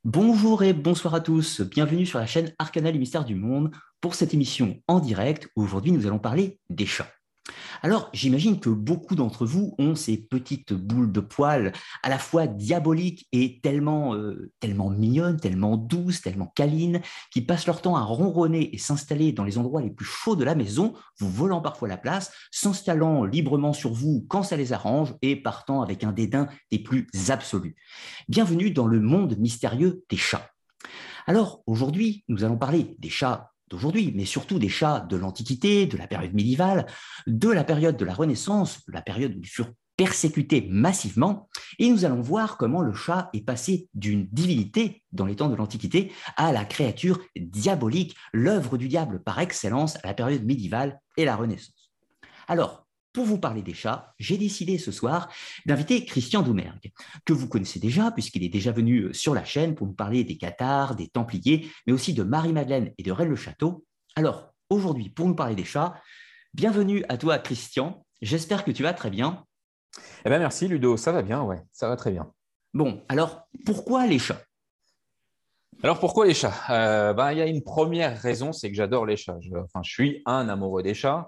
Bonjour et bonsoir à tous, bienvenue sur la chaîne Arcana, les mystères du monde pour cette émission en direct où aujourd'hui nous allons parler des chats. Alors, j'imagine que beaucoup d'entre vous ont ces petites boules de poils à la fois diaboliques et tellement mignonnes, tellement douces, tellement câlines, qui passent leur temps à ronronner et s'installer dans les endroits les plus chauds de la maison, vous volant parfois la place, s'installant librement sur vous quand ça les arrange et partant avec un dédain des plus absolus. Bienvenue dans le monde mystérieux des chats. Alors, aujourd'hui, nous allons parler des chats d'aujourd'hui, mais surtout des chats de l'Antiquité, de la période médiévale, de la période de la Renaissance, la période où ils furent persécutés massivement, et nous allons voir comment le chat est passé d'une divinité dans les temps de l'Antiquité à la créature diabolique, l'œuvre du diable par excellence à la période médiévale et la Renaissance. Alors, pour vous parler des chats, j'ai décidé ce soir d'inviter Christian Doumergue, que vous connaissez déjà puisqu'il est déjà venu sur la chaîne pour nous parler des cathares, des templiers, mais aussi de Marie-Madeleine et de Rennes-le-Château. Alors, aujourd'hui, pour nous parler des chats, bienvenue à toi Christian, j'espère que tu vas très bien. Eh bien, merci Ludo, ça va bien, ouais, ça va très bien. Bon, alors, pourquoi les chats? Alors pourquoi les chats? Il y a une première raison, c'est que j'adore les chats. Je suis un amoureux des chats.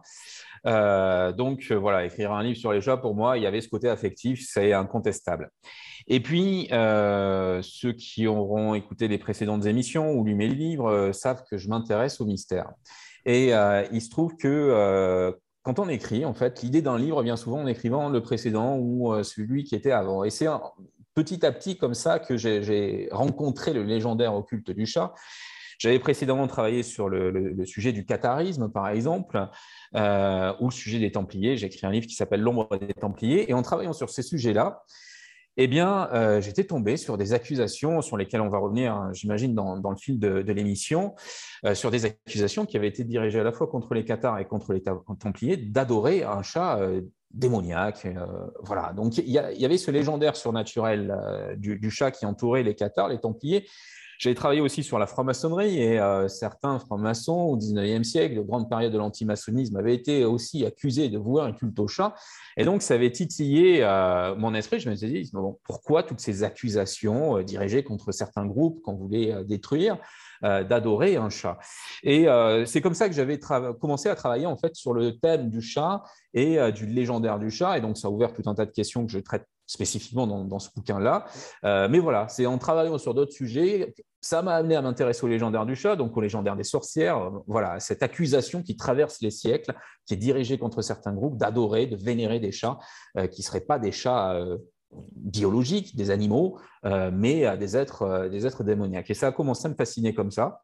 Voilà, écrire un livre sur les chats, pour moi, il y avait ce côté affectif, c'est incontestable. Et puis, ceux qui auront écouté les précédentes émissions ou lu mes livres savent que je m'intéresse au mystère. Et il se trouve que quand on écrit, en fait, l'idée d'un livre vient souvent en écrivant le précédent ou celui qui était avant. Et c'est petit à petit comme ça que j'ai rencontré le légendaire occulte du chat. J'avais précédemment travaillé sur le sujet du catharisme, par exemple, ou le sujet des Templiers. J'ai écrit un livre qui s'appelle L'ombre des Templiers. Et en travaillant sur ces sujets-là, eh bien, j'étais tombé sur des accusations sur lesquelles on va revenir, hein, j'imagine, dans le fil de l'émission, sur des accusations qui avaient été dirigées à la fois contre les Cathars et contre les Templiers d'adorer un chat démoniaque. Voilà. Donc, il y avait ce légendaire surnaturel du chat qui entourait les Cathars, les Templiers. J'ai travaillé aussi sur la franc-maçonnerie et certains francs-maçons au XIXe siècle, de grande période de l'antimaçonnisme, avaient été aussi accusés de vouer un culte au chat. Et donc, ça avait titillé mon esprit. Je me suis dit, bon, pourquoi toutes ces accusations dirigées contre certains groupes qu'on voulait détruire d'adorer un chat? Et c'est comme ça que j'avais commencé à travailler en fait sur le thème du chat et du légendaire du chat. Et donc, ça a ouvert tout un tas de questions que je traite spécifiquement dans ce bouquin-là. Mais voilà, c'est en travaillant sur d'autres sujets, ça m'a amené à m'intéresser au légendaire du chat, donc au légendaire des sorcières. Voilà, cette accusation qui traverse les siècles, qui est dirigée contre certains groupes d'adorer, de vénérer des chats qui ne seraient pas des chats biologiques, des animaux, mais des êtres démoniaques. Et ça a commencé à me fasciner comme ça.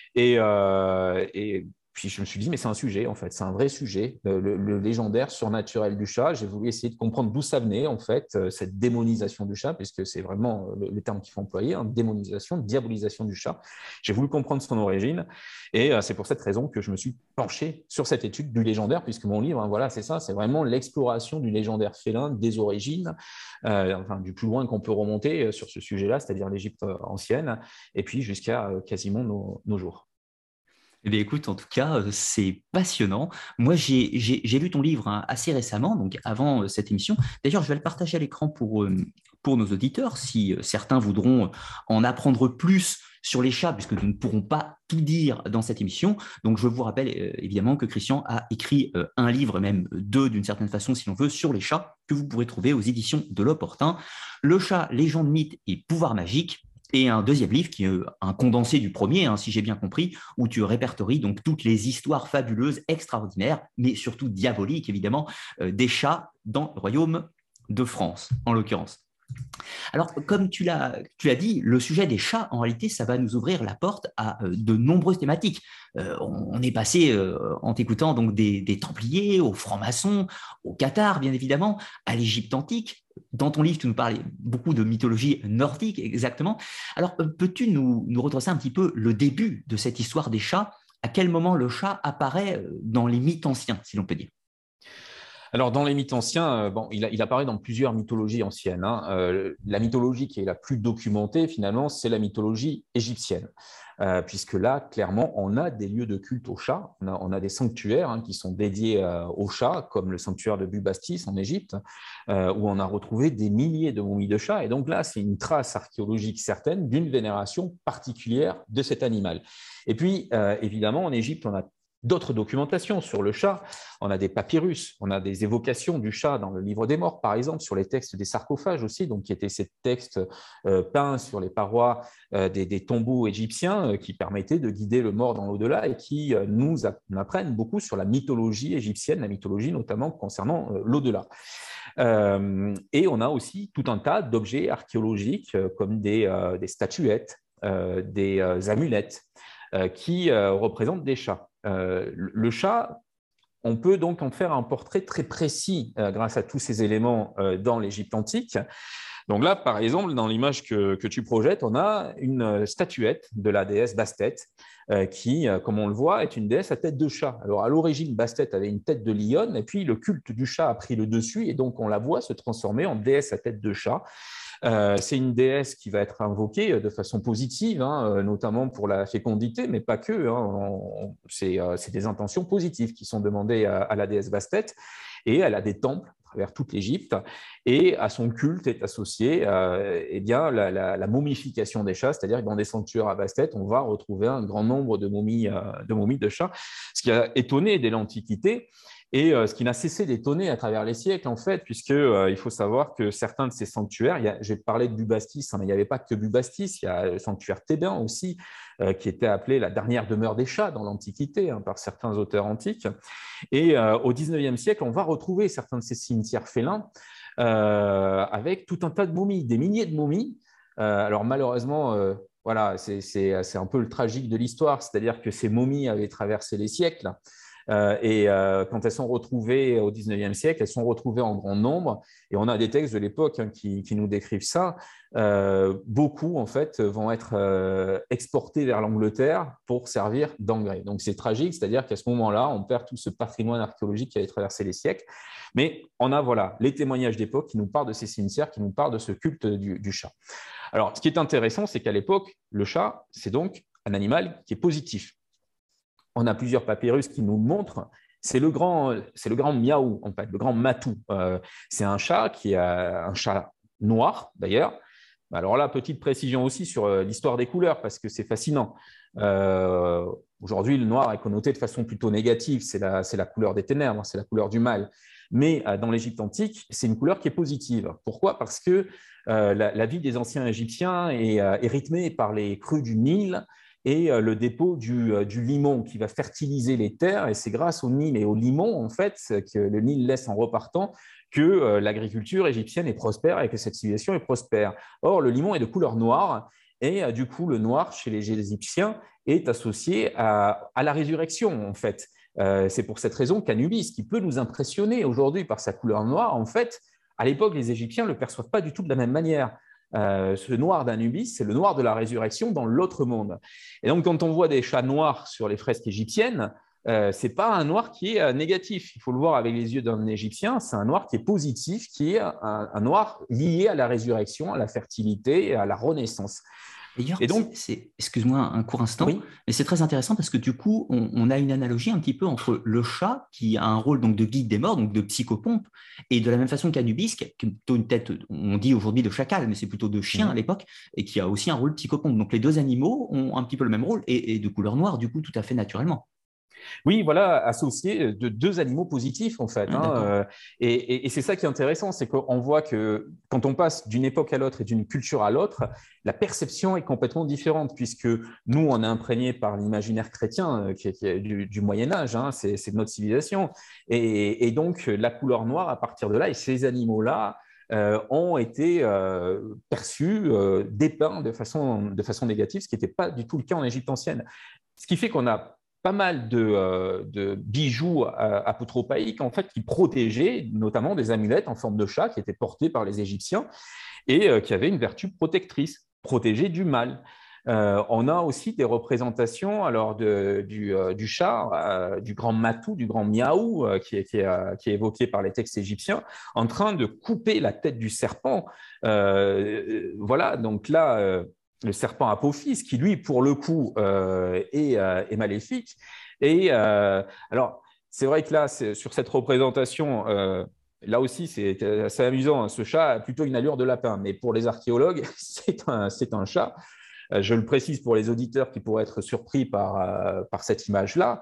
Et puis je me suis dit, mais c'est un sujet en fait, c'est un vrai sujet, le légendaire surnaturel du chat. J'ai voulu essayer de comprendre d'où ça venait en fait, cette démonisation du chat, puisque c'est vraiment le terme qu'il faut employer, hein, démonisation, diabolisation du chat. J'ai voulu comprendre son origine et c'est pour cette raison que je me suis penché sur cette étude du légendaire, puisque mon livre, hein, voilà, c'est ça, c'est vraiment l'exploration du légendaire félin, des origines, du plus loin qu'on peut remonter sur ce sujet-là, c'est-à-dire l'Égypte ancienne, et puis jusqu'à quasiment nos jours. Eh bien, écoute, en tout cas, c'est passionnant. Moi, j'ai lu ton livre hein, assez récemment, donc avant cette émission. D'ailleurs, je vais le partager à l'écran pour nos auditeurs, si certains voudront en apprendre plus sur les chats, puisque nous ne pourrons pas tout dire dans cette émission. Donc, je vous rappelle évidemment que Christian a écrit un livre, même deux d'une certaine façon, si l'on veut, sur les chats, que vous pourrez trouver aux éditions de l'Opportun. Le chat, légende, mythe et pouvoir magique. Et un deuxième livre qui est un condensé du premier, hein, si j'ai bien compris, où tu répertories donc toutes les histoires fabuleuses, extraordinaires, mais surtout diaboliques évidemment, des chats dans le royaume de France, en l'occurrence. Alors, comme tu l'as dit, le sujet des chats, en réalité, ça va nous ouvrir la porte à de nombreuses thématiques. On est passé, en t'écoutant, donc des Templiers, aux francs-maçons, aux cathares, bien évidemment, à l'Égypte antique. Dans ton livre, tu nous parlais beaucoup de mythologie nordique, exactement. Alors, peux-tu nous redresser un petit peu le début de cette histoire des chats? À quel moment le chat apparaît dans les mythes anciens, si l'on peut dire? Alors, dans les mythes anciens, il apparaît dans plusieurs mythologies anciennes, hein. La mythologie qui est la plus documentée, finalement, c'est la mythologie égyptienne. Puisque là, clairement, on a des lieux de culte aux chats, on a des sanctuaires, hein, qui sont dédiés aux chats, comme le sanctuaire de Bubastis en Égypte, où on a retrouvé des milliers de momies de chats. Et donc là, c'est une trace archéologique certaine d'une vénération particulière de cet animal. Et puis, évidemment, en Égypte, on a d'autres documentations sur le chat. On a des papyrus, on a des évocations du chat dans le livre des morts, par exemple, sur les textes des sarcophages aussi, donc qui étaient ces textes peints sur les parois des tombeaux égyptiens qui permettaient de guider le mort dans l'au-delà et qui nous apprennent beaucoup sur la mythologie égyptienne, la mythologie notamment concernant l'au-delà. Et on a aussi tout un tas d'objets archéologiques comme des statuettes, des amulettes qui représentent des chats. Le chat, on peut donc en faire un portrait très précis grâce à tous ces éléments dans l'Égypte antique. Donc là, par exemple, dans l'image que tu projettes, on a une statuette de la déesse Bastet qui, comme on le voit, est une déesse à tête de chat. Alors à l'origine, Bastet avait une tête de lionne et puis le culte du chat a pris le dessus et donc on la voit se transformer en déesse à tête de chat. C'est une déesse qui va être invoquée de façon positive, hein, notamment pour la fécondité, mais pas que, hein. C'est des intentions positives qui sont demandées à la déesse Bastet, et elle a des temples à travers toute l'Égypte, et à son culte est associée eh bien, la momification des chats, c'est-à-dire que dans des sanctuaires à Bastet, on va retrouver un grand nombre de momies de chats, ce qui a étonné dès l'Antiquité. Et ce qui n'a cessé d'étonner à travers les siècles, en fait, puisque il faut savoir que certains de ces sanctuaires, j'ai parlé de Bubastis, hein, mais il n'y avait pas que Bubastis, il y a le sanctuaire thébain aussi, qui était appelé la dernière demeure des chats dans l'Antiquité, hein, par certains auteurs antiques. Et au XIXe siècle, on va retrouver certains de ces cimetières félins avec tout un tas de momies, des milliers de momies. Alors malheureusement, voilà, c'est un peu le tragique de l'histoire, c'est-à-dire que ces momies avaient traversé les siècles. Quand elles sont retrouvées au XIXe siècle, elles sont retrouvées en grand nombre. Et on a des textes de l'époque, hein, qui nous décrivent ça. Beaucoup, en fait, vont être exportés vers l'Angleterre pour servir d'engrais. Donc, c'est tragique, c'est-à-dire qu'à ce moment-là, on perd tout ce patrimoine archéologique qui avait traversé les siècles. Mais on a, voilà, les témoignages d'époque qui nous parlent de ces cimetières, qui nous parlent de ce culte du chat. Alors, ce qui est intéressant, c'est qu'à l'époque, le chat, c'est donc un animal qui est positif. On a plusieurs papyrus qui nous montrent, c'est le grand miaou, en fait, le grand matou. C'est un chat qui est un chat noir, d'ailleurs. Alors là, petite précision aussi sur l'histoire des couleurs, parce que c'est fascinant. Aujourd'hui, le noir est connoté de façon plutôt négative, c'est la couleur des ténèbres, c'est la couleur du mal. Mais dans l'Égypte antique, c'est une couleur qui est positive. Pourquoi? Parce que la vie des anciens Égyptiens est rythmée par les crues du Nil, et le dépôt du limon qui va fertiliser les terres. Et c'est grâce au Nil et au limon, en fait, que le Nil laisse en repartant, que l'agriculture égyptienne est prospère et que cette civilisation est prospère. Or, le limon est de couleur noire, et du coup, le noir, chez les Égyptiens, est associé à la résurrection, en fait. C'est pour cette raison qu'Anubis, qui peut nous impressionner aujourd'hui par sa couleur noire, en fait, à l'époque, les Égyptiens ne le perçoivent pas du tout de la même manière. Ce noir d'Anubis, c'est le noir de la résurrection dans l'autre monde. Et donc, quand on voit des chats noirs sur les fresques égyptiennes, ce n'est pas un noir qui est négatif. Il faut le voir avec les yeux d'un Égyptien. C'est un noir qui est positif, qui est un noir lié à la résurrection, à la fertilité et à la renaissance. D'ailleurs, excuse-moi un court instant, oui. Mais c'est très intéressant parce que du coup, on a une analogie un petit peu entre le chat qui a un rôle donc de guide des morts, donc de psychopompe, et de la même façon qu'Anubis, qui a plutôt une tête, on dit aujourd'hui de chacal, mais c'est plutôt de chien à l'époque, et qui a aussi un rôle psychopompe. Donc les deux animaux ont un petit peu le même rôle et de couleur noire, du coup, tout à fait naturellement. Oui, voilà, associé de deux animaux positifs, en fait. Et c'est ça qui est intéressant, c'est qu'on voit que quand on passe d'une époque à l'autre et d'une culture à l'autre, la perception est complètement différente, puisque nous, on est imprégné par l'imaginaire chrétien qui est du Moyen-Âge, hein, c'est notre civilisation. Et donc, la couleur noire, à partir de là, et ces animaux-là, ont été perçus, dépeints de façon négative, ce qui n'était pas du tout le cas en Égypte ancienne. Ce qui fait qu'on a pas mal de bijoux apotropaïques en fait, qui protégeaient notamment des amulettes en forme de chat qui étaient portées par les Égyptiens et qui avaient une vertu protectrice, protéger du mal. On a aussi des représentations alors, du chat, du grand matou, du grand miaou, qui est évoqué par les textes égyptiens, en train de couper la tête du serpent. Voilà, donc là, le serpent Apophis, qui lui, pour le coup, est maléfique. Et alors, c'est vrai que là, sur cette représentation, là aussi, c'est assez amusant. Ce chat a plutôt une allure de lapin, mais pour les archéologues, c'est un chat. Je le précise pour les auditeurs qui pourraient être surpris par cette image-là.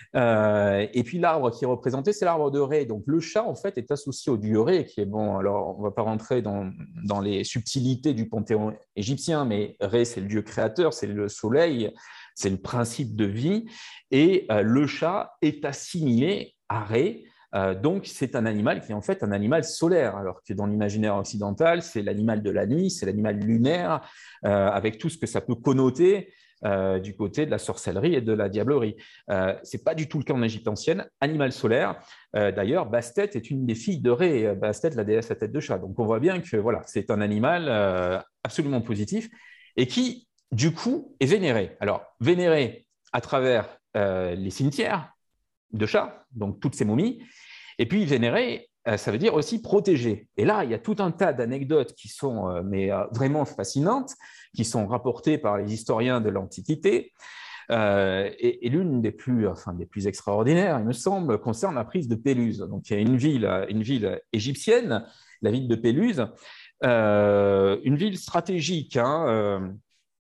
Et puis l'arbre qui est représenté, c'est l'arbre de Ré. Donc le chat, en fait, est associé au dieu Ré, qui est bon. Alors, on ne va pas rentrer dans les subtilités du panthéon égyptien, mais Ré, c'est le dieu créateur, c'est le soleil, c'est le principe de vie. Et le chat est assimilé à Ré. Donc, c'est un animal qui est en fait un animal solaire, alors que dans l'imaginaire occidental, c'est l'animal de la nuit, c'est l'animal lunaire, avec tout ce que ça peut connoter du côté de la sorcellerie et de la diablerie. Ce n'est pas du tout le cas en Égypte ancienne, animal solaire. D'ailleurs, Bastet est une des filles de Ré, Bastet, la déesse à tête de chat. Donc, on voit bien que voilà, c'est un animal absolument positif et qui, du coup, est vénéré. Alors, vénéré à travers les cimetières de chats, donc toutes ces momies, et puis vénérer, ça veut dire aussi protéger. Et là, il y a tout un tas d'anecdotes qui sont vraiment fascinantes, qui sont rapportées par les historiens de l'Antiquité. Et l'une des plus extraordinaires, il me semble, concerne la prise de Péluse. Donc, il y a une ville égyptienne, la ville de Péluse, une ville stratégique, hein,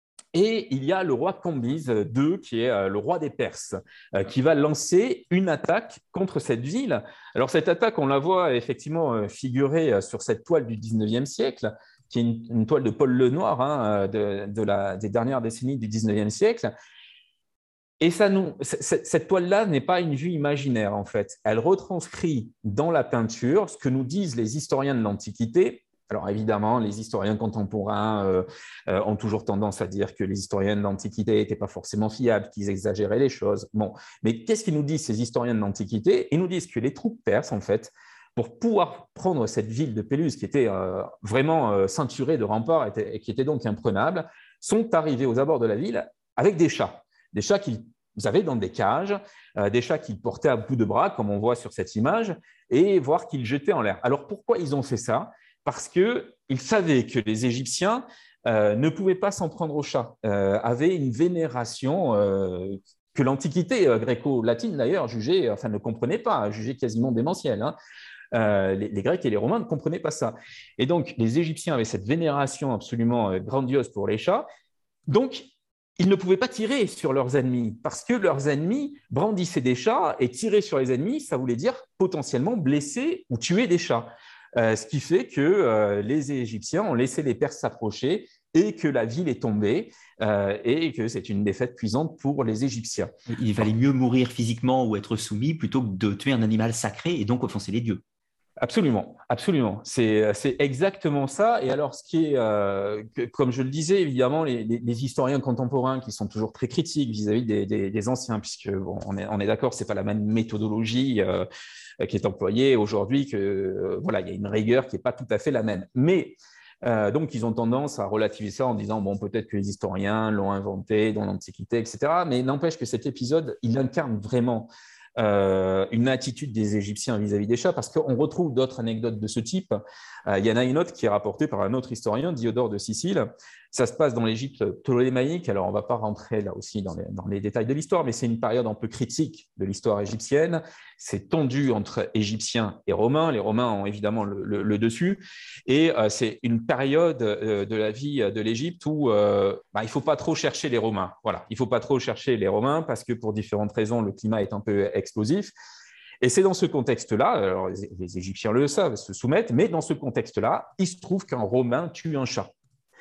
et il y a le roi Cambyse II, qui est le roi des Perses, qui va lancer une attaque contre cette ville. Alors cette attaque, on la voit effectivement figurée sur cette toile du 19e siècle, qui est une toile de Paul Lenoir, hein, des dernières décennies du 19e siècle. Et cette toile-là n'est pas une vue imaginaire, en fait. Elle retranscrit dans la peinture ce que nous disent les historiens de l'Antiquité. Alors évidemment, les historiens contemporains ont toujours tendance à dire que les historiens de l'Antiquité n'étaient pas forcément fiables, qu'ils exagéraient les choses. Bon, mais qu'est-ce qu'ils nous disent, ces historiens de l'Antiquité? Ils nous disent que les troupes perses, en fait, pour pouvoir prendre cette ville de Péluse, qui était vraiment ceinturée de remparts et qui était donc imprenable, sont arrivés aux abords de la ville avec des chats qu'ils avaient dans des cages, des chats qu'ils portaient à bout de bras, comme on voit sur cette image, et voire qu'ils jetaient en l'air. Alors pourquoi ils ont fait ça? Parce qu'ils savaient que les Égyptiens ne pouvaient pas s'en prendre aux chats, avaient une vénération que l'Antiquité gréco-latine, d'ailleurs, ne comprenait pas, jugeait quasiment démentielle. Hein. Les Grecs et les Romains ne comprenaient pas ça. Et donc, les Égyptiens avaient cette vénération absolument grandiose pour les chats. Donc, ils ne pouvaient pas tirer sur leurs ennemis parce que leurs ennemis brandissaient des chats et tirer sur les ennemis, ça voulait dire potentiellement blesser ou tuer des chats. Ce qui fait que les Égyptiens ont laissé les Perses s'approcher et que la ville est tombée et que c'est une défaite cuisante pour les Égyptiens. Il valait mieux mourir physiquement ou être soumis plutôt que de tuer un animal sacré et donc offenser les dieux. Absolument, absolument. C'est exactement ça. Et alors, ce qui est, comme je le disais, évidemment, les historiens contemporains qui sont toujours très critiques vis-à-vis des anciens, puisque bon, on est d'accord, c'est pas la même méthodologie qui est employée aujourd'hui, que voilà, il y a une rigueur qui n'est pas tout à fait la même. Mais donc, ils ont tendance à relativiser ça en disant bon, peut-être que les historiens l'ont inventé dans l'Antiquité, etc. Mais n'empêche que cet épisode, il incarne vraiment une attitude des Égyptiens vis-à-vis des chats, parce qu'on retrouve d'autres anecdotes de ce type. Il y en a une autre qui est rapportée par un autre historien, Diodore de Sicile. Ça se passe dans l'Égypte ptolémaïque. Alors, on ne va pas rentrer là aussi dans les détails de l'histoire, mais c'est une période un peu critique de l'histoire égyptienne. C'est tendu entre Égyptiens et Romains. Les Romains ont évidemment le dessus. Et c'est une période de la vie de l'Égypte où il ne faut pas trop chercher les Romains. Voilà, il ne faut pas trop chercher les Romains parce que pour différentes raisons, le climat est un peu explosif. Et c'est dans ce contexte-là, alors les Égyptiens le savent, se soumettent, mais dans ce contexte-là, il se trouve qu'un Romain tue un chat.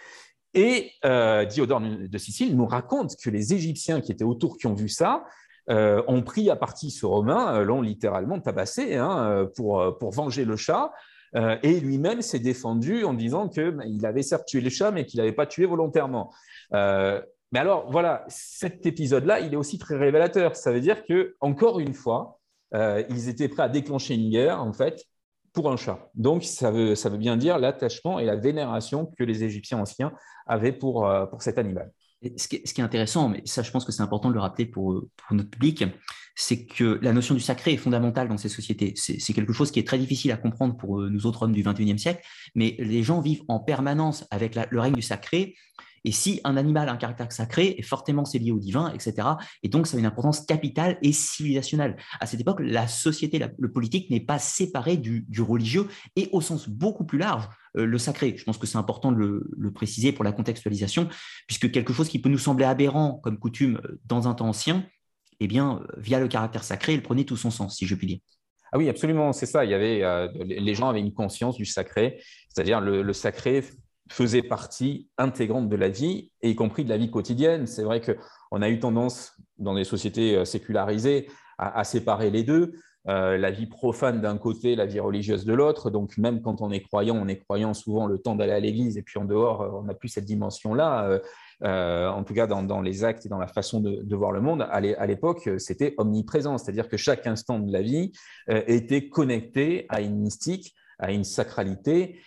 Et Diodore de Sicile nous raconte que les Égyptiens qui étaient autour, qui ont vu ça, ont pris à partie ce Romain, l'ont littéralement tabassé pour venger le chat. Et lui-même s'est défendu en disant qu'il avait certes tué le chat, mais qu'il n'avait pas tué volontairement. Mais alors, voilà, cet épisode-là, il est aussi très révélateur. Ça veut dire que, encore une fois, ils étaient prêts à déclencher une guerre, en fait, pour un chat. Donc, ça veut bien dire l'attachement et la vénération que les Égyptiens anciens avaient pour cet animal. Et ce qui est intéressant, mais ça je pense que c'est important de le rappeler pour notre public, c'est que la notion du sacré est fondamentale dans ces sociétés. C'est quelque chose qui est très difficile à comprendre pour nous autres hommes du 21e siècle, mais les gens vivent en permanence avec le règne du sacré. Et si un animal a un caractère sacré, et fortement c'est lié au divin, etc. Et donc, ça a une importance capitale et civilisationnelle. À cette époque, la société, le politique n'est pas séparé du religieux et au sens beaucoup plus large, le sacré. Je pense que c'est important de le préciser pour la contextualisation, puisque quelque chose qui peut nous sembler aberrant comme coutume dans un temps ancien, eh bien, via le caractère sacré, il prenait tout son sens, si je puis dire. Ah oui, absolument, c'est ça. Il y avait, les gens avaient une conscience du sacré, c'est-à-dire le sacré faisait partie intégrante de la vie, et y compris de la vie quotidienne. C'est vrai qu'on a eu tendance, dans les sociétés sécularisées, à séparer les deux. La vie profane d'un côté, la vie religieuse de l'autre. Donc, même quand on est croyant souvent le temps d'aller à l'église, et puis en dehors, on n'a plus cette dimension-là. En tout cas dans les actes et dans la façon de voir le monde, à l'époque, c'était omniprésent, c'est-à-dire que chaque instant de la vie était connecté à une mystique, à une sacralité.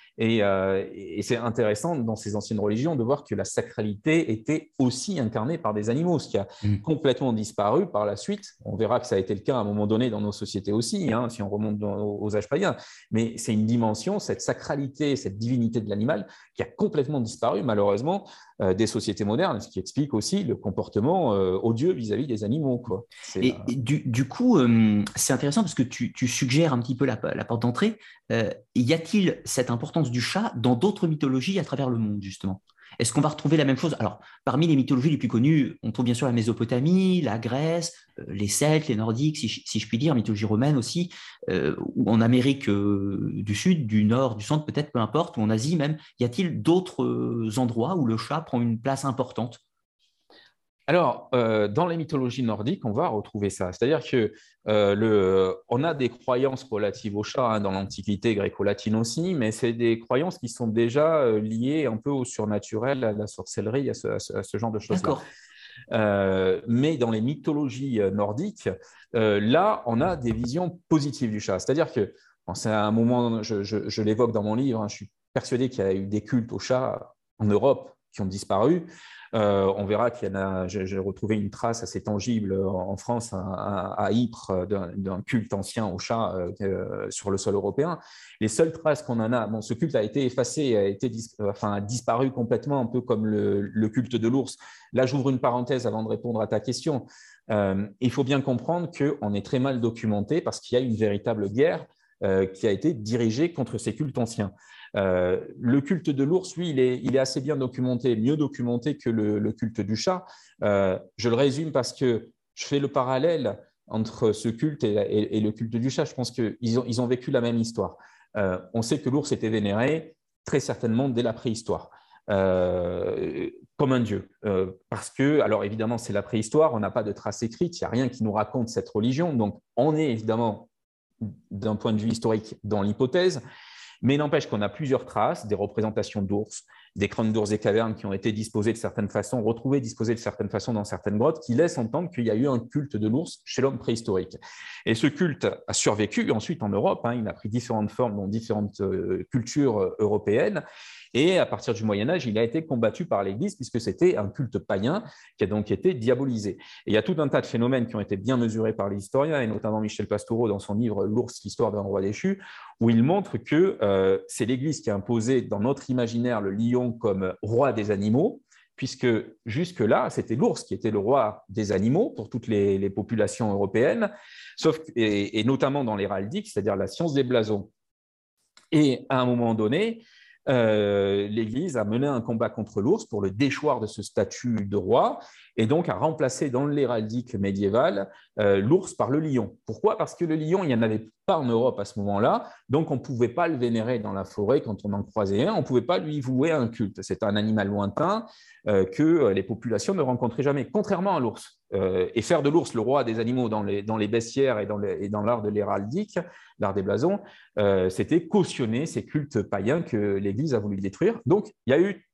Et c'est intéressant dans ces anciennes religions de voir que la sacralité était aussi incarnée par des animaux, ce qui a Mm. complètement disparu par la suite. On verra que ça a été le cas à un moment donné dans nos sociétés aussi, hein, si on remonte aux âges païens. Mais c'est une dimension, cette sacralité, cette divinité de l'animal qui a complètement disparu malheureusement des sociétés modernes, ce qui explique aussi le comportement odieux vis-à-vis des animaux, quoi. Et du coup, c'est intéressant parce que tu suggères un petit peu la porte d'entrée. Y a-t-il cette importance du chat dans d'autres mythologies à travers le monde, justement? Est-ce qu'on va retrouver la même chose? Alors, parmi les mythologies les plus connues, on trouve bien sûr la Mésopotamie, la Grèce, les Celtes, les Nordiques, si je puis dire, mythologie romaine aussi, ou en Amérique du Sud, du Nord, du Centre, peut-être, peu importe, ou en Asie même. Y a-t-il d'autres endroits où le chat prend une place importante? Alors, dans les mythologies nordiques, on va retrouver ça. C'est-à-dire que on a des croyances relatives au chat hein, dans l'Antiquité gréco-latine aussi, mais c'est des croyances qui sont déjà liées un peu au surnaturel, à la sorcellerie, à ce genre de choses-là. D'accord. Mais dans les mythologies nordiques, là, on a des visions positives du chat. C'est-à-dire que, bon, c'est un moment, je l'évoque dans mon livre, hein, je suis persuadé qu'il y a eu des cultes au chat en Europe qui ont disparu. On verra qu'il y en a, j'ai retrouvé une trace assez tangible en France, à Ypres, d'un culte ancien au chat sur le sol européen. Les seules traces qu'on en a, bon, ce culte a été effacé, a disparu complètement, un peu comme le culte de l'ours. Là, j'ouvre une parenthèse avant de répondre à ta question. Il faut bien comprendre qu'on est très mal documenté parce qu'il y a une véritable guerre qui a été dirigée contre ces cultes anciens. Le culte de l'ours, lui, il est assez bien documenté, mieux documenté que le culte du chat. Je le résume parce que je fais le parallèle entre ce culte et le culte du chat. Je pense qu'ils ont vécu la même histoire. On sait que l'ours était vénéré très certainement dès la préhistoire. Comme un dieu. Parce que, alors évidemment, c'est la préhistoire, on n'a pas de traces écrites, il n'y a rien qui nous raconte cette religion, donc on est évidemment, d'un point de vue historique, dans l'hypothèse, mais n'empêche qu'on a plusieurs traces, des représentations d'ours, des crânes d'ours des cavernes qui ont été disposés de certaines façons, retrouvés disposés de certaines façons dans certaines grottes, qui laissent entendre qu'il y a eu un culte de l'ours chez l'homme préhistorique. Et ce culte a survécu ensuite en Europe, hein, il a pris différentes formes dans différentes cultures européennes, et à partir du Moyen-Âge, il a été combattu par l'Église puisque c'était un culte païen qui a donc été diabolisé. Et il y a tout un tas de phénomènes qui ont été bien mesurés par les historiens, et notamment Michel Pastoureau dans son livre « L'ours, l'histoire d'un roi déchu », où il montre que c'est l'Église qui a imposé dans notre imaginaire le lion comme roi des animaux, puisque jusque-là, c'était l'ours qui était le roi des animaux pour toutes les populations européennes, et notamment dans l'héraldique, c'est-à-dire la science des blasons. Et à un moment donné, l'Église a mené un combat contre l'ours pour le déchoir de ce statut de roi et donc a remplacé dans l'héraldique médiévale l'ours par le lion. Pourquoi? Parce que le lion, il n'y en avait pas en Europe à ce moment-là, donc on ne pouvait pas le vénérer dans la forêt quand on en croisait un, on ne pouvait pas lui vouer un culte. C'est un animal lointain que les populations ne rencontraient jamais, contrairement à l'ours. Et faire de l'ours le roi des animaux dans les bestiaires et dans l'art de l'héraldique, l'art des blasons, c'était cautionner ces cultes païens que l'Église a voulu détruire. Donc, il y a eu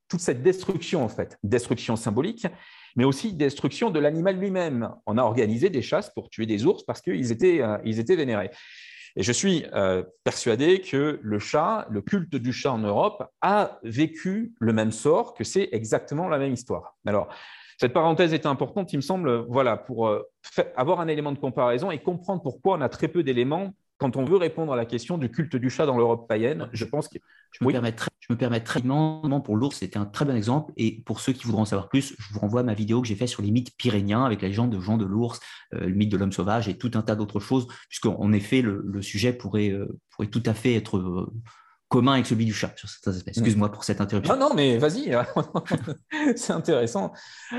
toute cette destruction, en fait, destruction symbolique, mais aussi destruction de l'animal lui-même. On a organisé des chasses pour tuer des ours parce qu'ils étaient vénérés. Et je suis persuadé que le chat, le culte du chat en Europe, a vécu le même sort, que c'est exactement la même histoire. Alors, cette parenthèse est importante, il me semble, voilà, pour avoir un élément de comparaison et comprendre pourquoi on a très peu d'éléments quand on veut répondre à la question du culte du chat dans l'Europe païenne. Je pense que… Je me permets très rapidement, pour l'ours, c'était un très bon exemple. Et pour ceux qui voudront en savoir plus, je vous renvoie à ma vidéo que j'ai faite sur les mythes pyrénéens avec la légende de Jean de l'ours, le mythe de l'homme sauvage et tout un tas d'autres choses, puisqu'en effet, le sujet pourrait tout à fait être commun avec celui du chat sur certains aspects. Excuse-moi pour cette interruption. Non, mais vas-y, c'est intéressant.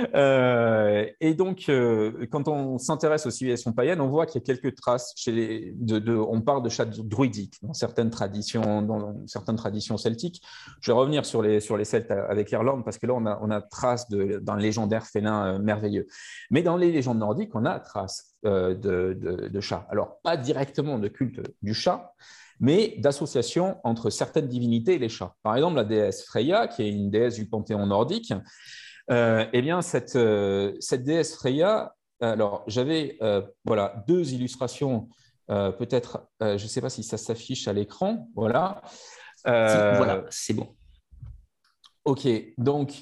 Et donc, quand on s'intéresse aux civilisations païennes, on voit qu'il y a quelques traces. On parle de chats druidiques dans certaines traditions celtiques. Je vais revenir sur les Celtes avec l'Irlande, parce que là, on a trace d'un légendaire félin merveilleux. Mais dans les légendes nordiques, on a trace de chats. Alors, pas directement de culte du chat, mais d'association entre certaines divinités et les chats. Par exemple, la déesse Freya, qui est une déesse du panthéon nordique, eh bien, cette déesse Freya, alors j'avais voilà, 2 illustrations, peut-être, je ne sais pas si ça s'affiche à l'écran, voilà. Voilà, c'est bon. Ok, donc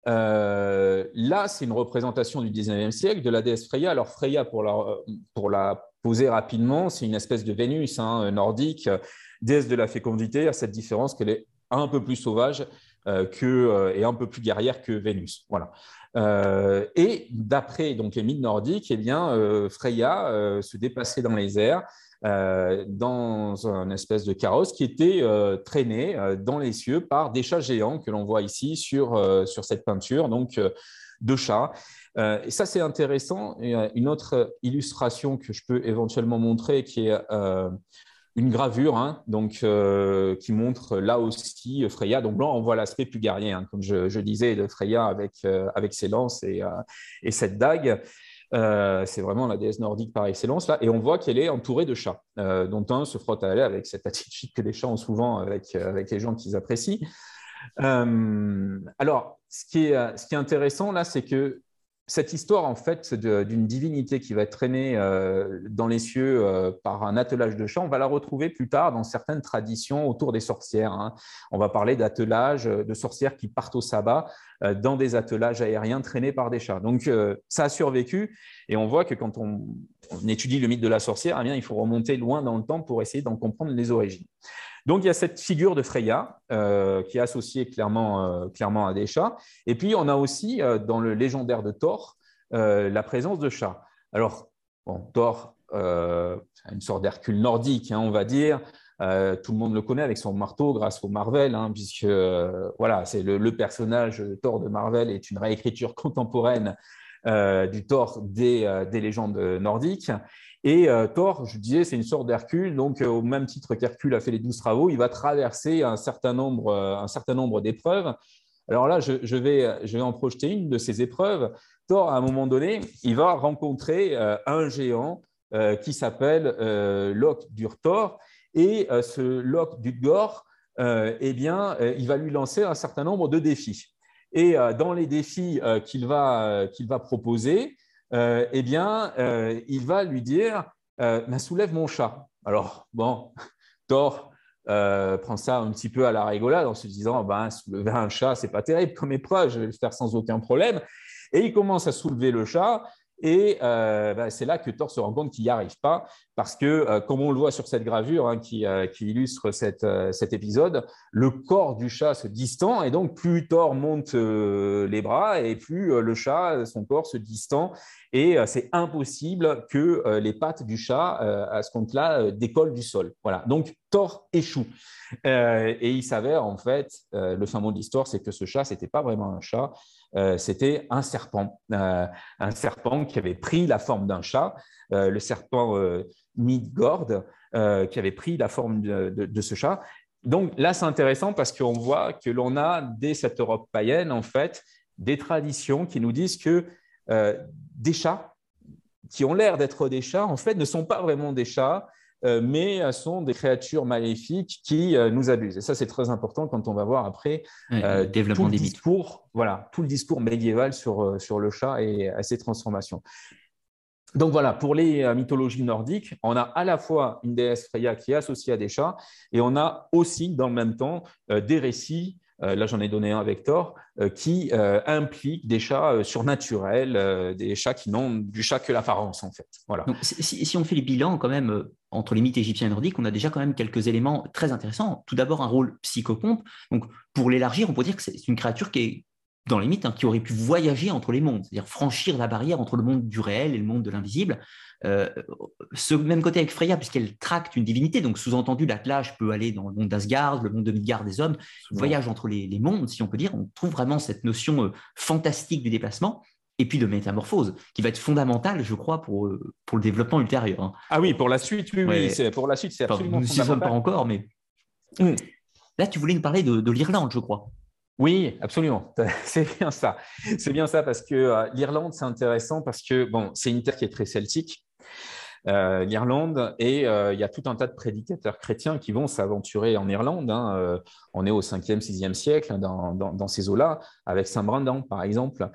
là, c'est une représentation du 19e siècle de la déesse Freya. Alors Freya, pour la poser rapidement, c'est une espèce de Vénus nordique, déesse de la fécondité, à cette différence qu'elle est un peu plus sauvage et un peu plus guerrière que Vénus. Voilà. Et d'après donc, les mythes nordiques, eh bien, Freya se déplaçait dans les airs dans une espèce de carrosse qui était traîné dans les cieux par des chats géants que l'on voit ici sur cette peinture, donc 2 chats. Et ça, c'est intéressant. Et, une autre illustration que je peux éventuellement montrer, qui est une gravure, donc, qui montre là aussi Freya. Donc là, on voit l'aspect plus guerrier, comme je disais, de Freya avec ses lances et cette dague. C'est vraiment la déesse nordique par excellence, là. Et on voit qu'elle est entourée de chats, dont un se frotte à elle avec cette attitude que les chats ont souvent avec les gens qu'ils apprécient. Alors, ce qui est intéressant là, c'est que cette histoire, en fait, d'une divinité qui va être traînée dans les cieux par un attelage de chats, on va la retrouver plus tard dans certaines traditions autour des sorcières. On va parler d'attelages de sorcières qui partent au sabbat dans des attelages aériens traînés par des chats. Donc, ça a survécu. Et on voit que quand on étudie le mythe de la sorcière, eh bien, il faut remonter loin dans le temps pour essayer d'en comprendre les origines. Donc, il y a cette figure de Freya qui est associée clairement à des chats. Et puis, on a aussi, dans le légendaire de Thor, la présence de chats. Alors, bon, Thor, c'est une sorte d'Hercule nordique, on va dire. Tout le monde le connaît avec son marteau grâce au Marvel, puisque voilà, c'est le personnage Thor de Marvel est une réécriture contemporaine du Thor des légendes nordiques. Et Thor, je disais, c'est une sorte d'Hercule, donc au même titre qu'Hercule a fait les 12 travaux, il va traverser un certain nombre d'épreuves. Alors là, je vais en projeter une de ces épreuves. Thor, à un moment donné, il va rencontrer un géant qui s'appelle Loke-Dur-Thor, et ce Loke-Dur-Thor, eh bien, il va lui lancer un certain nombre de défis. Et dans les défis qu'il va proposer, eh bien, il va lui dire soulève mon chat. Alors, bon, Thor prend ça un petit peu à la rigolade en se disant soulever un chat, c'est pas terrible comme épreuve, je vais le faire sans aucun problème. Et il commence à soulever le chat. Et c'est là que Thor se rend compte qu'il n'y arrive pas, parce que, comme on le voit sur cette gravure qui illustre cet épisode, le corps du chat se distend, et donc plus Thor monte les bras, et plus le chat, son corps se distend, et c'est impossible que les pattes du chat, à ce compte-là, décollent du sol. Voilà. Donc Thor échoue. Et il s'avère, en fait, le fin mot de l'histoire, c'est que ce chat, ce n'était pas vraiment un chat, c'était un serpent qui avait pris la forme d'un chat, le serpent Midgord, qui avait pris la forme de ce chat. Donc là, c'est intéressant parce qu'on voit que l'on a, dès cette Europe païenne, en fait, des traditions qui nous disent que des chats qui ont l'air d'être des chats, en fait, ne sont pas vraiment des chats. mais sont des créatures maléfiques qui nous abusent. Et ça, c'est très important quand on va voir après développement des mythes. Voilà, tout le discours médiéval sur le chat et ses transformations. Donc voilà, pour les mythologies nordiques, on a à la fois une déesse Freya qui est associée à des chats, et on a aussi dans le même temps des récits, là j'en ai donné un avec Thor, qui impliquent des chats surnaturels, des chats qui n'ont du chat que l'apparence en fait. Voilà. Donc, si on fait les bilans quand même entre les mythes égyptiens et nordiques, on a déjà quand même quelques éléments très intéressants. Tout d'abord, un rôle psychopompe. Donc, pour l'élargir, on peut dire que c'est une créature qui est dans les mythes, qui aurait pu voyager entre les mondes, c'est-à-dire franchir la barrière entre le monde du réel et le monde de l'invisible. Ce même côté avec Freya, puisqu'elle tracte une divinité, donc sous-entendu, l'attelage peut aller dans le monde d'Asgard, le monde de Midgard des hommes, voyage entre les mondes, si on peut dire. On trouve vraiment cette notion fantastique du déplacement et puis de métamorphose, qui va être fondamentale, je crois, pour le développement ultérieur. Hein. Ah oui, pour la suite, oui, pour la suite, c'est absolument nous n'y sommes pas encore, mais... Là, tu voulais nous parler de l'Irlande, je crois. Oui, absolument. C'est bien ça. C'est bien ça parce que l'Irlande, c'est intéressant parce que c'est une terre qui est très celtique. L'Irlande, et il y a tout un tas de prédicateurs chrétiens qui vont s'aventurer en Irlande. Hein. On est au 5e, 6e siècle dans ces eaux-là, avec Saint Brendan, par exemple.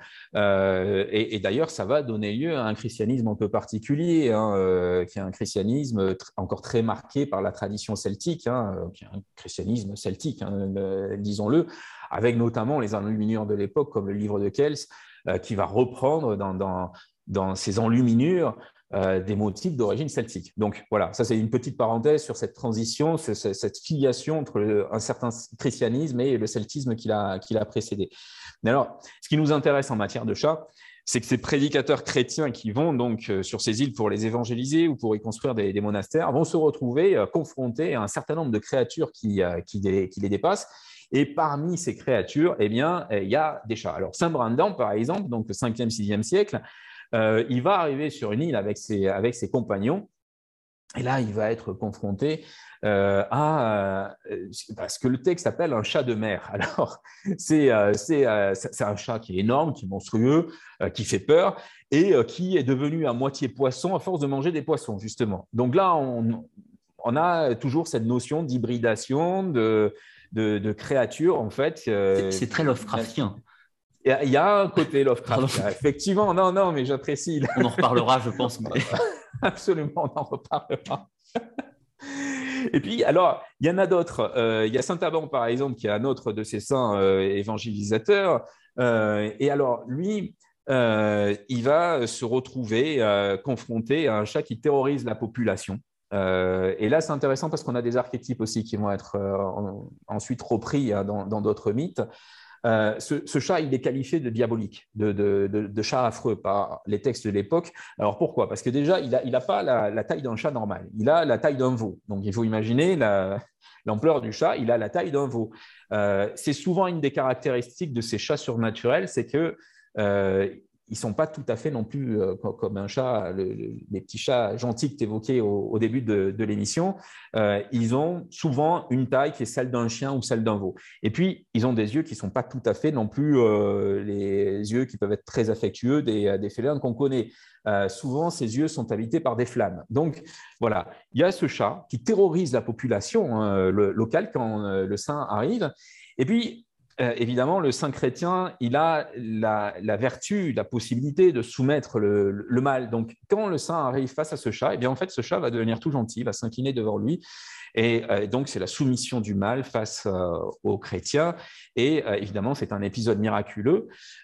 Et d'ailleurs, ça va donner lieu à un christianisme un peu particulier, hein, qui est un christianisme encore très marqué par la tradition celtique, hein, qui est un christianisme celtique, hein, disons-le, avec notamment les enluminures de l'époque, comme le livre de Kells, qui va reprendre dans ses enluminures des motifs d'origine celtique. Donc voilà, ça c'est une petite parenthèse sur cette transition, cette filiation entre un certain christianisme et le celtisme qui l'a précédé. Mais alors, ce qui nous intéresse en matière de chats, c'est que ces prédicateurs chrétiens qui vont donc sur ces îles pour les évangéliser ou pour y construire des monastères vont se retrouver confrontés à un certain nombre de créatures qui les dépassent. Et parmi ces créatures, eh bien, il y a des chats. Alors, Saint Brendan, par exemple, donc le 5e, 6e siècle, il va arriver sur une île avec ses compagnons, et là, il va être confronté à ce que le texte appelle un chat de mer. Alors, c'est un chat qui est énorme, qui est monstrueux, qui fait peur, et qui est devenu à moitié poisson à force de manger des poissons, justement. Donc là, on a toujours cette notion d'hybridation, de créatures, en fait. C'est très Lovecraftien. Il y a un côté Lovecraft, effectivement. Non, mais j'apprécie. On en reparlera, je pense. Mais... Absolument, on en reparlera. Et puis, alors, il y en a d'autres. Il y a Saint Alban, par exemple, qui est un autre de ces saints évangélisateurs. Et alors, lui, il va se retrouver confronté à un chat qui terrorise la population. Et là, c'est intéressant parce qu'on a des archétypes aussi qui vont être ensuite repris dans d'autres mythes. Ce chat, il est qualifié de diabolique, de chat affreux par les textes de l'époque. Alors pourquoi? Parce que déjà, il n'a pas la taille d'un chat normal. Il a la taille d'un veau. Donc il faut imaginer l'ampleur du chat. Il a la taille d'un veau. C'est souvent une des caractéristiques de ces chats surnaturels, c'est que ils ne sont pas tout à fait non plus comme un chat, les petits chats gentils que tu évoquais au début de l'émission. Ils ont souvent une taille qui est celle d'un chien ou celle d'un veau. Et puis, ils ont des yeux qui ne sont pas tout à fait non plus les yeux qui peuvent être très affectueux des félins qu'on connaît. Souvent, ces yeux sont habités par des flammes. Donc, voilà, il y a ce chat qui terrorise la population locale quand le saint arrive. Et puis, évidemment, le saint chrétien, il a la vertu, la possibilité de soumettre le mal. Donc, quand le saint arrive face à ce chat, eh bien, en fait, ce chat va devenir tout gentil, va s'incliner devant lui. Et donc, c'est la soumission du mal face aux chrétiens. Et évidemment, c'est un épisode miraculeux.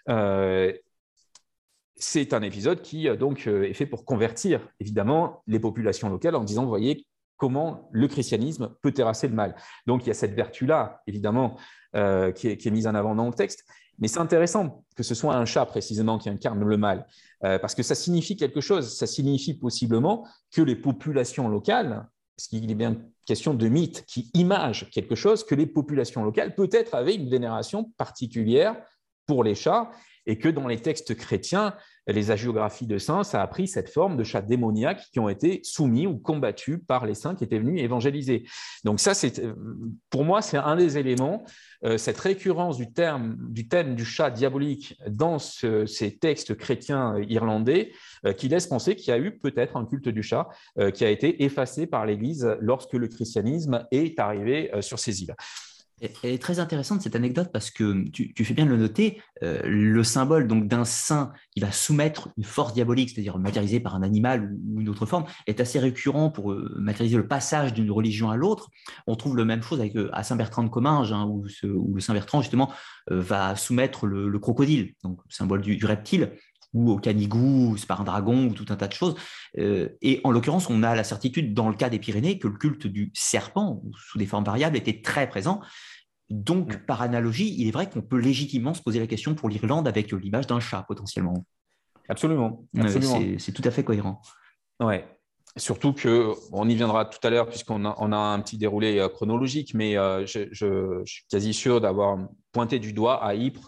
C'est un épisode qui donc est fait pour convertir, évidemment, les populations locales en disant, vous voyez, comment le christianisme peut terrasser le mal. Donc, il y a cette vertu-là, évidemment, qui est mise en avant dans le texte. Mais c'est intéressant que ce soit un chat, précisément, qui incarne le mal, parce que ça signifie quelque chose. Ça signifie possiblement que les populations locales, parce qu'il est bien question de mythe qui image quelque chose, que les populations locales, peut-être, avaient une vénération particulière pour les chats, et que dans les textes chrétiens, les hagiographies de saints, ça a pris cette forme de chats démoniaques qui ont été soumis ou combattus par les saints qui étaient venus évangéliser. Donc ça, pour moi, c'est un des éléments, cette récurrence du thème du chat diabolique dans ces textes chrétiens irlandais qui laisse penser qu'il y a eu peut-être un culte du chat qui a été effacé par l'Église lorsque le christianisme est arrivé sur ces îles. Elle est très intéressante cette anecdote parce que tu fais bien de le noter, le symbole donc d'un saint qui va soumettre une force diabolique, c'est-à-dire matérialisée par un animal ou une autre forme, est assez récurrent pour matérialiser le passage d'une religion à l'autre. On trouve la même chose à Saint Bertrand de Comminges, hein, où le Saint Bertrand justement va soumettre le crocodile, donc symbole du reptile, ou au canigou, c'est par un dragon, ou tout un tas de choses. Et en l'occurrence, on a la certitude, dans le cas des Pyrénées, que le culte du serpent, sous des formes variables, était très présent. Donc, par analogie, il est vrai qu'on peut légitimement se poser la question pour l'Irlande avec l'image d'un chat, potentiellement. Absolument. C'est tout à fait cohérent. Ouais. Surtout qu'on y viendra tout à l'heure puisqu'on a un petit déroulé chronologique, mais je suis quasi sûr d'avoir pointé du doigt à Ypres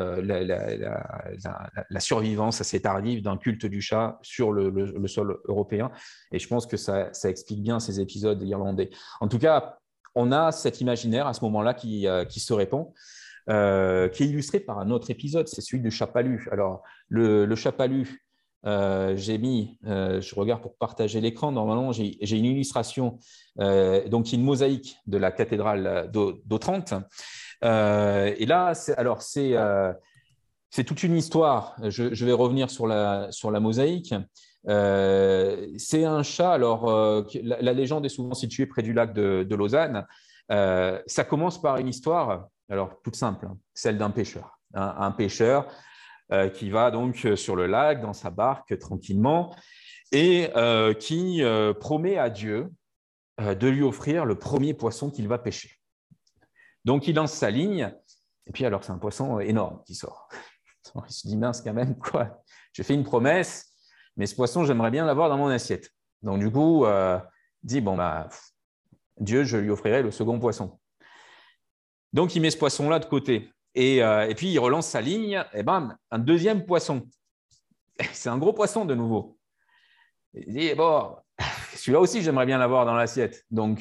la survivance assez tardive d'un culte du chat sur le sol européen. Et je pense que ça explique bien ces épisodes irlandais. En tout cas, on a cet imaginaire à ce moment-là qui se répand. Qui est illustré par un autre épisode, c'est celui du chat palu. Alors, le chat palu, je regarde pour partager l'écran, normalement j'ai une illustration, donc une mosaïque de la cathédrale d'Otrante. Et là, c'est toute une histoire. Je vais revenir sur la mosaïque. C'est un chat, alors la légende est souvent située près du lac de Lausanne. Ça commence par une histoire, alors toute simple, hein, celle d'un pêcheur. Un pêcheur qui va donc sur le lac dans sa barque tranquillement et qui promet à Dieu de lui offrir le premier poisson qu'il va pêcher. Donc il lance sa ligne et puis alors c'est un poisson énorme qui sort. Il se dit mince quand même quoi, j'ai fait une promesse mais ce poisson j'aimerais bien l'avoir dans mon assiette. Donc du coup il dit bon bah Dieu je lui offrirai le second poisson. Donc il met ce poisson-là de côté. Et puis, il relance sa ligne, et bam, un deuxième poisson. C'est un gros poisson de nouveau. Il dit, bon, celui-là aussi, j'aimerais bien l'avoir dans l'assiette. Donc,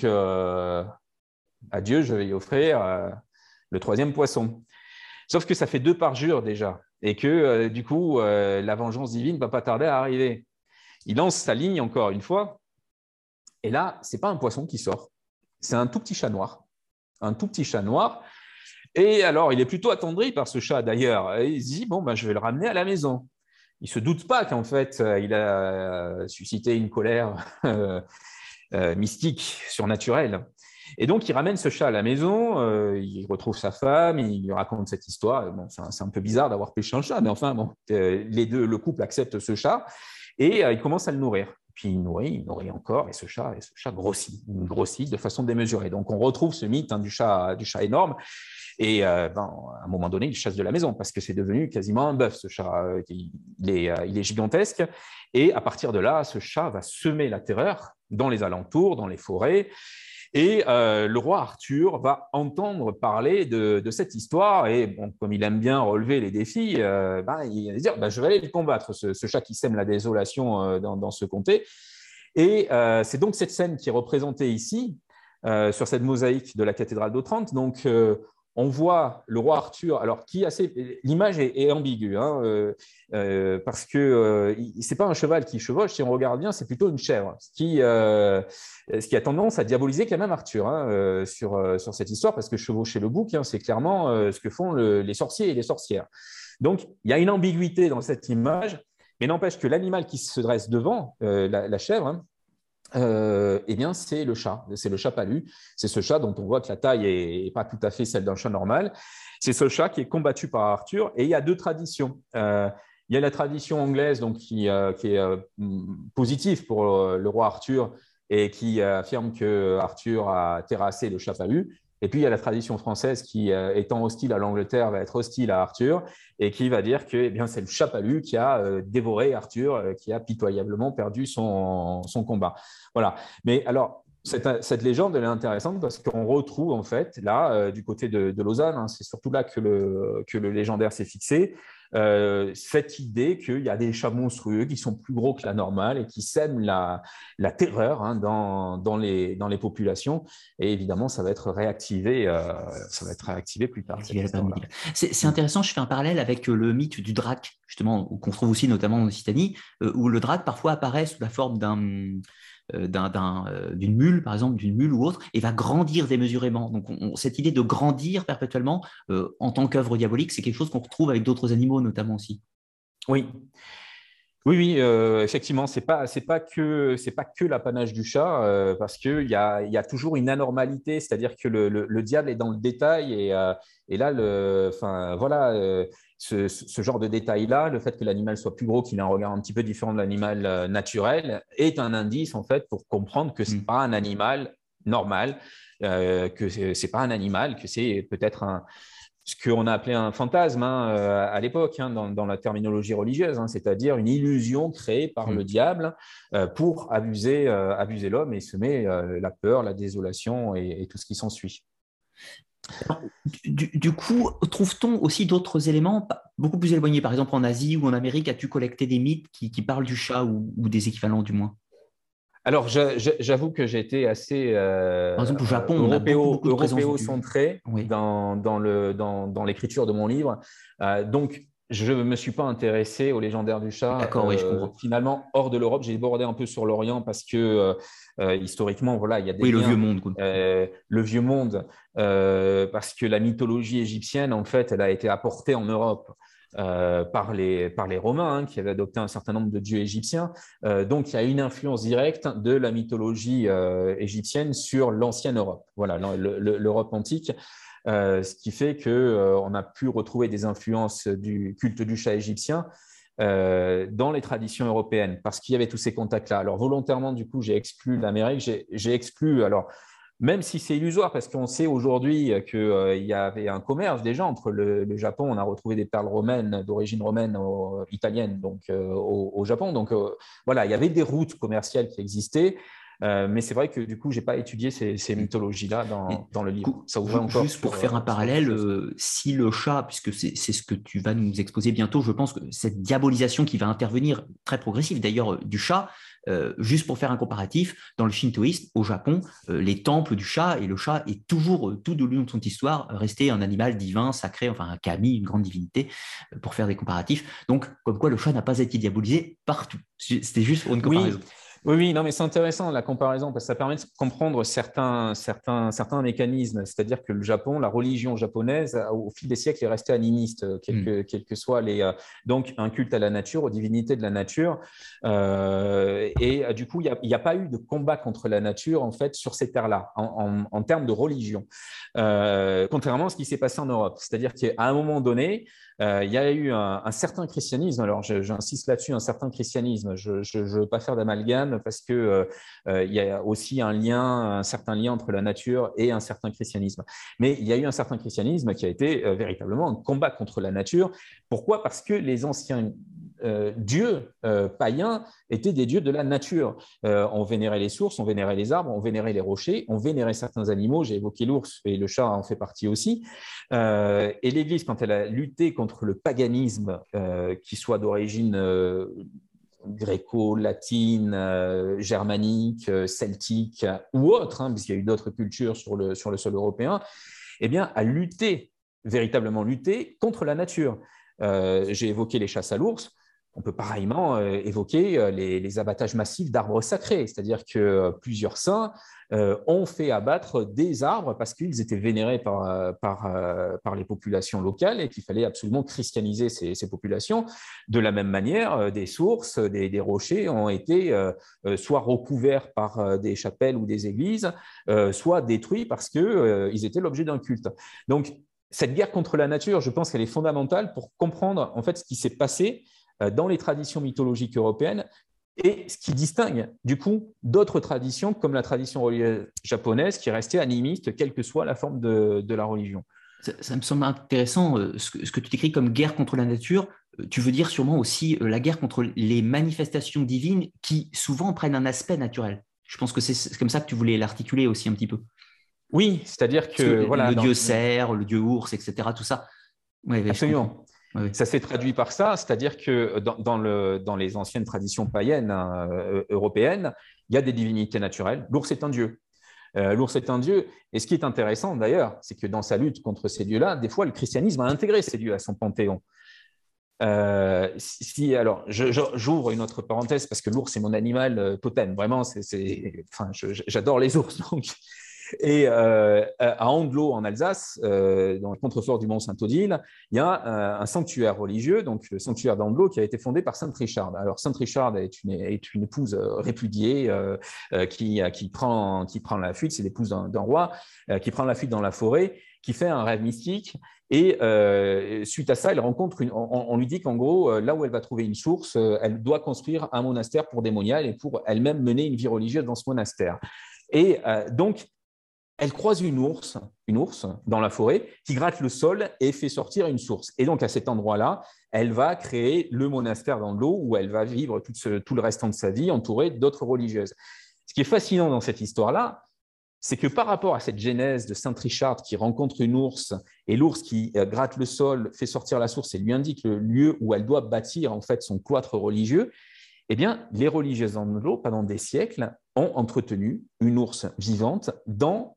à Dieu, je vais lui offrir le troisième poisson. Sauf que ça fait 2 parjures déjà. Et que, du coup, la vengeance divine ne va pas tarder à arriver. Il lance sa ligne encore une fois. Et là, ce n'est pas un poisson qui sort. C'est un tout petit chat noir. Un tout petit chat noir. Et alors, il est plutôt attendri par ce chat d'ailleurs. Il se dit, bon, ben, je vais le ramener à la maison. Il ne se doute pas qu'en fait, il a suscité une colère mystique, surnaturelle. Et donc, il ramène ce chat à la maison, il retrouve sa femme, il lui raconte cette histoire. Bon, c'est un peu bizarre d'avoir pêché un chat, mais enfin, bon, le couple accepte ce chat et il commence à le nourrir. Puis il nourrit encore, et ce chat grossit de façon démesurée. Donc, on retrouve ce mythe du chat énorme. Et à un moment donné, il chasse de la maison parce que c'est devenu quasiment un bœuf, ce chat. Il est gigantesque. Et à partir de là, ce chat va semer la terreur dans les alentours, dans les forêts. Et le roi Arthur va entendre parler de cette histoire. Et bon, comme il aime bien relever les défis, il va dire je vais aller le combattre, ce chat qui sème la désolation dans ce comté. Et c'est donc cette scène qui est représentée ici, sur cette mosaïque de la cathédrale d'Otrante. Donc, on voit le roi Arthur, alors l'image est ambiguë, hein, parce que c'est pas un cheval qui chevauche, si on regarde bien, c'est plutôt une chèvre, ce qui a tendance à diaboliser quand même Arthur sur cette histoire, parce que chevaucher le bouc, hein, c'est clairement ce que font les sorciers et les sorcières. Donc, il y a une ambiguïté dans cette image, mais n'empêche que l'animal qui se dresse devant, la chèvre, hein, eh bien, c'est le chat palu. C'est ce chat dont on voit que la taille n'est pas tout à fait celle d'un chat normal. C'est ce chat qui est combattu par Arthur. Et il y a 2 traditions. Il y a la tradition anglaise donc, qui est positive pour le roi Arthur et qui affirme que Arthur a terrassé le chat palu. Et puis, il y a la tradition française qui, étant hostile à l'Angleterre, va être hostile à Arthur et qui va dire que c'est le chat palu qui a dévoré Arthur, qui a pitoyablement perdu son combat. Voilà. Mais alors, cette légende, elle est intéressante parce qu'on retrouve, en fait, là, du côté de Lausanne, hein, c'est surtout là que le légendaire s'est fixé, cette idée qu'il y a des chats monstrueux qui sont plus gros que la normale et qui sèment la terreur dans les populations. Et évidemment, ça va être réactivé plus tard, cette histoire-là. C'est intéressant, je fais un parallèle avec le mythe du drac, justement, qu'on trouve aussi notamment en Occitanie, où le drac parfois apparaît sous la forme d'une mule, par exemple, d'une mule ou autre, et va grandir démesurément. Donc, cette idée de grandir perpétuellement en tant qu'œuvre diabolique, c'est quelque chose qu'on retrouve avec d'autres animaux, notamment aussi. Oui. Oui, effectivement, c'est pas que l'apanage du chat, parce que il y a toujours une anormalité, c'est-à-dire que le diable est dans le détail et là, ce genre de détail-là, le fait que l'animal soit plus gros, qu'il ait un regard un petit peu différent de l'animal naturel, est un indice en fait pour comprendre que c'est pas un animal normal, que c'est pas un animal, que c'est peut-être ce qu'on a appelé un fantasme à l'époque, dans la terminologie religieuse, c'est-à-dire une illusion créée par le diable pour abuser l'homme et semer la peur, la désolation et tout ce qui s'ensuit. Du coup, trouve-t-on aussi d'autres éléments beaucoup plus éloignés? Par exemple, en Asie ou en Amérique, as-tu collecté des mythes qui parlent du chat ou des équivalents du moins? Alors, j'avoue que j'ai été assez Par exemple, au Japon, on a beaucoup de présence européo-centré dans l'écriture de mon livre. Donc, je ne me suis pas intéressé aux légendaires du chat. D'accord, oui, je comprends. Finalement, hors de l'Europe, j'ai débordé un peu sur l'Orient parce que historiquement, voilà, il y a des liens. Le vieux monde. Quoi. Le vieux monde, parce que la mythologie égyptienne, en fait, elle a été apportée en Europe. Par les Romains qui avaient adopté un certain nombre de dieux égyptiens. Donc, il y a une influence directe de la mythologie égyptienne sur l'ancienne Europe, voilà, l'Europe antique, ce qui fait qu'on a pu retrouver des influences du culte du chat égyptien dans les traditions européennes, parce qu'il y avait tous ces contacts-là. Alors, volontairement, du coup, j'ai exclu l'Amérique, j'ai exclu… Alors, même si c'est illusoire, parce qu'on sait aujourd'hui qu'il y avait un commerce déjà entre le Japon, on a retrouvé des perles romaines d'origine romaine italienne donc, au Japon. Donc voilà, il y avait des routes commerciales qui existaient, mais c'est vrai que du coup, je n'ai pas étudié ces mythologies-là dans le livre. Ça ouvrait encore juste pour faire un parallèle, si le chat, puisque c'est ce que tu vas nous exposer bientôt, je pense que cette diabolisation qui va intervenir, très progressive d'ailleurs, du chat, juste pour faire un comparatif, dans le shintoïsme, au Japon, les temples du chat, et le chat est toujours, tout au long de son histoire, resté un animal divin, sacré, enfin un kami, une grande divinité, pour faire des comparatifs. Donc, comme quoi le chat n'a pas été diabolisé partout. C'était juste pour une comparaison. Oui, non, mais c'est intéressant la comparaison parce que ça permet de comprendre certains mécanismes. C'est-à-dire que le Japon, la religion japonaise, au fil des siècles, est restée animiste, quels que soient donc un culte à la nature, aux divinités de la nature. Et du coup, il n'y a pas eu de combat contre la nature en fait sur ces terres-là, en termes de religion, contrairement à ce qui s'est passé en Europe. C'est-à-dire qu'à un moment donné, il y a eu un certain christianisme. Alors, j'insiste là-dessus, un certain christianisme. Je ne veux pas faire d'amalgame parce que il y a aussi un certain lien entre la nature et un certain christianisme. Mais il y a eu un certain christianisme qui a été véritablement un combat contre la nature. Pourquoi? Parce que les anciens dieux païens étaient des dieux de la nature. On vénérait les sources, on vénérait les arbres, on vénérait les rochers, on vénérait certains animaux. J'ai évoqué l'ours et le chat en fait partie aussi. Et l'Église, quand elle a lutté contre le paganisme, qui soit d'origine gréco-latine, germanique, celtique ou autre, puisqu'il y a eu d'autres cultures sur le sol européen, eh bien, a lutté, véritablement lutté contre la nature. J'ai évoqué les chasses à l'ours. On peut pareillement évoquer les abattages massifs d'arbres sacrés, c'est-à-dire que plusieurs saints ont fait abattre des arbres parce qu'ils étaient vénérés par les populations locales et qu'il fallait absolument christianiser ces populations. De la même manière, des sources, des rochers ont été soit recouverts par des chapelles ou des églises, soit détruits parce qu'ils étaient l'objet d'un culte. Donc, cette guerre contre la nature, je pense qu'elle est fondamentale pour comprendre en fait ce qui s'est passé dans les traditions mythologiques européennes et ce qui distingue du coup d'autres traditions comme la tradition religieuse japonaise qui restait animiste quelle que soit la forme de la religion. Ça me semble intéressant ce que tu décris comme guerre contre la nature. Tu veux dire sûrement aussi la guerre contre les manifestations divines qui souvent prennent un aspect naturel. Je pense que c'est comme ça que tu voulais l'articuler aussi un petit peu. Oui, c'est-à-dire que voilà, le dieu cerf, le dieu ours, etc. Tout ça. Ouais, absolument. Oui. Ça s'est traduit par ça, c'est-à-dire que dans les anciennes traditions païennes européennes, il y a des divinités naturelles. L'ours est un dieu. L'ours est un dieu. Et ce qui est intéressant d'ailleurs, c'est que dans sa lutte contre ces dieux-là, des fois, le christianisme a intégré ces dieux à son panthéon. Alors, j'ouvre une autre parenthèse parce que l'ours est mon animal totem. Vraiment, j'adore les ours. Donc. Et à Andlau, en Alsace, dans le contrefort du Mont Saint-Odile, il y a un sanctuaire religieux, donc le sanctuaire d'Andlau, qui a été fondé par Sainte Richarde. Alors, Sainte Richarde est une épouse répudiée qui prend la fuite, c'est l'épouse d'un roi, qui prend la fuite dans la forêt, qui fait un rêve mystique. Et suite à ça, elle rencontre on lui dit qu'en gros, là où elle va trouver une source, elle doit construire un monastère pour démonial et pour elle-même mener une vie religieuse dans ce monastère. Et donc, elle croise une ours dans la forêt qui gratte le sol et fait sortir une source. Et donc, à cet endroit-là, elle va créer le monastère d'Andlau où elle va vivre tout le restant de sa vie entourée d'autres religieuses. Ce qui est fascinant dans cette histoire-là, c'est que par rapport à cette genèse de Sainte Richarde qui rencontre une ours et l'ours qui gratte le sol, fait sortir la source et lui indique le lieu où elle doit bâtir en fait son cloître religieux, eh bien, les religieuses d'Andlau, pendant des siècles, ont entretenu une ours vivante dans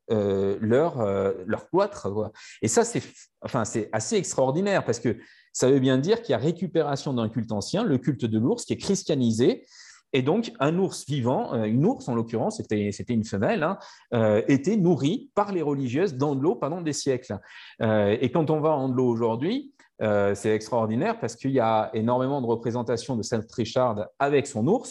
leur cloître. Voilà. Et ça, c'est assez extraordinaire parce que ça veut bien dire qu'il y a récupération d'un culte ancien, le culte de l'ours, qui est christianisé. Et donc, un ours vivant, une ours en l'occurrence, c'était une femelle, était nourrie par les religieuses d'Andlau pendant des siècles. Et quand on va à Andlau aujourd'hui, c'est extraordinaire parce qu'il y a énormément de représentations de Sainte Richarde avec son ours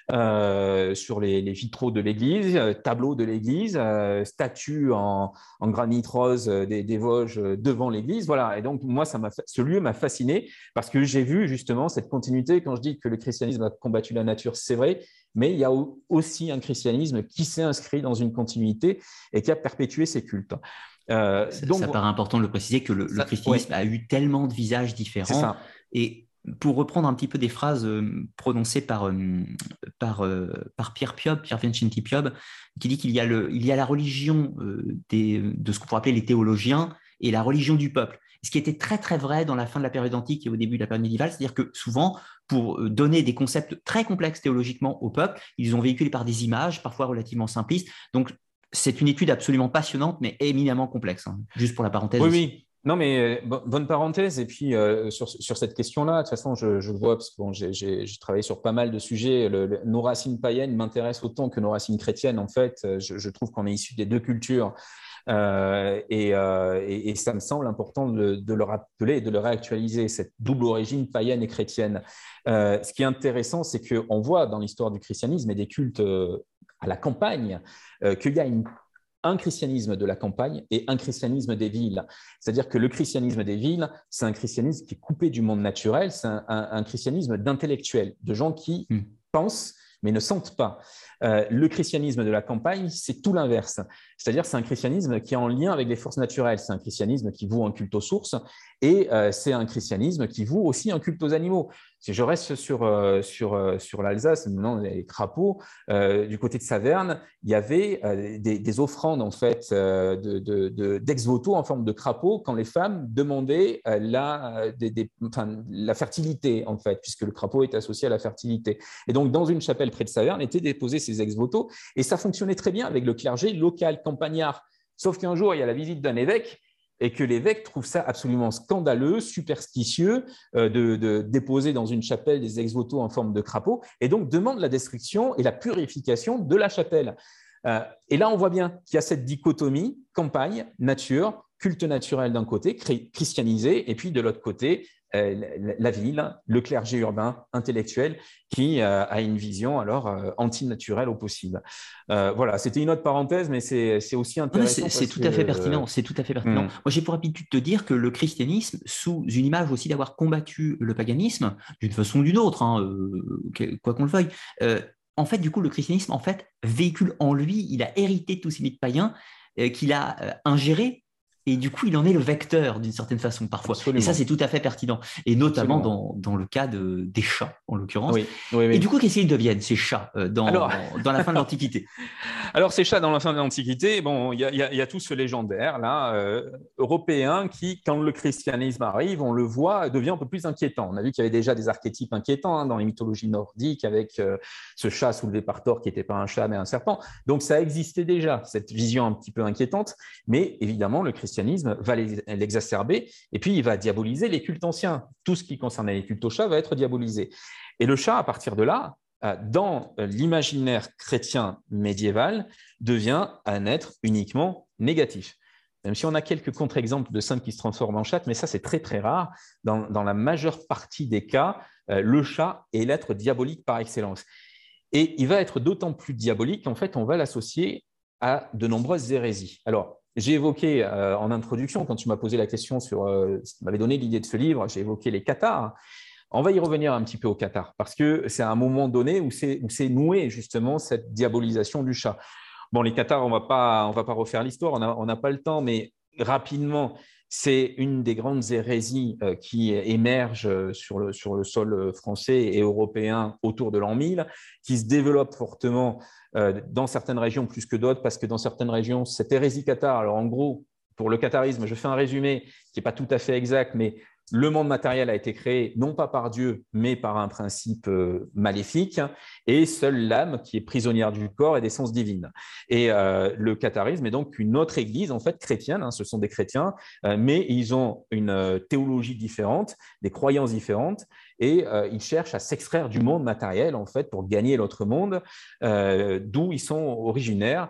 sur les vitraux de l'église, tableaux de l'église, statues en granit rose des Vosges devant l'église. Voilà. Et donc, moi, ce lieu m'a fasciné parce que j'ai vu justement cette continuité. Quand je dis que le christianisme a combattu la nature, c'est vrai, mais il y a aussi un christianisme qui s'est inscrit dans une continuité et qui a perpétué ses cultes. Ça paraît important de le préciser que le christianisme a eu tellement de visages différents. Et pour reprendre un petit peu des phrases prononcées par Pierre Piob, Pierre Vincenti Piob, qui dit qu'il y a la religion de ce qu'on pourrait appeler les théologiens et la religion du peuple. Ce qui était très très vrai dans la fin de la période antique et au début de la période médiévale, c'est-à-dire que souvent, pour donner des concepts très complexes théologiquement au peuple, ils ont véhiculé par des images, parfois relativement simplistes. Donc, c'est une étude absolument passionnante, mais éminemment complexe. Juste pour la parenthèse. Oui. Non, mais bonne parenthèse. Et puis, sur cette question-là, de toute façon, je le vois parce que j'ai travaillé sur pas mal de sujets. Nos racines païennes m'intéressent autant que nos racines chrétiennes. En fait, je trouve qu'on est issus des deux cultures. Et ça me semble important de le rappeler et de le réactualiser, cette double origine païenne et chrétienne. Ce qui est intéressant, c'est qu'on voit dans l'histoire du christianisme et des cultes à la campagne qu'il y a un christianisme de la campagne et un christianisme des villes. C'est-à-dire que le christianisme des villes, c'est un christianisme qui est coupé du monde naturel, c'est un christianisme d'intellectuels, de gens qui pensent mais ne sentent pas. Le christianisme de la campagne, c'est tout l'inverse. C'est-à-dire c'est un christianisme qui est en lien avec les forces naturelles. C'est un christianisme qui voue un culte aux sources et c'est un christianisme qui voue aussi un culte aux animaux. Si je reste sur l'Alsace, maintenant les crapauds, du côté de Saverne, il y avait des offrandes en fait d'ex-voto en forme de crapaud quand les femmes demandaient la fertilité en fait, puisque le crapaud est associé à la fertilité. Et donc dans une chapelle près de Saverne étaient déposés ces ex-voto et ça fonctionnait très bien avec le clergé local campagnard. Sauf qu'un jour il y a la visite d'un évêque et que l'évêque trouve ça absolument scandaleux, superstitieux, de déposer dans une chapelle des ex-voto en forme de crapaud, et donc demande la destruction et la purification de la chapelle. Et là, on voit bien qu'il y a cette dichotomie campagne, nature, culte naturel d'un côté, christianisé, et puis de l'autre côté, la ville, le clergé urbain, intellectuel, qui a une vision alors antinaturelle au possible. Voilà, c'était une autre parenthèse, mais c'est aussi intéressant. C'est tout à fait pertinent. C'est tout à fait pertinent. Moi, j'ai pour habitude de dire que le christianisme, sous une image aussi d'avoir combattu le paganisme, d'une façon ou d'une autre, quoi qu'on le veuille, en fait, du coup, le christianisme, en fait, véhicule en lui, il a hérité de tous ces mythes païens qu'il a ingérés Et du coup, il en est le vecteur d'une certaine façon parfois. Et ça, Absolument. c'est tout à fait pertinent. Et notamment Absolument. dans le cas des chats, en l'occurrence. Oui, oui, Et du oui. coup, qu'est-ce qu'ils deviennent, ces chats, Alors, dans la fin de l'Antiquité? Alors, ces chats dans la fin de l'Antiquité, bon, il y a tout ce légendaire là, européen qui, quand le christianisme arrive, on le voit, devient un peu plus inquiétant. On a vu qu'il y avait déjà des archétypes inquiétants dans les mythologies nordiques avec ce chat soulevé par Thor qui n'était pas un chat mais un serpent. Donc, ça existait déjà, cette vision un petit peu inquiétante. Mais évidemment, le christianisme va l'exacerber et puis il va diaboliser les cultes anciens. Tout ce qui concernait les cultes aux chats va être diabolisé. Et le chat, à partir de là, dans l'imaginaire chrétien médiéval, devient un être uniquement négatif. Même si on a quelques contre-exemples de saints qui se transforment en chat, mais ça, c'est très, très rare. Dans la majeure partie des cas, le chat est l'être diabolique par excellence. Et il va être d'autant plus diabolique qu'en fait, on va l'associer à de nombreuses hérésies. Alors, j'ai évoqué en introduction, quand tu m'as posé la question sur, tu m'avais donné l'idée de ce livre, j'ai évoqué les cathares. On va y revenir un petit peu au Qatar, parce que c'est un moment donné où c'est noué justement cette diabolisation du chat. Bon, les Qatars, on va pas refaire l'histoire, on n'a pas le temps, mais rapidement, c'est une des grandes hérésies qui émerge sur le sol français et européen autour de l'an 1000, qui se développe fortement dans certaines régions plus que d'autres, parce que dans certaines régions, cette hérésie cathare, alors en gros, pour le catharisme, je fais un résumé qui n'est pas tout à fait exact, mais le monde matériel a été créé non pas par Dieu, mais par un principe maléfique, et seule l'âme qui est prisonnière du corps et des sens divines. Et le catharisme est donc une autre église, en fait, chrétienne, ce sont des chrétiens, mais ils ont une théologie différente, des croyances différentes, et ils cherchent à s'extraire du monde matériel, en fait, pour gagner l'autre monde, d'où ils sont originaires.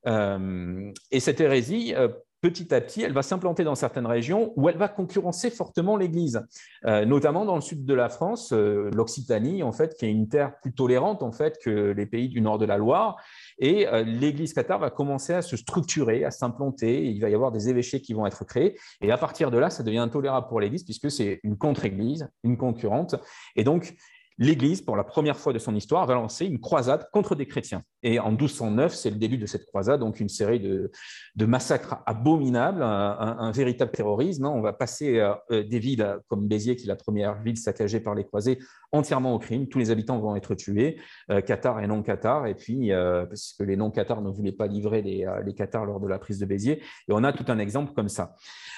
Et cette hérésie, petit à petit, elle va s'implanter dans certaines régions où elle va concurrencer fortement l'Église, notamment dans le sud de la France, l'Occitanie, en fait, qui est une terre plus tolérante en fait que les pays du nord de la Loire. Et l'Église cathare va commencer à se structurer, à s'implanter. Il va y avoir des évêchés qui vont être créés. Et à partir de là, ça devient intolérable pour l'Église puisque c'est une contre-Église, une concurrente. Et donc, l'Église, pour la première fois de son histoire, va lancer une croisade contre des chrétiens. Et en 1209, c'est le début de cette croisade, donc une série de massacres abominables, un véritable terrorisme. On va passer des villes comme Béziers, qui est la première ville saccagée par les croisés, entièrement au crime. Tous les habitants vont être tués, cathares et non-cathares, et puis parce que les non-cathares ne voulaient pas livrer les cathares lors de la prise de Béziers. Et on a tout un exemple comme ça.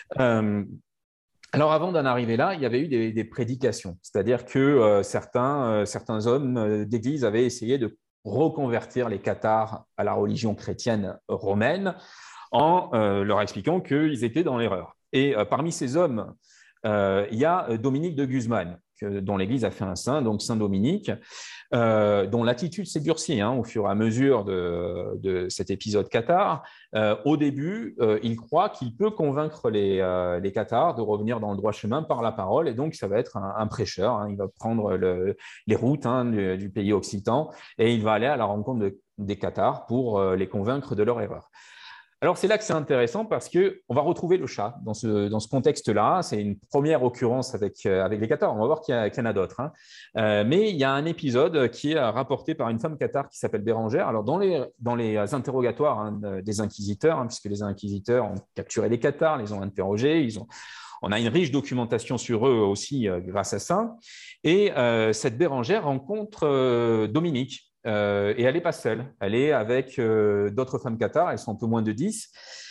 Alors, avant d'en arriver là, il y avait eu des prédications, c'est-à-dire que certains hommes d'Église avaient essayé de reconvertir les cathares à la religion chrétienne romaine en leur expliquant qu'ils étaient dans l'erreur. Et parmi ces hommes, il y a Dominique de Guzman, dont l'Église a fait un saint, donc Saint Dominique, dont l'attitude s'est durcie au fur et à mesure de cet épisode cathare. Au début, il croit qu'il peut convaincre les cathares de revenir dans le droit chemin par la parole, et donc ça va être un prêcheur. Il va prendre les routes du pays occitan, et il va aller à la rencontre des cathares pour les convaincre de leur erreur. Alors, c'est là que c'est intéressant parce qu'on va retrouver le chat dans ce contexte-là. C'est une première occurrence avec les cathares. On va voir qu'il y en a d'autres. Mais il y a un épisode qui est rapporté par une femme cathare qui s'appelle Bérangère. Alors, dans les interrogatoires des inquisiteurs, puisque les inquisiteurs ont capturé les cathares, les ont interrogés, on a une riche documentation sur eux aussi grâce à ça. Et cette Bérangère rencontre Dominique. Et elle n'est pas seule, elle est avec d'autres femmes cathares, elles sont un peu moins de 10,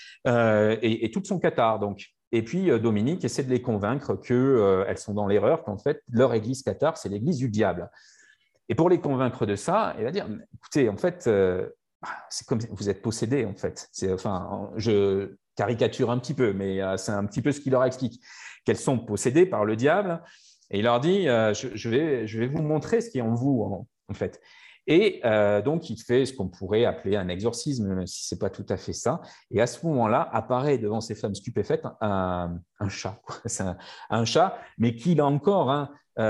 et toutes sont cathares. Donc. Et puis Dominique essaie de les convaincre qu'elles sont dans l'erreur, qu'en fait leur église cathare, c'est l'église du diable. Et pour les convaincre de ça, elle va dire, écoutez, en fait, c'est comme vous êtes possédés, en fait. Je caricature un petit peu, mais c'est un petit peu ce qu'il leur explique, qu'elles sont possédées par le diable. Et il leur dit, je vais vous montrer ce qui est en vous, en fait. Et donc, il fait ce qu'on pourrait appeler un exorcisme, même si ce n'est pas tout à fait ça. Et à ce moment-là, apparaît devant ces femmes stupéfaites un chat. C'est un chat, mais qui, là encore,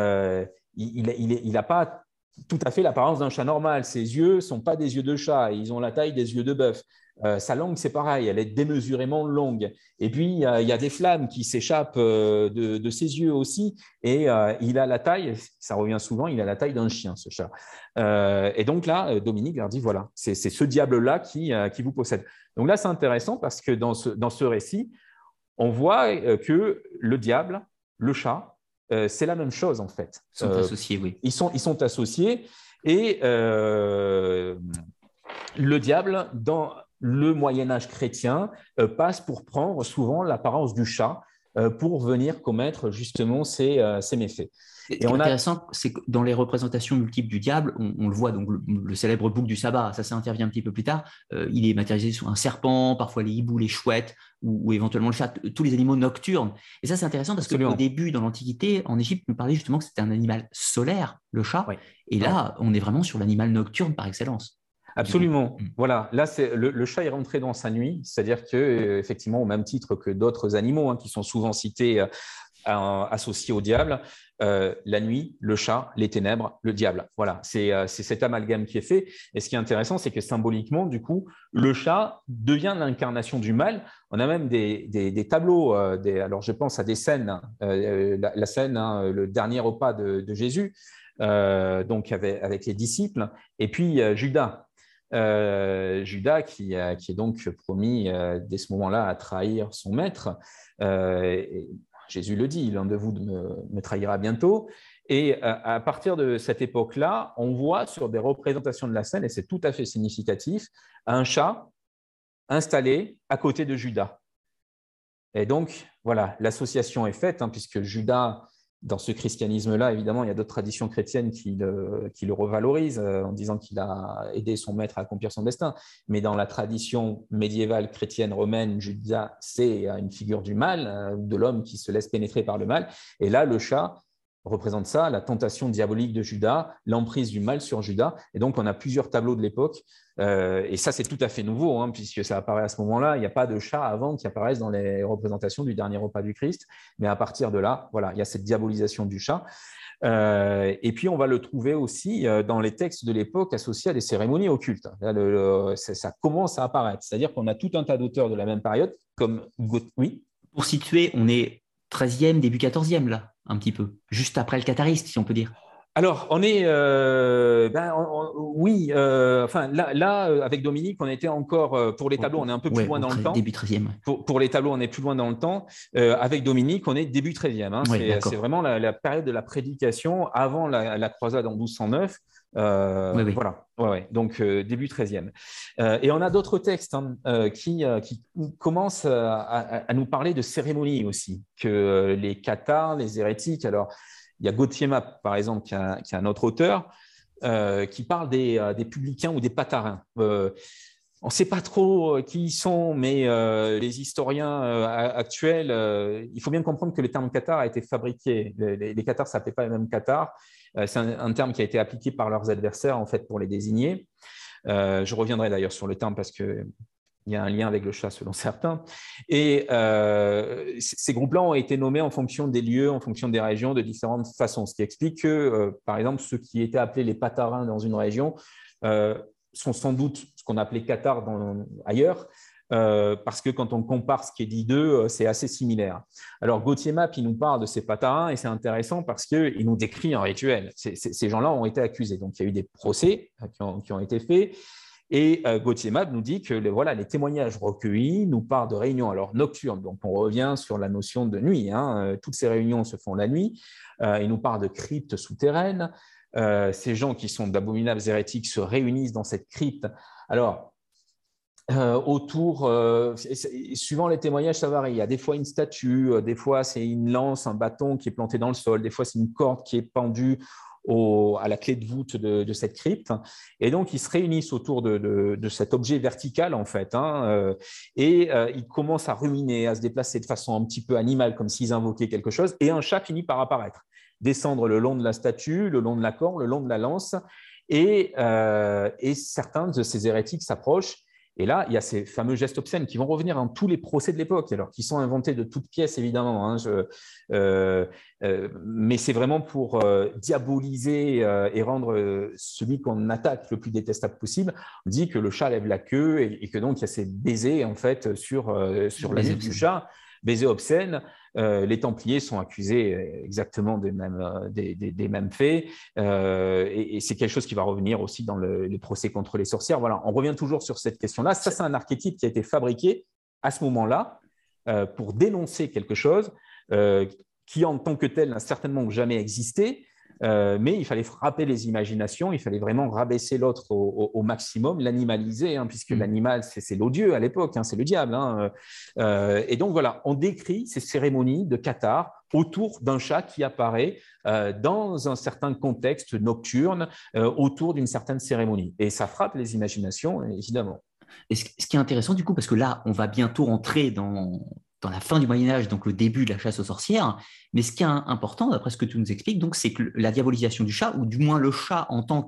il n'a pas tout à fait l'apparence d'un chat normal. Ses yeux ne sont pas des yeux de chat, ils ont la taille des yeux de bœuf. Sa langue, c'est pareil, elle est démesurément longue. Et puis, il y a des flammes qui s'échappent de ses yeux aussi. Et il a la taille, ça revient souvent, il a la taille d'un chien, ce chat. Et donc là, Dominique leur dit, voilà, c'est ce diable-là qui vous possède. Donc là, c'est intéressant parce que dans ce récit, on voit que le diable, le chat, c'est la même chose en fait. Ils sont associés, oui. Ils sont associés et le diable, dans le Moyen-Âge chrétien, passe pour prendre souvent l'apparence du chat pour venir commettre justement ces méfaits. Ce qui est intéressant, c'est que dans les représentations multiples du diable, on le voit, donc le célèbre bouc du sabbat, ça intervient un petit peu plus tard, il est matérialisé sous un serpent, parfois les hiboux, les chouettes, ou éventuellement le chat, tous les animaux nocturnes. Et ça, c'est intéressant parce qu'au début, dans l'Antiquité, en Égypte, on nous parlait justement que c'était un animal solaire, le chat, oui. Et là, on est vraiment sur l'animal nocturne par excellence. Absolument. Voilà. Là, le chat est rentré dans sa nuit, c'est-à-dire que effectivement, au même titre que d'autres animaux qui sont souvent cités associés au diable, la nuit, le chat, les ténèbres, le diable. Voilà, c'est cet amalgame qui est fait. Et ce qui est intéressant, c'est que symboliquement, du coup, le chat devient l'incarnation du mal. On a même des tableaux. Alors, je pense à des scènes. La scène, le dernier repas de Jésus, donc avec les disciples, et puis Judas. Judas qui est donc promis dès ce moment-là à trahir son maître. Jésus le dit, l'un de vous me trahira bientôt. Et à partir de cette époque-là, on voit sur des représentations de la scène, et c'est tout à fait significatif, un chat installé à côté de Judas. Et donc, voilà, l'association est faite, puisque Judas, dans ce christianisme-là, évidemment, il y a d'autres traditions chrétiennes qui le revalorisent en disant qu'il a aidé son maître à accomplir son destin. Mais dans la tradition médiévale chrétienne romaine, Judas, c'est une figure du mal, de l'homme qui se laisse pénétrer par le mal. Et là, le chat représente ça, la tentation diabolique de Judas, l'emprise du mal sur Judas. Et donc, on a plusieurs tableaux de l'époque. Et ça, c'est tout à fait nouveau, puisque ça apparaît à ce moment-là. Il n'y a pas de chat avant qui apparaissent dans les représentations du dernier repas du Christ. Mais à partir de là, voilà, il y a cette diabolisation du chat. Et puis, on va le trouver aussi dans les textes de l'époque associés à des cérémonies occultes. Là, ça commence à apparaître. C'est-à-dire qu'on a tout un tas d'auteurs de la même période, comme oui. Pour situer, on est 13e, début 14e, là, un petit peu, juste après le cathariste, si on peut dire. Alors, on est, oui, enfin là, avec Dominique, on était encore, pour les tableaux, on est un peu plus loin dans le temps. Début 13e. Pour les tableaux, on est plus loin dans le temps. Avec Dominique, on est début 13e. C'est vraiment la période de la prédication avant la croisade en 1209. Oui. Voilà, ouais. Donc début 13e. Et on a d'autres textes qui commencent à nous parler de cérémonies aussi, que les cathares, les hérétiques. Alors, il y a Gauthier Map, par exemple, qui est un autre auteur, qui parle des publicains ou des patharins. On ne sait pas trop qui ils sont, mais les historiens actuels, il faut bien comprendre que le terme cathare a été fabriqué. Les cathares ne s'appelaient pas les mêmes cathares. C'est un terme qui a été appliqué par leurs adversaires, en fait, pour les désigner. Je reviendrai d'ailleurs sur le terme parce que il y a un lien avec le chat selon certains. Et ces groupes-là ont été nommés en fonction des lieux, en fonction des régions, de différentes façons. Ce qui explique que, par exemple, ceux qui étaient appelés les patharins dans une région sont sans doute ce qu'on appelait cathares ailleurs, parce que quand on compare ce qui est dit d'eux, c'est assez similaire. Alors, Gauthier Map, il nous parle de ces patharins et c'est intéressant parce qu'il nous décrit un rituel. Ces gens-là ont été accusés. Donc, il y a eu des procès qui ont été faits. Et Gauthier Map nous dit que les témoignages recueillis nous parlent de réunions alors nocturnes. Donc, on revient sur la notion de nuit. Toutes ces réunions se font la nuit. Il nous parle de cryptes souterraines. Ces gens qui sont d'abominables hérétiques se réunissent dans cette crypte. Alors, suivant les témoignages, ça varie. Il y a des fois une statue, des fois c'est une lance, un bâton qui est planté dans le sol, des fois c'est une corde qui est pendue à la clé de voûte de cette crypte. Et donc, ils se réunissent autour de cet objet vertical, en fait, et ils commencent à ruminer, à se déplacer de façon un petit peu animale, comme s'ils invoquaient quelque chose, et un chat finit par apparaître, descendre le long de la statue, le long de la corde, le long de la lance, et certains de ces hérétiques s'approchent. Et là, il y a ces fameux gestes obscènes qui vont revenir dans tous les procès de l'époque, alors qui sont inventés de toutes pièces, évidemment. Mais c'est vraiment pour diaboliser et rendre celui qu'on attaque le plus détestable possible. On dit que le chat lève la queue et que donc il y a ces baisers en fait sur la nuque du chat, baisers obscènes. Les Templiers sont accusés exactement des mêmes faits et c'est quelque chose qui va revenir aussi dans les procès contre les sorcières. Voilà, on revient toujours sur cette question-là. Ça, c'est un archétype qui a été fabriqué à ce moment-là pour dénoncer quelque chose qui, en tant que tel, n'a certainement jamais existé. Mais il fallait frapper les imaginations, il fallait vraiment rabaisser l'autre au maximum, l'animaliser, hein, puisque l'animal, c'est l'odieux à l'époque, hein, c'est le diable. Hein. Et donc voilà, on décrit ces cérémonies de Cathare autour d'un chat qui apparaît dans un certain contexte nocturne, autour d'une certaine cérémonie. Et ça frappe les imaginations, évidemment. Et ce qui est intéressant du coup, parce que là, on va bientôt entrer dans la fin du Moyen-Âge, donc le début de la chasse aux sorcières, mais ce qui est important, d'après ce que tu nous expliques, donc, c'est que la diabolisation du chat, ou du moins le chat en tant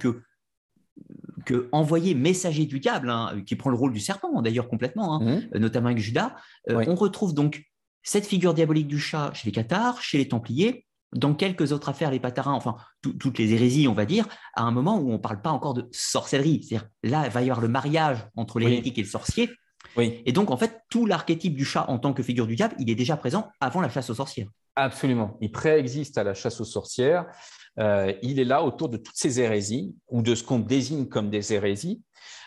que envoyé messager du diable, hein, qui prend le rôle du serpent d'ailleurs complètement, hein, notamment avec Judas, Oui. on retrouve donc cette figure diabolique du chat chez les cathares, chez les templiers, dans quelques autres affaires, les patarins, enfin toutes les hérésies, on va dire, à un moment où on ne parle pas encore de sorcellerie. C'est-à-dire là, il va y avoir le mariage entre l'hérétique et le sorcier. Oui. Et donc, en fait, tout l'archétype du chat en tant que figure du diable, il est déjà présent avant la chasse aux sorcières. Absolument. Il préexiste à la chasse aux sorcières. Il est là autour de toutes ces hérésies, ou de ce qu'on désigne comme des hérésies.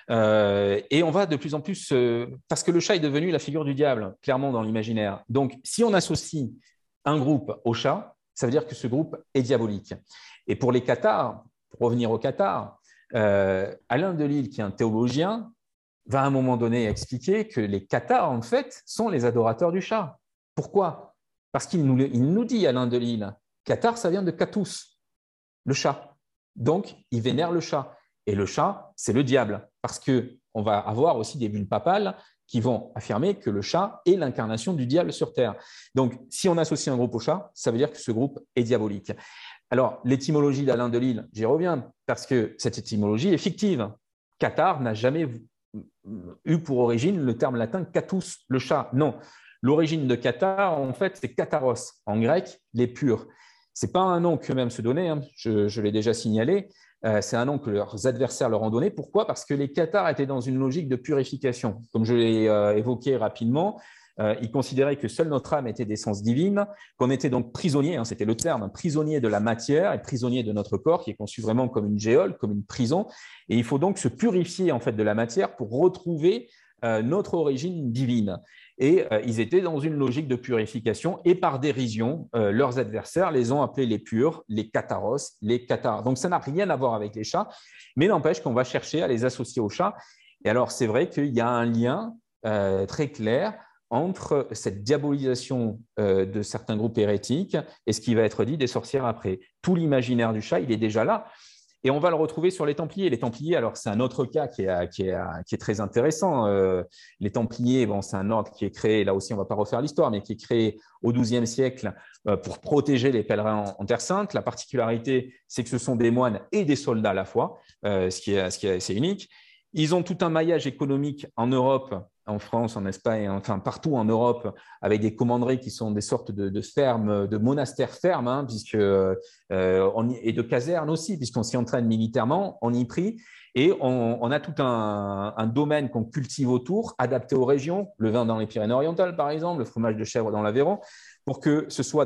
Et on va de plus en plus, parce que le chat est devenu la figure du diable, clairement dans l'imaginaire. Donc, si on associe un groupe au chat, ça veut dire que ce groupe est diabolique. Et pour les cathares, pour revenir aux cathares, Alain Delille, qui est un théologien, va à un moment donné expliquer que les cathares, en fait, sont les adorateurs du chat. Pourquoi? Parce qu'il nous dit, Alain Delille, cathare, ça vient de catus, le chat. Donc, il vénère le chat. Et le chat, c'est le diable. Parce qu'on va avoir aussi des bulles papales qui vont affirmer que le chat est l'incarnation du diable sur Terre. Donc, si on associe un groupe au chat, ça veut dire que ce groupe est diabolique. Alors, l'étymologie d'Alain Delille, j'y reviens, parce que cette étymologie est fictive. Cathare n'a jamais eu pour origine le terme latin catus, le chat. Non. L'origine de Cathare, en fait, c'est Katharos, en grec, les purs. Ce n'est pas un nom qu'eux-mêmes se donnaient, hein, je l'ai déjà signalé, c'est un nom que leurs adversaires leur ont donné. Pourquoi? Parce que les Cathares étaient dans une logique de purification. Comme je l'ai évoqué rapidement, ils considéraient que seule notre âme était d'essence divine, qu'on était donc prisonnier, hein, c'était le terme, prisonnier de la matière et prisonnier de notre corps, qui est conçu vraiment comme une géole, comme une prison. Et il faut donc se purifier en fait de la matière pour retrouver notre origine divine. Et ils étaient dans une logique de purification et par dérision, leurs adversaires les ont appelés les purs, les catharos, les cathares. Donc ça n'a rien à voir avec les chats, mais n'empêche qu'on va chercher à les associer aux chats. Et alors c'est vrai qu'il y a un lien très clair entre cette diabolisation de certains groupes hérétiques et ce qui va être dit des sorcières après. Tout l'imaginaire du chat, il est déjà là. Et on va le retrouver sur les Templiers. Les Templiers, alors c'est un autre cas qui est très intéressant. Les Templiers, bon, c'est un ordre qui est créé, là aussi on ne va pas refaire l'histoire, mais qui est créé au XIIe siècle pour protéger les pèlerins en Terre Sainte. La particularité, c'est que ce sont des moines et des soldats à la fois, ce qui est assez unique. Ils ont tout un maillage économique en Europe, en France, en Espagne, enfin partout en Europe, avec des commanderies qui sont des sortes de fermes, de monastères fermes, hein, et de casernes aussi, puisqu'on s'y entraîne militairement, on y prie, et on a tout un domaine qu'on cultive autour, adapté aux régions, le vin dans les Pyrénées-Orientales par exemple, le fromage de chèvre dans l'Aveyron, pour que ce soit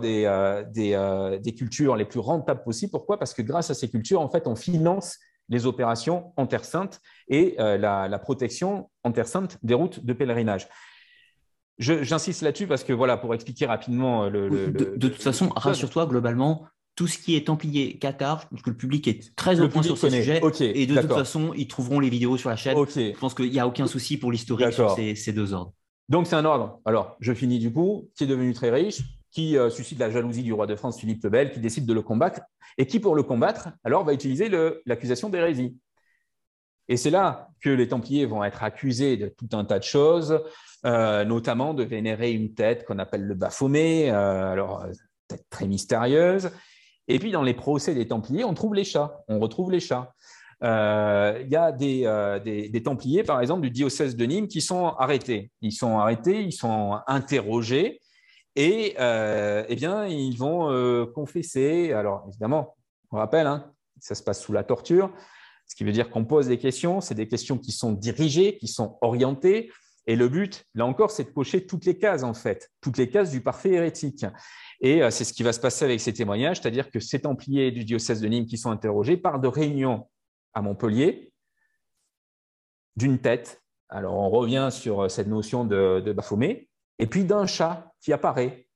des cultures les plus rentables possibles. Pourquoi? Parce que grâce à ces cultures, en fait, on finance les opérations en Terre Sainte et la protection en Terre Sainte des routes de pèlerinage. J'insiste là-dessus parce que, voilà, pour expliquer rapidement de toute façon, rassure-toi, globalement, tout ce qui est Templier, Cathare, je pense que le public est très au point sur ce sujet. Okay, et de toute façon, ils trouveront les vidéos sur la chaîne. Okay. Je pense qu'il n'y a aucun souci pour l'historique sur ces deux ordres. Donc, c'est un ordre, alors je finis du coup, qui est devenu très riche, qui suscite la jalousie du roi de France, Philippe le Bel, qui décide de le combattre, et qui, pour le combattre, alors va utiliser l'accusation d'hérésie. Et c'est là que les Templiers vont être accusés de tout un tas de choses, notamment de vénérer une tête qu'on appelle le Baphomet, tête très mystérieuse. Et puis, dans les procès des Templiers, on retrouve les chats. Il y a des Templiers, par exemple, du diocèse de Nîmes qui sont arrêtés. Ils sont interrogés et eh bien, ils vont confesser. Alors, évidemment, on rappelle, hein, ça se passe sous la torture, ce qui veut dire qu'on pose des questions. C'est des questions qui sont dirigées, qui sont orientées. Et le but, là encore, c'est de cocher toutes les cases, en fait, toutes les cases du parfait hérétique. Et c'est ce qui va se passer avec ces témoignages, c'est-à-dire que ces Templiers du diocèse de Nîmes qui sont interrogés parlent de réunions à Montpellier, d'une tête. Alors, on revient sur cette notion de Baphomet, et puis d'un chat qui apparaît,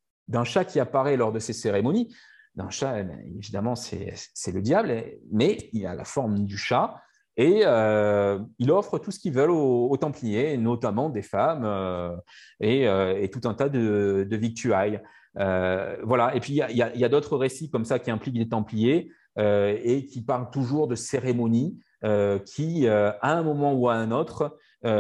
lors de ces cérémonies. D'un chat, évidemment, c'est le diable, mais il a la forme du chat. Et il offre tout ce qu'ils veulent aux Templiers, notamment des femmes et tout un tas de victuailles. Voilà. Et puis, il y a d'autres récits comme ça qui impliquent les Templiers et qui parlent toujours de cérémonies qui, à un moment ou à un autre,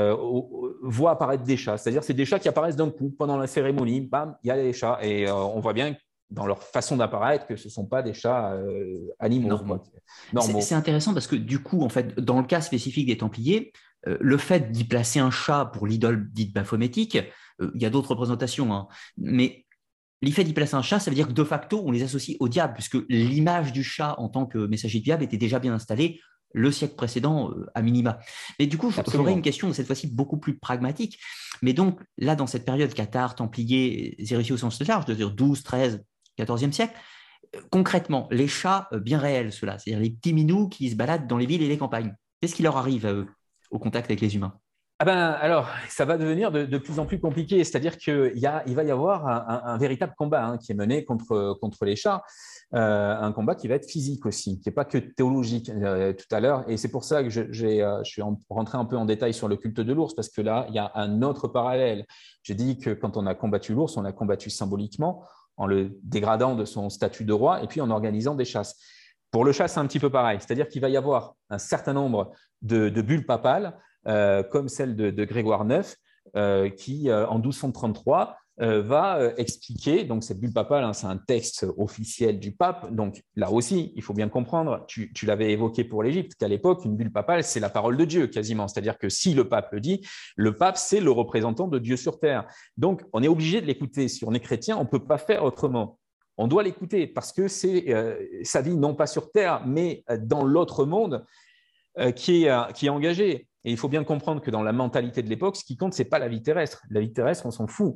voient apparaître des chats. C'est-à-dire, c'est des chats qui apparaissent d'un coup pendant la cérémonie. Bam, il y a des chats. Et on voit bien dans leur façon d'apparaître que ce ne sont pas des chats animaux. Normaux. C'est intéressant parce que du coup, en fait, dans le cas spécifique des Templiers, le fait d'y placer un chat pour l'idole dite baphométique, il y a d'autres représentations, hein, mais l'effet d'y placer un chat, ça veut dire que de facto, on les associe au diable, puisque l'image du chat en tant que messager du diable était déjà bien installée le siècle précédent à minima. Mais du coup, j'aurais une question cette fois-ci beaucoup plus pragmatique. Mais donc, là, dans cette période Cathare, Templiers, Zérétiers au sens large, c'est-à-dire 12, 13, 14e siècle, concrètement, les chats bien réels, ceux-là, c'est-à-dire les petits minous qui se baladent dans les villes et les campagnes, qu'est-ce qui leur arrive à eux au contact avec les humains? Alors, ça va devenir de plus en plus compliqué. C'est-à-dire qu'il va y avoir un véritable combat qui est mené contre les chats, un combat qui va être physique aussi, qui n'est pas que théologique tout à l'heure. Et c'est pour ça que je suis rentré un peu en détail sur le culte de l'ours, parce que là, il y a un autre parallèle. J'ai dit que quand on a combattu l'ours, on l'a combattu symboliquement, en le dégradant de son statut de roi et puis en organisant des chasses. Pour le chat, c'est un petit peu pareil. C'est-à-dire qu'il va y avoir un certain nombre de bulles papales, comme celle de Grégoire IX, qui, en 1233, va expliquer, donc cette bulle papale, c'est un texte officiel du pape, donc là aussi, il faut bien comprendre, tu l'avais évoqué pour l'Égypte, qu'à l'époque, une bulle papale, c'est la parole de Dieu quasiment, c'est-à-dire que si le pape le dit, le pape, c'est le représentant de Dieu sur terre. Donc, on est obligé de l'écouter. Si on est chrétien, on ne peut pas faire autrement. On doit l'écouter parce que c'est sa vie, non pas sur terre, mais dans l'autre monde qui est engagé. Et il faut bien comprendre que dans la mentalité de l'époque, ce qui compte, ce n'est pas la vie terrestre. La vie terrestre, on s'en fout.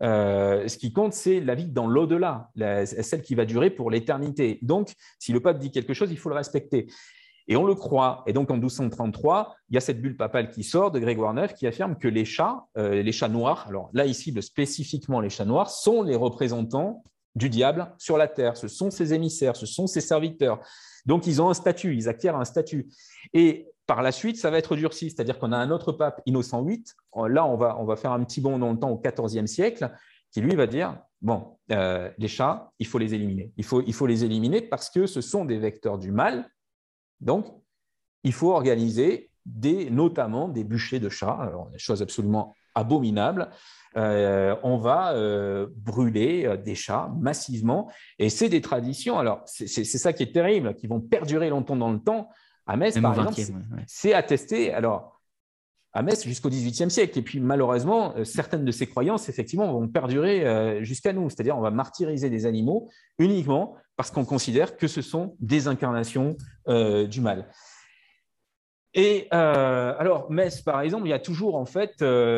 Ce qui compte, c'est la vie dans l'au-delà, celle qui va durer pour l'éternité. Donc, si le pape dit quelque chose, il faut le respecter. Et on le croit. Et donc, en 1233, il y a cette bulle papale qui sort de Grégoire IX qui affirme que les chats noirs, alors là, il cible spécifiquement les chats noirs, sont les représentants du diable sur la terre. Ce sont ses émissaires, ce sont ses serviteurs. Donc, ils ont un statut, ils acquièrent un statut. Et par la suite, ça va être durci, c'est-à-dire qu'on a un autre pape, Innocent VIII. Là, on va faire un petit bond dans le temps au XIVe siècle, qui lui va dire, bon, les chats, il faut les éliminer. Il faut les éliminer parce que ce sont des vecteurs du mal. Donc, il faut organiser notamment des bûchers de chats, alors des choses absolument abominables. On va brûler des chats massivement. Et c'est des traditions, alors c'est ça qui est terrible, qui vont perdurer longtemps dans le temps. À Metz, par exemple, c'est attesté. Alors, à Metz jusqu'au XVIIIe siècle. Et puis, malheureusement, certaines de ces croyances, effectivement, vont perdurer jusqu'à nous. C'est-à-dire, on va martyriser des animaux uniquement parce qu'on considère que ce sont des incarnations du mal. Et alors, Metz, par exemple, il y a toujours, en fait,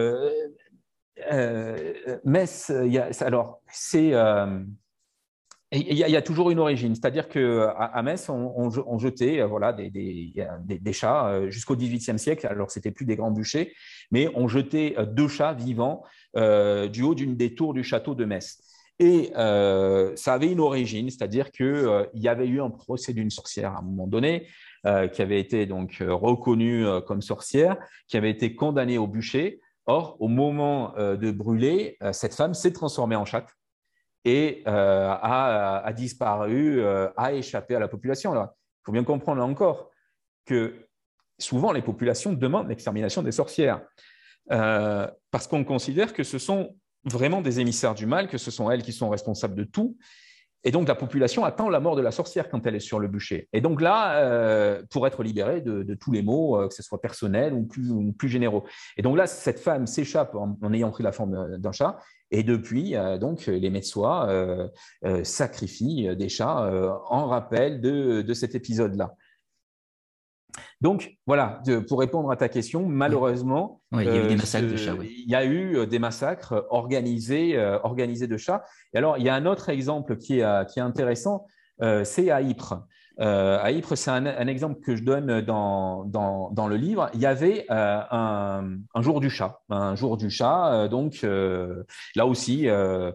Metz, alors, c'est... il y a toujours une origine, c'est-à-dire qu'à Metz, on jetait voilà, des chats jusqu'au XVIIIe siècle. Alors, ce n'était plus des grands bûchers, mais on jetait 2 chats vivants du haut d'une des tours du château de Metz. Et ça avait une origine, c'est-à-dire qu'il y avait eu un procès d'une sorcière à un moment donné qui avait été donc reconnue comme sorcière, qui avait été condamnée au bûcher. Or, au moment de brûler, cette femme s'est transformée en chatte et a disparu, a échappé à la population. Alors, il faut bien comprendre là encore que souvent les populations demandent l'extermination des sorcières parce qu'on considère que ce sont vraiment des émissaires du mal, que ce sont elles qui sont responsables de tout. Et donc, la population attend la mort de la sorcière quand elle est sur le bûcher. Et donc là, pour être libérée de tous les maux, que ce soit personnels ou plus généraux. Et donc là, cette femme s'échappe en ayant pris la forme d'un chat. Et depuis, donc, les Metsois sacrifient des chats en rappel de cet épisode-là. Donc, voilà, pour répondre à ta question, malheureusement, il y a eu des massacres de chats. Il y a eu des massacres organisés de chats. Et alors, il y a un autre exemple qui est intéressant, c'est à Ypres. À Ypres, c'est un exemple que je donne dans le livre. Il y avait un jour du chat. Un jour du chat, là aussi,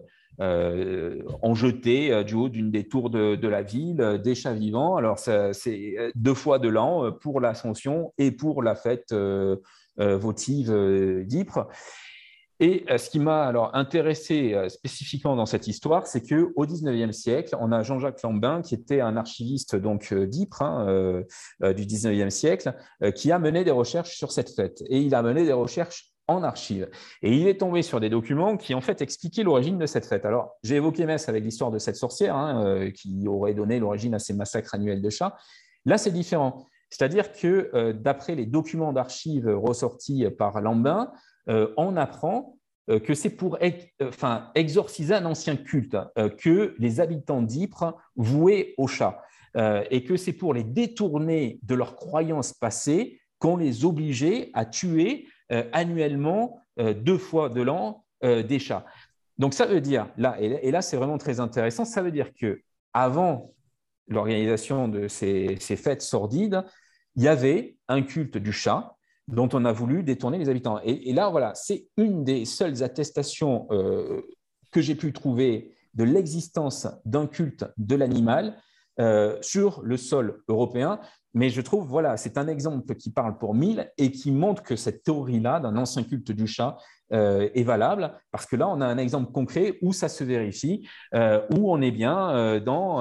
on jetait du haut d'une des tours de la ville des chats vivants. Alors, c'est 2 fois de l'an pour l'Ascension et pour la fête votive d'Ypres. Et ce qui m'a alors intéressé spécifiquement dans cette histoire, c'est qu'au XIXe siècle, on a Jean-Jacques Lambin, qui était un archiviste d'Ypres du XIXe siècle, qui a mené des recherches sur cette fête. Et il a mené des recherches en archives. Et il est tombé sur des documents qui, en fait, expliquaient l'origine de cette fête. Alors, j'ai évoqué Metz avec l'histoire de cette sorcière, qui aurait donné l'origine à ces massacres annuels de chats. Là, c'est différent. C'est-à-dire que, d'après les documents d'archives ressortis par Lambin, on apprend que c'est pour exorciser un ancien culte que les habitants d'Ypres vouaient aux chats et que c'est pour les détourner de leurs croyances passées qu'on les obligeait à tuer annuellement 2 fois de l'an des chats. Donc ça veut dire, là, et là c'est vraiment très intéressant, ça veut dire qu'avant l'organisation de ces fêtes sordides, il y avait un culte du chat dont on a voulu détourner les habitants. Et là, voilà, c'est une des seules attestations que j'ai pu trouver de l'existence d'un culte de l'animal sur le sol européen. Mais je trouve, voilà, c'est un exemple qui parle pour 1000 et qui montre que cette théorie-là d'un ancien culte du chat est valable, parce que là, on a un exemple concret où ça se vérifie, où on est bien dans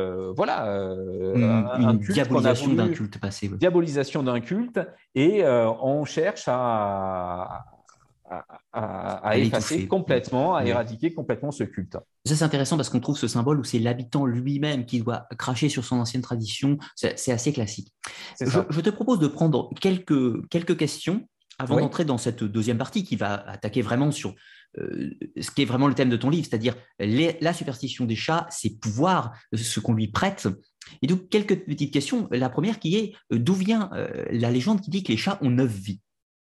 un Une culte qu'on a diabolisation d'un voulu, culte passé. Oui. diabolisation d'un culte, et on cherche à À effacer l'étouffer. complètement, à Oui. éradiquer complètement ce culte. Ça, c'est intéressant parce qu'on trouve ce symbole où c'est l'habitant lui-même qui doit cracher sur son ancienne tradition. C'est assez classique. C'est ça. Je te propose de prendre quelques questions avant Oui, d'entrer dans cette deuxième partie qui va attaquer vraiment sur ce qui est vraiment le thème de ton livre, c'est-à-dire la superstition des chats, ses pouvoirs, ce qu'on lui prête. Et donc, quelques petites questions. La première qui est, d'où vient la légende qui dit que les chats ont 9 vies?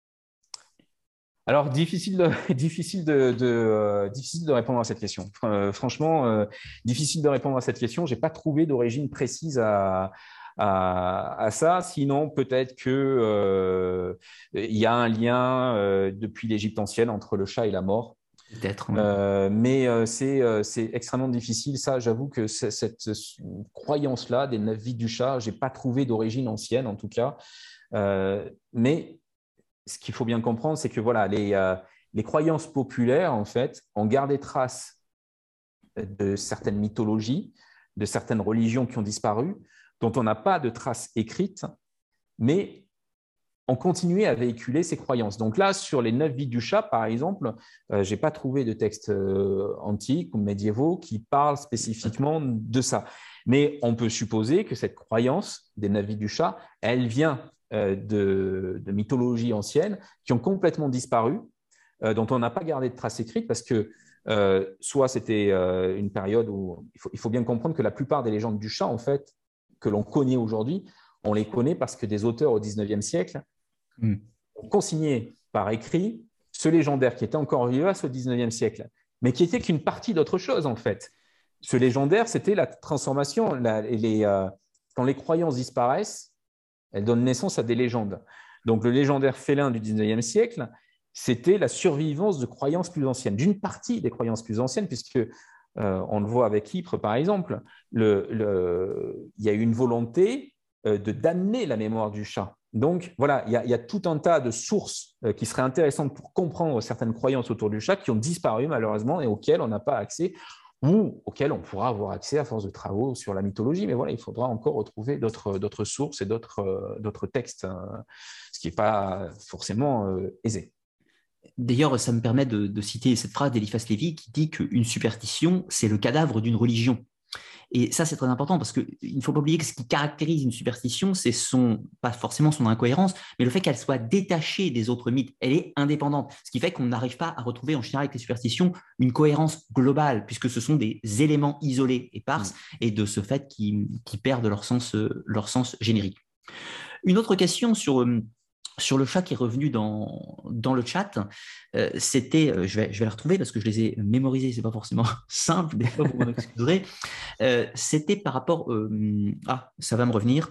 alors difficile de répondre à cette question. Franchement, difficile de répondre à cette question. J'ai pas trouvé d'origine précise à ça. Sinon, peut-être que il y a un lien depuis l'Égypte ancienne entre le chat et la mort. Peut-être. Oui. Mais c'est extrêmement difficile. Ça, j'avoue que cette croyance-là des 9 vies du chat, j'ai pas trouvé d'origine ancienne en tout cas. Mais ce qu'il faut bien comprendre, c'est que voilà, les croyances populaires, en fait, ont gardé trace de certaines mythologies, de certaines religions qui ont disparu, dont on n'a pas de traces écrites, mais on continuait à véhiculer ces croyances. Donc là, sur les 9 vies du chat, par exemple, je n'ai pas trouvé de textes antiques ou médiévaux qui parlent spécifiquement de ça. Mais on peut supposer que cette croyance des 9 vies du chat, elle vient de mythologies anciennes qui ont complètement disparu, dont on n'a pas gardé de traces écrites parce que soit c'était une période où il faut bien comprendre que la plupart des légendes du chat, en fait, que l'on connaît aujourd'hui, on les connaît parce que des auteurs au XIXe siècle ont consigné par écrit ce légendaire qui était encore vivace au XIXe siècle, mais qui était qu'une partie d'autre chose, en fait. Ce légendaire, c'était la transformation. Quand les croyances disparaissent, elles donnent naissance à des légendes. Donc, le légendaire félin du XIXe siècle, c'était la survivance de croyances plus anciennes, d'une partie des croyances plus anciennes, puisque on le voit avec Ypres, par exemple, il y a eu une volonté de damner la mémoire du chat. Donc, voilà, il y a tout un tas de sources qui seraient intéressantes pour comprendre certaines croyances autour du chat qui ont disparu, malheureusement, et auxquelles on n'a pas accès, ou auxquelles on pourra avoir accès à force de travaux sur la mythologie. Mais voilà, il faudra encore retrouver d'autres sources et d'autres textes, ce qui n'est pas forcément aisé. D'ailleurs, ça me permet de citer cette phrase d'Eliphas Lévy qui dit qu'une superstition, c'est le cadavre d'une religion. Et ça, c'est très important parce qu'il ne faut pas oublier que ce qui caractérise une superstition, c'est pas forcément son incohérence, mais le fait qu'elle soit détachée des autres mythes. Elle est indépendante. Ce qui fait qu'on n'arrive pas à retrouver en général avec les superstitions une cohérence globale, puisque ce sont des éléments isolés, épars, et de ce fait qui perdent leur sens générique. Une autre question sur sur le chat qui est revenu dans le chat. C'était, je vais la retrouver parce que je les ai mémorisés, c'est pas forcément simple, des fois vous m'en excuserez. C'était par rapport, ça va me revenir,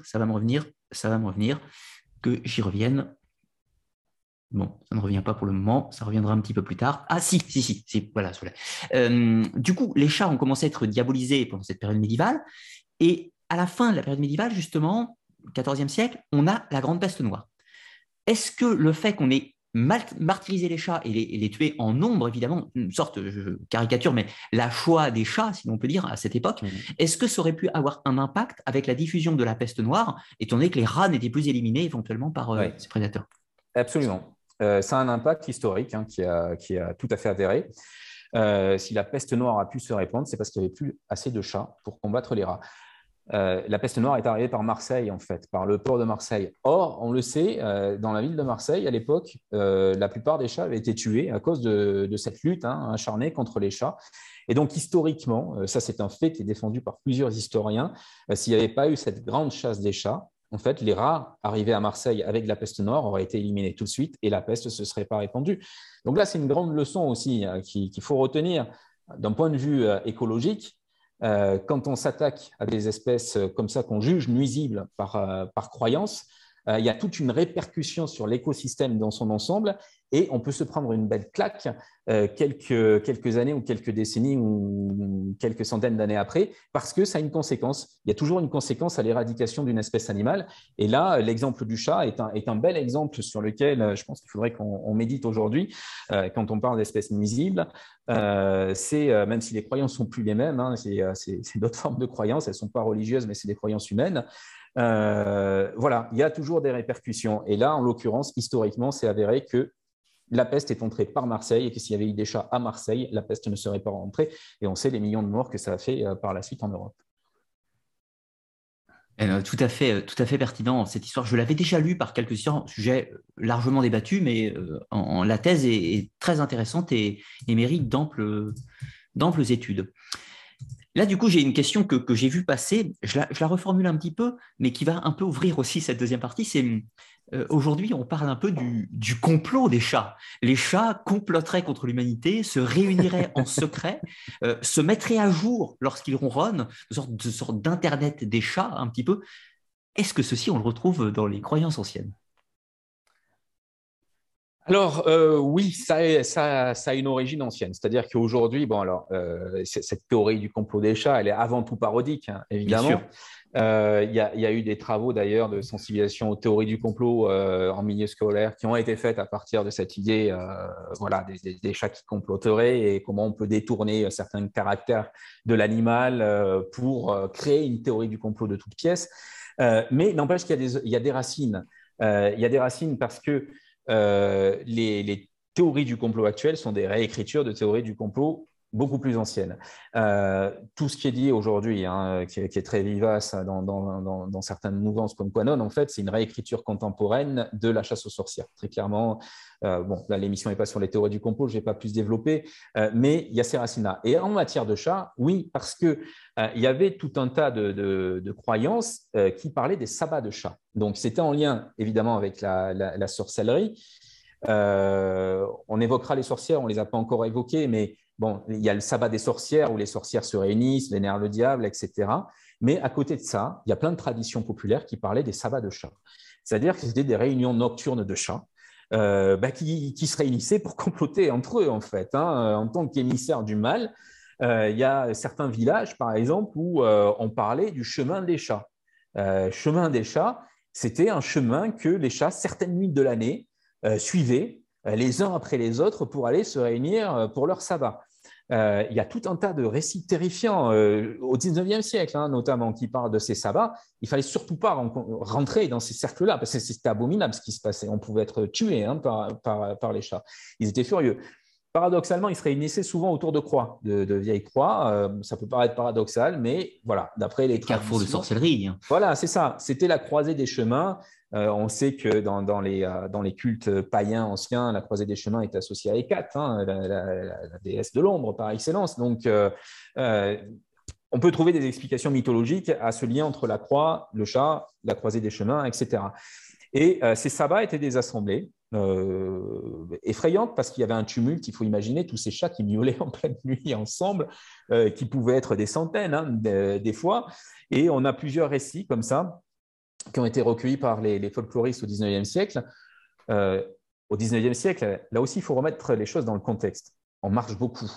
que j'y revienne. Bon, ça ne revient pas pour le moment, ça reviendra un petit peu plus tard. Ah si, voilà. Du coup, les chats ont commencé à être diabolisés pendant cette période médiévale, et à la fin de la période médiévale, justement, au XIVe siècle, on a la Grande Peste noire. Est-ce que le fait qu'on ait martyrisé les chats et les tuer en nombre, évidemment, une sorte, je caricature, mais la Shoah des chats, si l'on peut dire, à cette époque, est-ce que ça aurait pu avoir un impact avec la diffusion de la peste noire, étant donné que les rats n'étaient plus éliminés éventuellement par ces prédateurs? Absolument. Ça a un impact historique qui a tout à fait avéré. Si la peste noire a pu se répandre, c'est parce qu'il n'y avait plus assez de chats pour combattre les rats. La peste noire est arrivée par Marseille, en fait, par le port de Marseille. Or, on le sait, dans la ville de Marseille, à l'époque, la plupart des chats avaient été tués à cause de cette lutte acharnée contre les chats. Et donc, historiquement, ça c'est un fait qui est défendu par plusieurs historiens, s'il n'y avait pas eu cette grande chasse des chats, en fait, les rats arrivés à Marseille avec la peste noire auraient été éliminés tout de suite et la peste ne se serait pas répandue. Donc là, c'est une grande leçon aussi qu'il faut retenir d'un point de vue écologique. Quand on s'attaque à des espèces comme ça qu'on juge nuisibles par croyance, il y a toute une répercussion sur l'écosystème dans son ensemble et on peut se prendre une belle claque quelques années ou quelques décennies ou quelques centaines d'années après parce que ça a une conséquence. Il y a toujours une conséquence à l'éradication d'une espèce animale. Et là, l'exemple du chat est un bel exemple sur lequel je pense qu'il faudrait qu'on médite aujourd'hui quand on parle d'espèces nuisibles. Même si les croyances ne sont plus les mêmes, c'est d'autres formes de croyances, elles ne sont pas religieuses, mais c'est des croyances humaines. Voilà, il y a toujours des répercussions. Et là, en l'occurrence, historiquement, c'est avéré que la peste est entrée par Marseille et que s'il y avait eu des chats à Marseille, la peste ne serait pas rentrée. Et on sait les millions de morts que ça a fait par la suite en Europe. Tout à fait pertinent cette histoire. Je l'avais déjà lu par quelques sujets largement débattus, mais la thèse est très intéressante et mérite d'amples études. Là, du coup, j'ai une question que j'ai vue passer, je la reformule un petit peu, mais qui va un peu ouvrir aussi cette deuxième partie. C'est aujourd'hui, on parle un peu du complot des chats. Les chats comploteraient contre l'humanité, se réuniraient en secret, se mettraient à jour lorsqu'ils ronronnent, une sorte d'internet des chats un petit peu. Est-ce que ceci, on le retrouve dans les croyances anciennes? Alors, oui, ça a une origine ancienne. C'est-à-dire qu'aujourd'hui, cette théorie du complot des chats, elle est avant tout parodique, évidemment. Bien sûr. Il y a eu des travaux d'ailleurs de sensibilisation aux théories du complot en milieu scolaire qui ont été faites à partir de cette idée des chats qui comploteraient et comment on peut détourner certains caractères de l'animal pour créer une théorie du complot de toutes pièces. Mais n'empêche qu'il y a des racines. Il y a des racines parce que les théories du complot actuelles sont des réécritures de théories du complot beaucoup plus anciennes. Tout ce qui est dit aujourd'hui, qui est très vivace dans certaines mouvances comme Quanon, en fait, c'est une réécriture contemporaine de la chasse aux sorcières. Très clairement, là, l'émission n'est pas sur les théories du complot, je ne vais pas plus développer, mais il y a ces racines-là. Et en matière de chat, oui, parce que il y avait tout un tas de croyances qui parlaient des sabbats de chats. Donc, c'était en lien, évidemment, avec la sorcellerie. On évoquera les sorcières, on ne les a pas encore évoquées, mais bon, il y a le sabbat des sorcières où les sorcières se réunissent, vénèrent le diable, etc. Mais à côté de ça, il y a plein de traditions populaires qui parlaient des sabbats de chats. C'est-à-dire que c'était des réunions nocturnes de chats qui se réunissaient pour comploter entre eux, en fait, en tant qu'émissaires du mal. Il y a certains villages, par exemple, où on parlait du chemin des chats. Chemin des chats, c'était un chemin que les chats, certaines nuits de l'année, suivaient les uns après les autres pour aller se réunir pour leur sabbat. Il y a tout un tas de récits terrifiants au 19e siècle, notamment, qui parlent de ces sabbats. Il ne fallait surtout pas rentrer dans ces cercles-là, parce que c'était abominable ce qui se passait. On pouvait être tué par les chats. Ils étaient furieux. Paradoxalement, ils se réunissaient souvent autour de croix, de vieilles croix. Ça peut paraître paradoxal, mais voilà, d'après les traditions… Carrefour de sorcellerie. Voilà, c'est ça. C'était la croisée des chemins. On sait que dans les cultes païens anciens, la croisée des chemins est associée à Hécate, la déesse de l'ombre par excellence. Donc, on peut trouver des explications mythologiques à ce lien entre la croix, le chat, la croisée des chemins, etc. Et ces sabbats étaient des assemblées effrayantes parce qu'il y avait un tumulte. Il faut imaginer tous ces chats qui miaulaient en pleine nuit ensemble, qui pouvaient être des centaines des fois. Et on a plusieurs récits comme ça qui ont été recueillis par les folkloristes au XIXe siècle. Au XIXe siècle, là aussi, il faut remettre les choses dans le contexte. On marche beaucoup.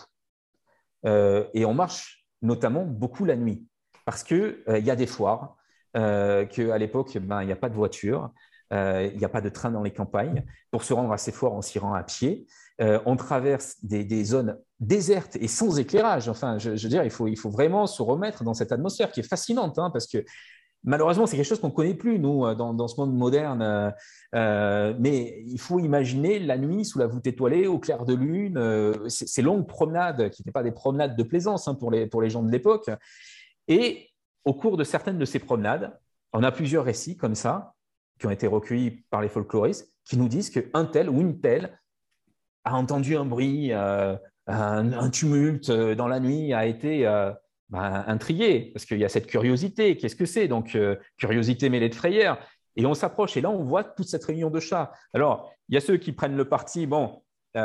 Et on marche notamment beaucoup la nuit parce qu'il y a des foires, qu'à l'époque, il n'y a pas de voiture, il n'y a pas de train dans les campagnes. Pour se rendre à ces foires, on s'y rend à pied. On traverse des zones désertes et sans éclairage. Enfin, je veux dire, il faut vraiment se remettre dans cette atmosphère qui est fascinante parce que malheureusement, c'est quelque chose qu'on ne connaît plus, nous, dans ce monde moderne. Mais il faut imaginer la nuit sous la voûte étoilée, au clair de lune, ces longues promenades, qui n'étaient pas des promenades de plaisance pour les gens de l'époque. Et au cours de certaines de ces promenades, on a plusieurs récits comme ça, qui ont été recueillis par les folkloristes, qui nous disent qu'un tel ou une telle a entendu un bruit, un tumulte dans la nuit, a été intrigué, parce qu'il y a cette curiosité. Qu'est-ce que c'est? Donc, curiosité mêlée de frayeur. Et on s'approche, et là, on voit toute cette réunion de chats. Alors, il y a ceux qui prennent le parti, bon,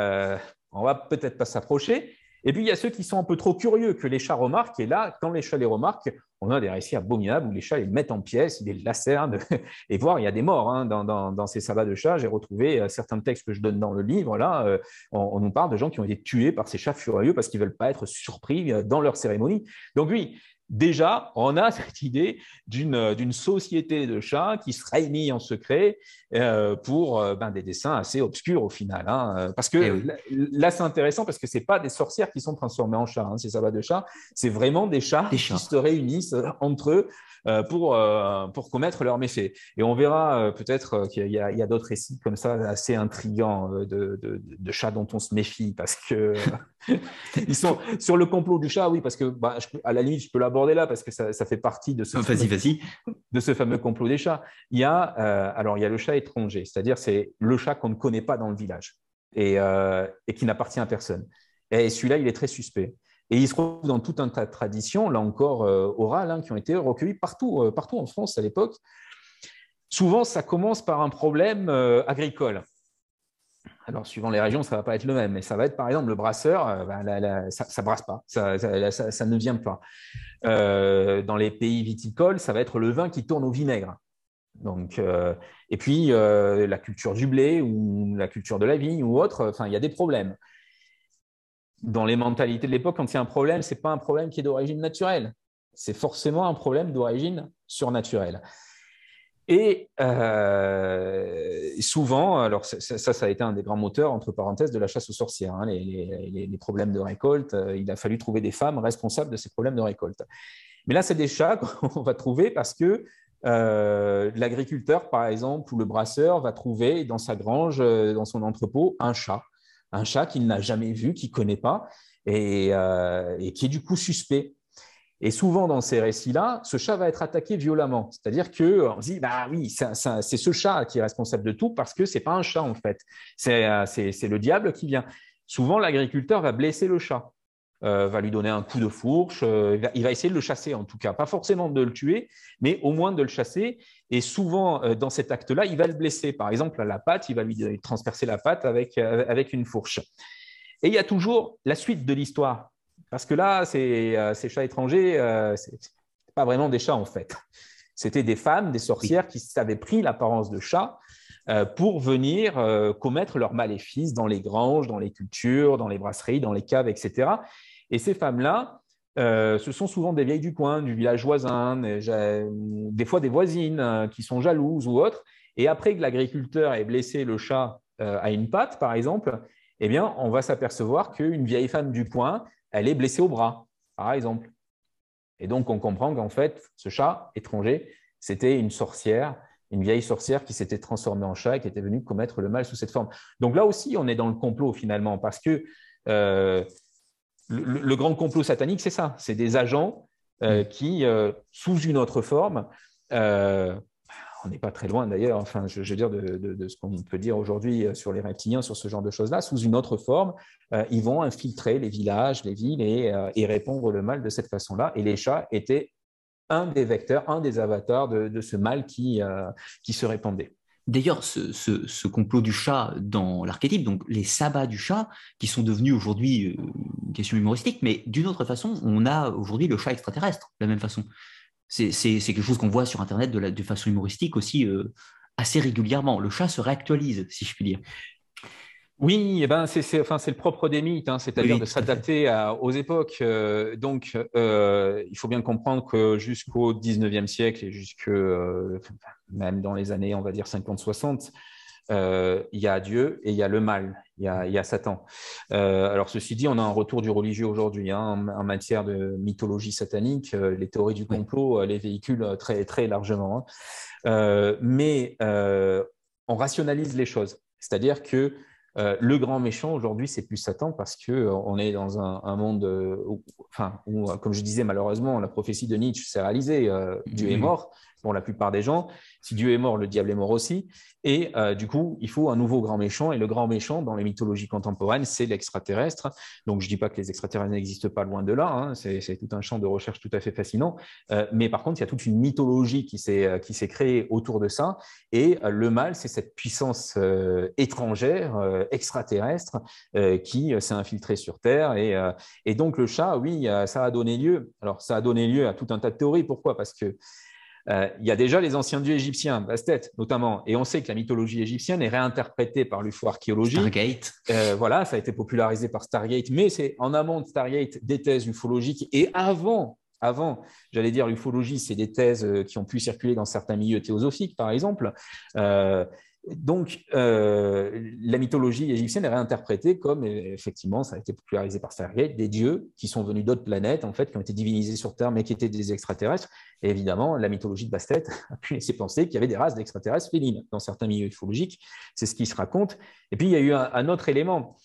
on va peut-être pas s'approcher. Et puis, il y a ceux qui sont un peu trop curieux, que les chats remarquent. Et là, quand les chats les remarquent, on a des récits abominables où les chats les mettent en pièces, ils les lacèrent. Et voire, il y a des morts dans ces sabbats de chats. J'ai retrouvé certains textes que je donne dans le livre. Là, on nous parle de gens qui ont été tués par ces chats furieux parce qu'ils ne veulent pas être surpris dans leur cérémonie. Donc oui, déjà, on a cette idée d'une société de chats qui se réunit en secret pour des dessins assez obscurs au final. Parce que là, c'est intéressant parce que ce n'est pas des sorcières qui sont transformées en chats, ces sabbats de chats, c'est vraiment des chats qui se réunissent entre eux pour commettre leurs méfaits. Et on verra peut-être qu'il y a d'autres récits comme ça assez intrigants de chats dont on se méfie parce que ils sont sur le complot du chat, oui, parce que à la limite, je peux l'aborder là parce que ça fait partie de ce fameux complot des chats. Il y a le chat étranger, c'est-à-dire c'est le chat qu'on ne connaît pas dans le village et qui n'appartient à personne. Et celui-là, il est très suspect. Et il se retrouve dans tout un tas de traditions, là encore orales, qui ont été recueillies partout en France à l'époque. Souvent, ça commence par un problème agricole. Alors, suivant les régions, ça ne va pas être le même, mais ça va être, par exemple, le brasseur, ça ne brasse pas, ça ne vient pas. Dans les pays viticoles, ça va être le vin qui tourne au vinaigre. Donc, et puis, la culture du blé ou la culture de la vigne ou autre, il y a des problèmes. Dans les mentalités de l'époque, quand il y a un problème, ce n'est pas un problème qui est d'origine naturelle. C'est forcément un problème d'origine surnaturelle. Et souvent, alors ça a été un des grands moteurs, entre parenthèses, de la chasse aux sorcières. Les problèmes de récolte, il a fallu trouver des femmes responsables de ces problèmes de récolte. Mais là, c'est des chats qu'on va trouver parce que l'agriculteur, par exemple, ou le brasseur va trouver dans sa grange, dans son entrepôt, un chat qu'il n'a jamais vu, qu'il ne connaît pas et qui est du coup suspect. Et souvent, dans ces récits-là, ce chat va être attaqué violemment. C'est-à-dire qu'on se dit, oui, c'est ce chat qui est responsable de tout parce que ce n'est pas un chat, en fait. C'est le diable qui vient. Souvent, l'agriculteur va blesser le chat, va lui donner un coup de fourche, il va essayer de le chasser, en tout cas. Pas forcément de le tuer, mais au moins de le chasser. Et souvent, dans cet acte-là, il va le blesser. Par exemple, à la patte, il va lui transpercer la patte avec une fourche. Et il y a toujours la suite de l'histoire. Parce que là, ces chats étrangers, ce n'est pas vraiment des chats en fait. C'était des femmes, des sorcières qui s'avaient pris l'apparence de chats pour venir commettre leurs maléfices dans les granges, dans les cultures, dans les brasseries, dans les caves, etc. Et ces femmes-là, ce sont souvent des vieilles du coin, du village voisin, des fois des voisines qui sont jalouses ou autres. Et après que l'agriculteur ait blessé le chat à une patte, par exemple, eh bien, on va s'apercevoir qu'une vieille femme du coin, elle est blessée au bras, par exemple. Et donc, on comprend qu'en fait, ce chat étranger, c'était une sorcière, une vieille sorcière qui s'était transformée en chat et qui était venue commettre le mal sous cette forme. Donc là aussi, on est dans le complot finalement, parce que le grand complot satanique, c'est ça. C'est des agents qui, sous une autre forme, on n'est pas très loin d'ailleurs, enfin, je veux dire, de ce qu'on peut dire aujourd'hui sur les reptiliens, sur ce genre de choses-là, sous une autre forme, ils vont infiltrer les villages, les villes et répandre le mal de cette façon-là. Et les chats étaient un des vecteurs, un des avatars de ce mal qui se répandait. D'ailleurs, ce complot du chat dans l'archétype, donc les sabbats du chat, qui sont devenus aujourd'hui une question humoristique, mais d'une autre façon, on a aujourd'hui le chat extraterrestre, de la même façon. C'est quelque chose qu'on voit sur Internet de façon humoristique aussi assez régulièrement. Le chat se réactualise, si je puis dire. Oui, eh ben enfin, c'est le propre des mythes, hein, Oui, c'est-à-dire oui, de tout à fait. s'adapter aux époques. Donc, il faut bien comprendre que jusqu'au 19e siècle et jusque même dans les années, on va dire 50-60, il y a Dieu et il y a le mal, il y a Satan. Alors, ceci dit, on a un retour du religieux aujourd'hui, hein, en matière de mythologie satanique. Les théories du Oui. complot les véhiculent très, très largement, hein. Mais on rationalise les choses. C'est-à-dire que le grand méchant aujourd'hui, c'est plus Satan parce que on est dans un monde où, comme je disais, malheureusement, la prophétie de Nietzsche s'est réalisée. Dieu est Oui. mort pour la plupart des gens. Si Dieu est mort, le diable est mort aussi. Et du coup, il faut un nouveau grand méchant. Et le grand méchant, dans les mythologies contemporaines, c'est l'extraterrestre. Donc, je ne dis pas que les extraterrestres n'existent pas, loin de là, hein. C'est tout un champ de recherche tout à fait fascinant. Mais par contre, il y a toute une mythologie qui s'est créée autour de ça. Et le mal, c'est cette puissance étrangère, extraterrestre, qui s'est infiltrée sur Terre. Et donc, le chat, oui, ça a donné lieu. Alors, ça a donné lieu à tout un tas de théories. Pourquoi? Parce que il y a déjà les anciens dieux égyptiens, Bastet notamment, et on sait que la mythologie égyptienne est réinterprétée par l'ufo-archéologie. Stargate. Voilà, ça a été popularisé par Stargate, mais c'est en amont de Stargate des thèses ufologiques. Et avant, j'allais dire, l'ufologie, c'est des thèses qui ont pu circuler dans certains milieux théosophiques, par exemple. Donc, la mythologie égyptienne est réinterprétée comme, effectivement, ça a été popularisé par Stargate, des dieux qui sont venus d'autres planètes, en fait, qui ont été divinisés sur Terre, mais qui étaient des extraterrestres. Et évidemment, la mythologie de Bastet a pu laisser penser qu'il y avait des races d'extraterrestres félines dans certains milieux ufologiques. C'est ce qui se raconte. Et puis, il y a eu un autre élément.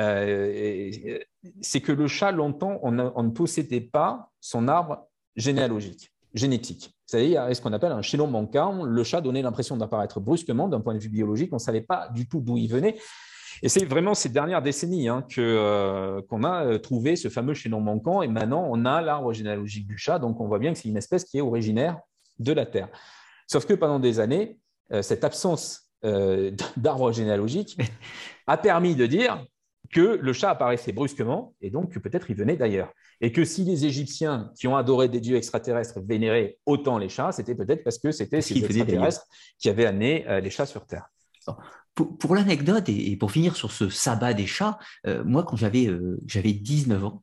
C'est que le chat, longtemps, on ne possédait pas son arbre généalogique, génétique. C'est-à-dire ce qu'on appelle un chaînon manquant. Le chat donnait l'impression d'apparaître brusquement d'un point de vue biologique. On ne savait pas du tout d'où il venait. Et c'est vraiment ces dernières décennies qu'on a trouvé ce fameux chaînon manquant. Et maintenant, on a l'arbre généalogique du chat. Donc, on voit bien que c'est une espèce qui est originaire de la Terre. Sauf que pendant des années, cette absence d'arbre généalogique a permis de dire que le chat apparaissait brusquement et donc que peut-être il venait d'ailleurs. Et que si les Égyptiens qui ont adoré des dieux extraterrestres vénéraient autant les chats, c'était peut-être parce que c'était Parce qu'il ces venait d'ailleurs. extraterrestres qui avaient amené les chats sur Terre. Pour l'anecdote et pour finir sur ce sabbat des chats, moi, quand j'avais 19 ans,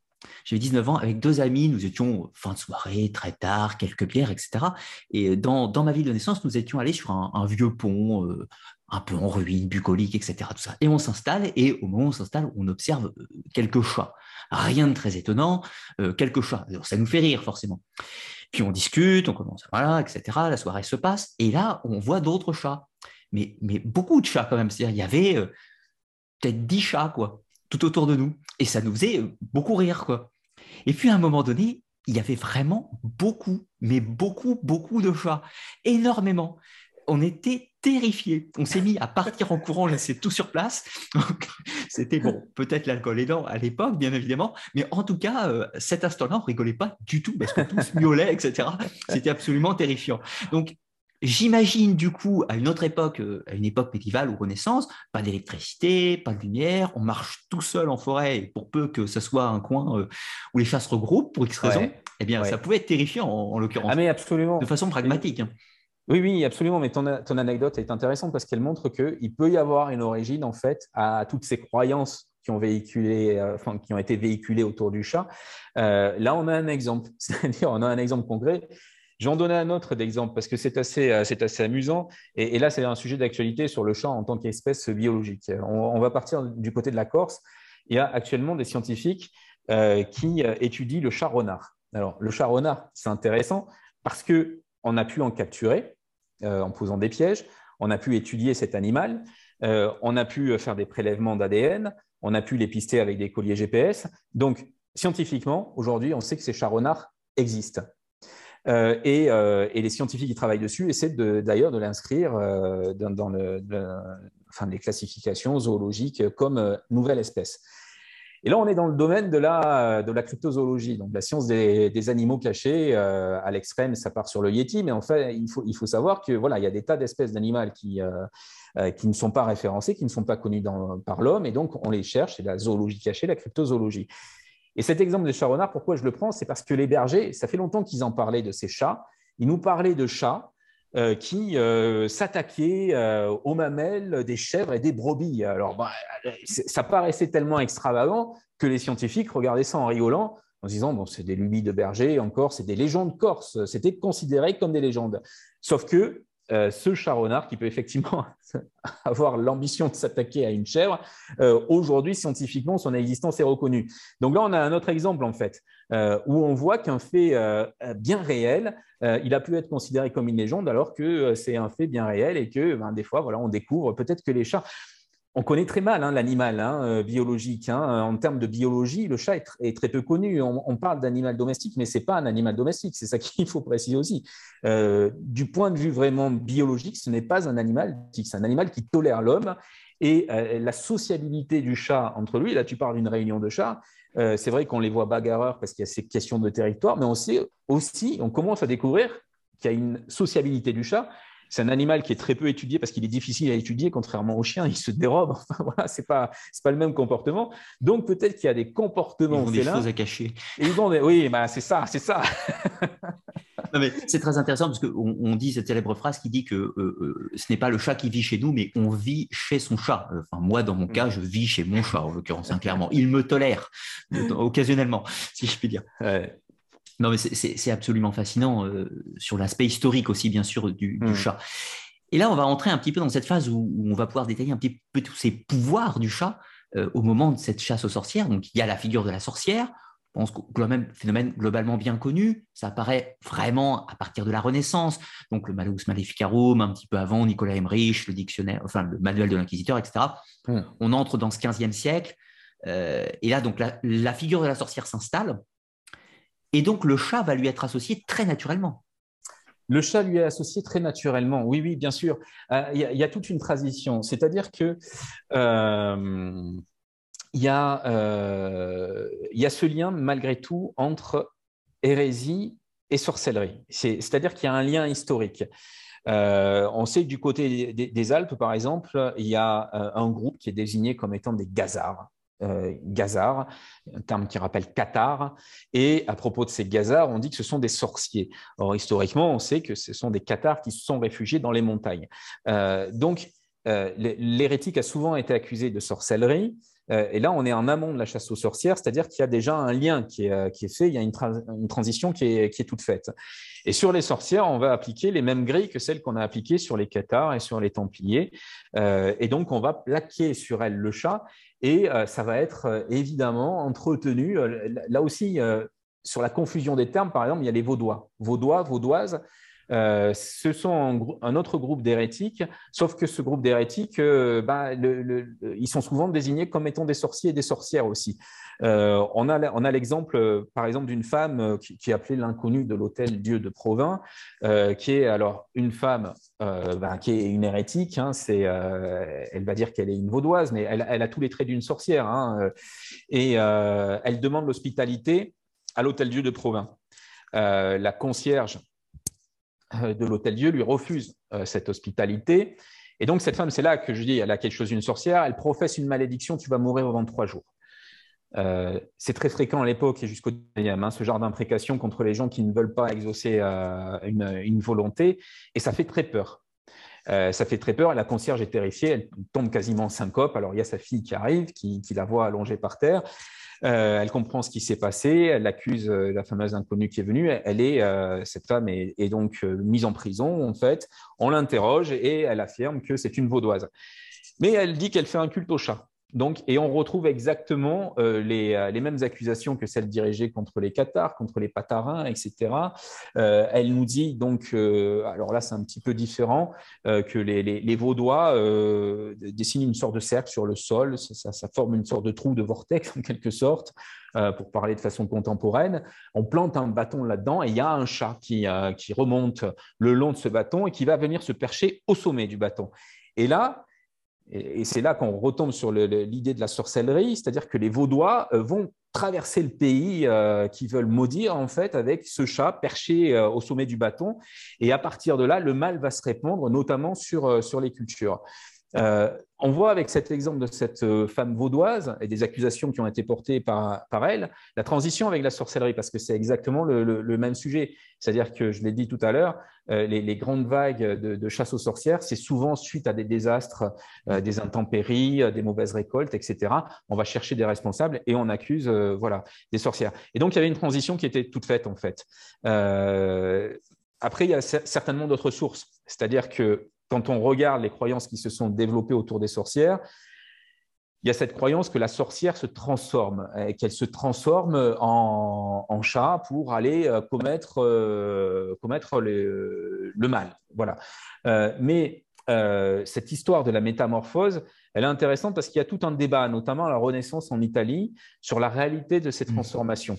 avec deux amis, nous étions fin de soirée, très tard, quelques bières, etc. Et dans ma ville de naissance, nous étions allés sur un vieux pont, un peu en ruine, bucolique, etc. Tout ça. Et on s'installe, et au moment où on s'installe, on observe quelques chats. Rien de très étonnant, quelques chats. Alors, ça nous fait rire, forcément. Puis on discute, on commence, voilà, etc. La soirée se passe, et là, on voit d'autres chats. Mais beaucoup de chats quand même. C'est-à-dire, il y avait peut-être 10 chats, quoi, tout autour de nous. Et ça nous faisait beaucoup rire, quoi. Et puis à un moment donné, il y avait vraiment beaucoup, mais beaucoup, beaucoup de chats. Énormément. On était terrifiés. On s'est mis à partir en courant, laisser tout sur place. C'était bon, peut-être l'alcool aidant à l'époque, bien évidemment, mais en tout cas, cet instant-là, on rigolait pas du tout parce que tous miaulaient, etc. C'était absolument terrifiant. Donc, j'imagine du coup à une autre époque, à une époque médiévale ou Renaissance, pas d'électricité, pas de lumière, on marche tout seul en forêt, et pour peu que ce soit un coin où les chats se regroupent pour X raison, Ouais, eh bien, ça ouais. pouvait être terrifiant en Ah, l'occurrence, mais de absolument. façon Et pragmatique, hein. oui, oui, absolument. Mais ton anecdote est intéressante parce qu'elle montre qu'il peut y avoir une origine, en fait, à toutes ces croyances qui ont qui ont été véhiculées autour du chat. Là, on a un exemple. C'est-à-dire, on a un exemple concret. Je vais en donner un autre d'exemple parce que c'est assez amusant. Et là, c'est un sujet d'actualité sur le chat en tant qu'espèce biologique. On va partir du côté de la Corse. Il y a actuellement des scientifiques qui étudient le chat renard. Alors, le chat renard, c'est intéressant parce qu'on a pu en capturer en posant des pièges. On a pu étudier cet animal. On a pu faire des prélèvements d'ADN. On a pu les pister avec des colliers GPS. Donc, scientifiquement, aujourd'hui, on sait que ces chats renards existent. Et les scientifiques qui travaillent dessus essaient d'ailleurs de l'inscrire dans les classifications zoologiques comme nouvelle espèce. Et là, on est dans le domaine de la cryptozoologie, donc la science des animaux cachés. À l'extrême, ça part sur le yéti, mais en fait, il faut savoir que voilà, il y a des tas d'espèces d'animaux qui ne sont pas référencées, qui ne sont pas connues par l'homme, et donc on les cherche. C'est la zoologie cachée, la cryptozoologie. Et cet exemple de chat renard, pourquoi je le prends? C'est parce que les bergers, ça fait longtemps qu'ils en parlaient de ces chats. Ils nous parlaient de chats qui s'attaquaient aux mamelles des chèvres et des brebis. Alors, ça paraissait tellement extravagant que les scientifiques regardaient ça en rigolant, en se disant, bon, c'est des lubies de bergers, encore, c'est des légendes corses. C'était considéré comme des légendes. Sauf que ce chat renard qui peut effectivement avoir l'ambition de s'attaquer à une chèvre, aujourd'hui, scientifiquement, son existence est reconnue. Donc là, on a un autre exemple, en fait, où on voit qu'un fait bien réel, il a pu être considéré comme une légende, alors que c'est un fait bien réel et que des fois, voilà, on découvre peut-être que les chats… On connaît très mal l'animal biologique. En termes de biologie, le chat est très peu connu. On parle d'animal domestique, mais ce n'est pas un animal domestique. C'est ça qu'il faut préciser aussi. Du point de vue vraiment biologique, ce n'est pas un animal domestique. C'est un animal qui tolère l'homme. Et la sociabilité du chat entre lui, là tu parles d'une réunion de chats, c'est vrai qu'on les voit bagarreurs parce qu'il y a ces questions de territoire, mais on sait aussi, on commence à découvrir qu'il y a une sociabilité du chat. C'est un animal qui est très peu étudié parce qu'il est difficile à étudier, contrairement au chien, il se dérobe. Enfin, voilà, c'est pas le même comportement. Donc, peut-être qu'il y a des comportements félins. Ils ont des choses à cacher. Oui, c'est ça. Non, mais c'est très intéressant parce qu'on dit cette célèbre phrase qui dit que ce n'est pas le chat qui vit chez nous, mais on vit chez son chat. Enfin, moi, dans mon cas, je vis chez mon chat, en l'occurrence, clairement. Il me tolère, occasionnellement, si je puis dire. Ouais. Non, mais c'est absolument fascinant sur l'aspect historique aussi, bien sûr, du chat. Et là, on va entrer un petit peu dans cette phase où on va pouvoir détailler un petit peu tous ces pouvoirs du chat au moment de cette chasse aux sorcières. Donc, il y a la figure de la sorcière. Je pense que même phénomène globalement bien connu. Ça apparaît vraiment à partir de la Renaissance. Donc, le Malleus Maleficarum, un petit peu avant, Nicolas Emmerich, le dictionnaire, enfin, le manuel de l'inquisiteur, etc. On entre dans ce 15e siècle. Et là, donc, la figure de la sorcière s'installe. Et donc, le chat va lui être associé très naturellement. Le chat lui est associé très naturellement, oui, bien sûr. Il y a toute une transition, c'est-à-dire que il y a ce lien, malgré tout, entre hérésie et sorcellerie. C'est-à-dire qu'il y a un lien historique. On sait que du côté des Alpes, par exemple, il y a un groupe qui est désigné comme étant des Gazards. Gazards, un terme qui rappelle cathare. Et à propos de ces Gazards, on dit que ce sont des sorciers. Or, historiquement, on sait que ce sont des cathares qui se sont réfugiés dans les montagnes. Donc, l'hérétique a souvent été accusé de sorcellerie. Et là, on est en amont de la chasse aux sorcières, c'est-à-dire qu'il y a déjà un lien qui est fait, il y a une transition qui est toute faite. Et sur les sorcières, on va appliquer les mêmes grilles que celles qu'on a appliquées sur les cathares et sur les templiers. Et donc, on va plaquer sur elles le chat et ça va être évidemment entretenu. Là aussi, sur la confusion des termes, par exemple, il y a les vaudois. Vaudois, vaudoises. Ce sont un autre groupe d'hérétiques, sauf que ce groupe d'hérétiques, ils sont souvent désignés comme étant des sorciers et des sorcières aussi. On a l'exemple, par exemple, d'une femme qui est appelée l'inconnue de l'hôtel Dieu de Provins, qui est alors une femme qui est une hérétique. Elle va dire qu'elle est une vaudoise, mais elle a tous les traits d'une sorcière. Et elle demande l'hospitalité à l'hôtel Dieu de Provins. La concierge de l'Hôtel-Dieu lui refuse cette hospitalité. Et donc, cette femme, c'est là que je dis, elle a quelque chose d'une sorcière, elle professe une malédiction, tu vas mourir avant 3 jours. C'est très fréquent à l'époque et jusqu'au dernier, ce genre d'imprécation contre les gens qui ne veulent pas exaucer une volonté, et ça fait très peur. Ça fait très peur, la concierge est terrifiée, elle tombe quasiment en syncope. Alors, il y a sa fille qui arrive, qui la voit allongée par terre. Elle comprend ce qui s'est passé, elle accuse la fameuse inconnue qui est venue. Cette femme est donc mise en prison, en fait. On l'interroge et elle affirme que c'est une vaudoise. Mais elle dit qu'elle fait un culte au chat. Donc, et on retrouve exactement les mêmes accusations que celles dirigées contre les cathares, contre les patarins, etc. Elle nous dit donc, alors là c'est un petit peu différent, que les Vaudois dessinent une sorte de cercle sur le sol, ça forme une sorte de trou de vortex en quelque sorte, pour parler de façon contemporaine. On plante un bâton là-dedans et il y a un chat qui remonte le long de ce bâton et qui va venir se percher au sommet du bâton. Et là, et c'est là qu'on retombe sur l'idée de la sorcellerie, c'est-à-dire que les Vaudois vont traverser le pays qu'ils veulent maudire, en fait, avec ce chat perché au sommet du bâton. Et à partir de là, le mal va se répandre, notamment sur les cultures. On voit avec cet exemple de cette femme vaudoise et des accusations qui ont été portées par elle, la transition avec la sorcellerie, parce que c'est exactement le même sujet. C'est-à-dire que, je l'ai dit tout à l'heure, les grandes vagues de chasse aux sorcières, c'est souvent suite à des désastres, des intempéries, des mauvaises récoltes, etc. On va chercher des responsables et on accuse voilà, des sorcières. Et donc, il y avait une transition qui était toute faite, en fait. Après, il y a certainement d'autres sources. C'est-à-dire que quand on regarde les croyances qui se sont développées autour des sorcières, il y a cette croyance que la sorcière se transforme, qu'elle se transforme en chat pour aller commettre le mal. Voilà. Mais cette histoire de la métamorphose, elle est intéressante parce qu'il y a tout un débat, notamment à la Renaissance en Italie, sur la réalité de ces transformations.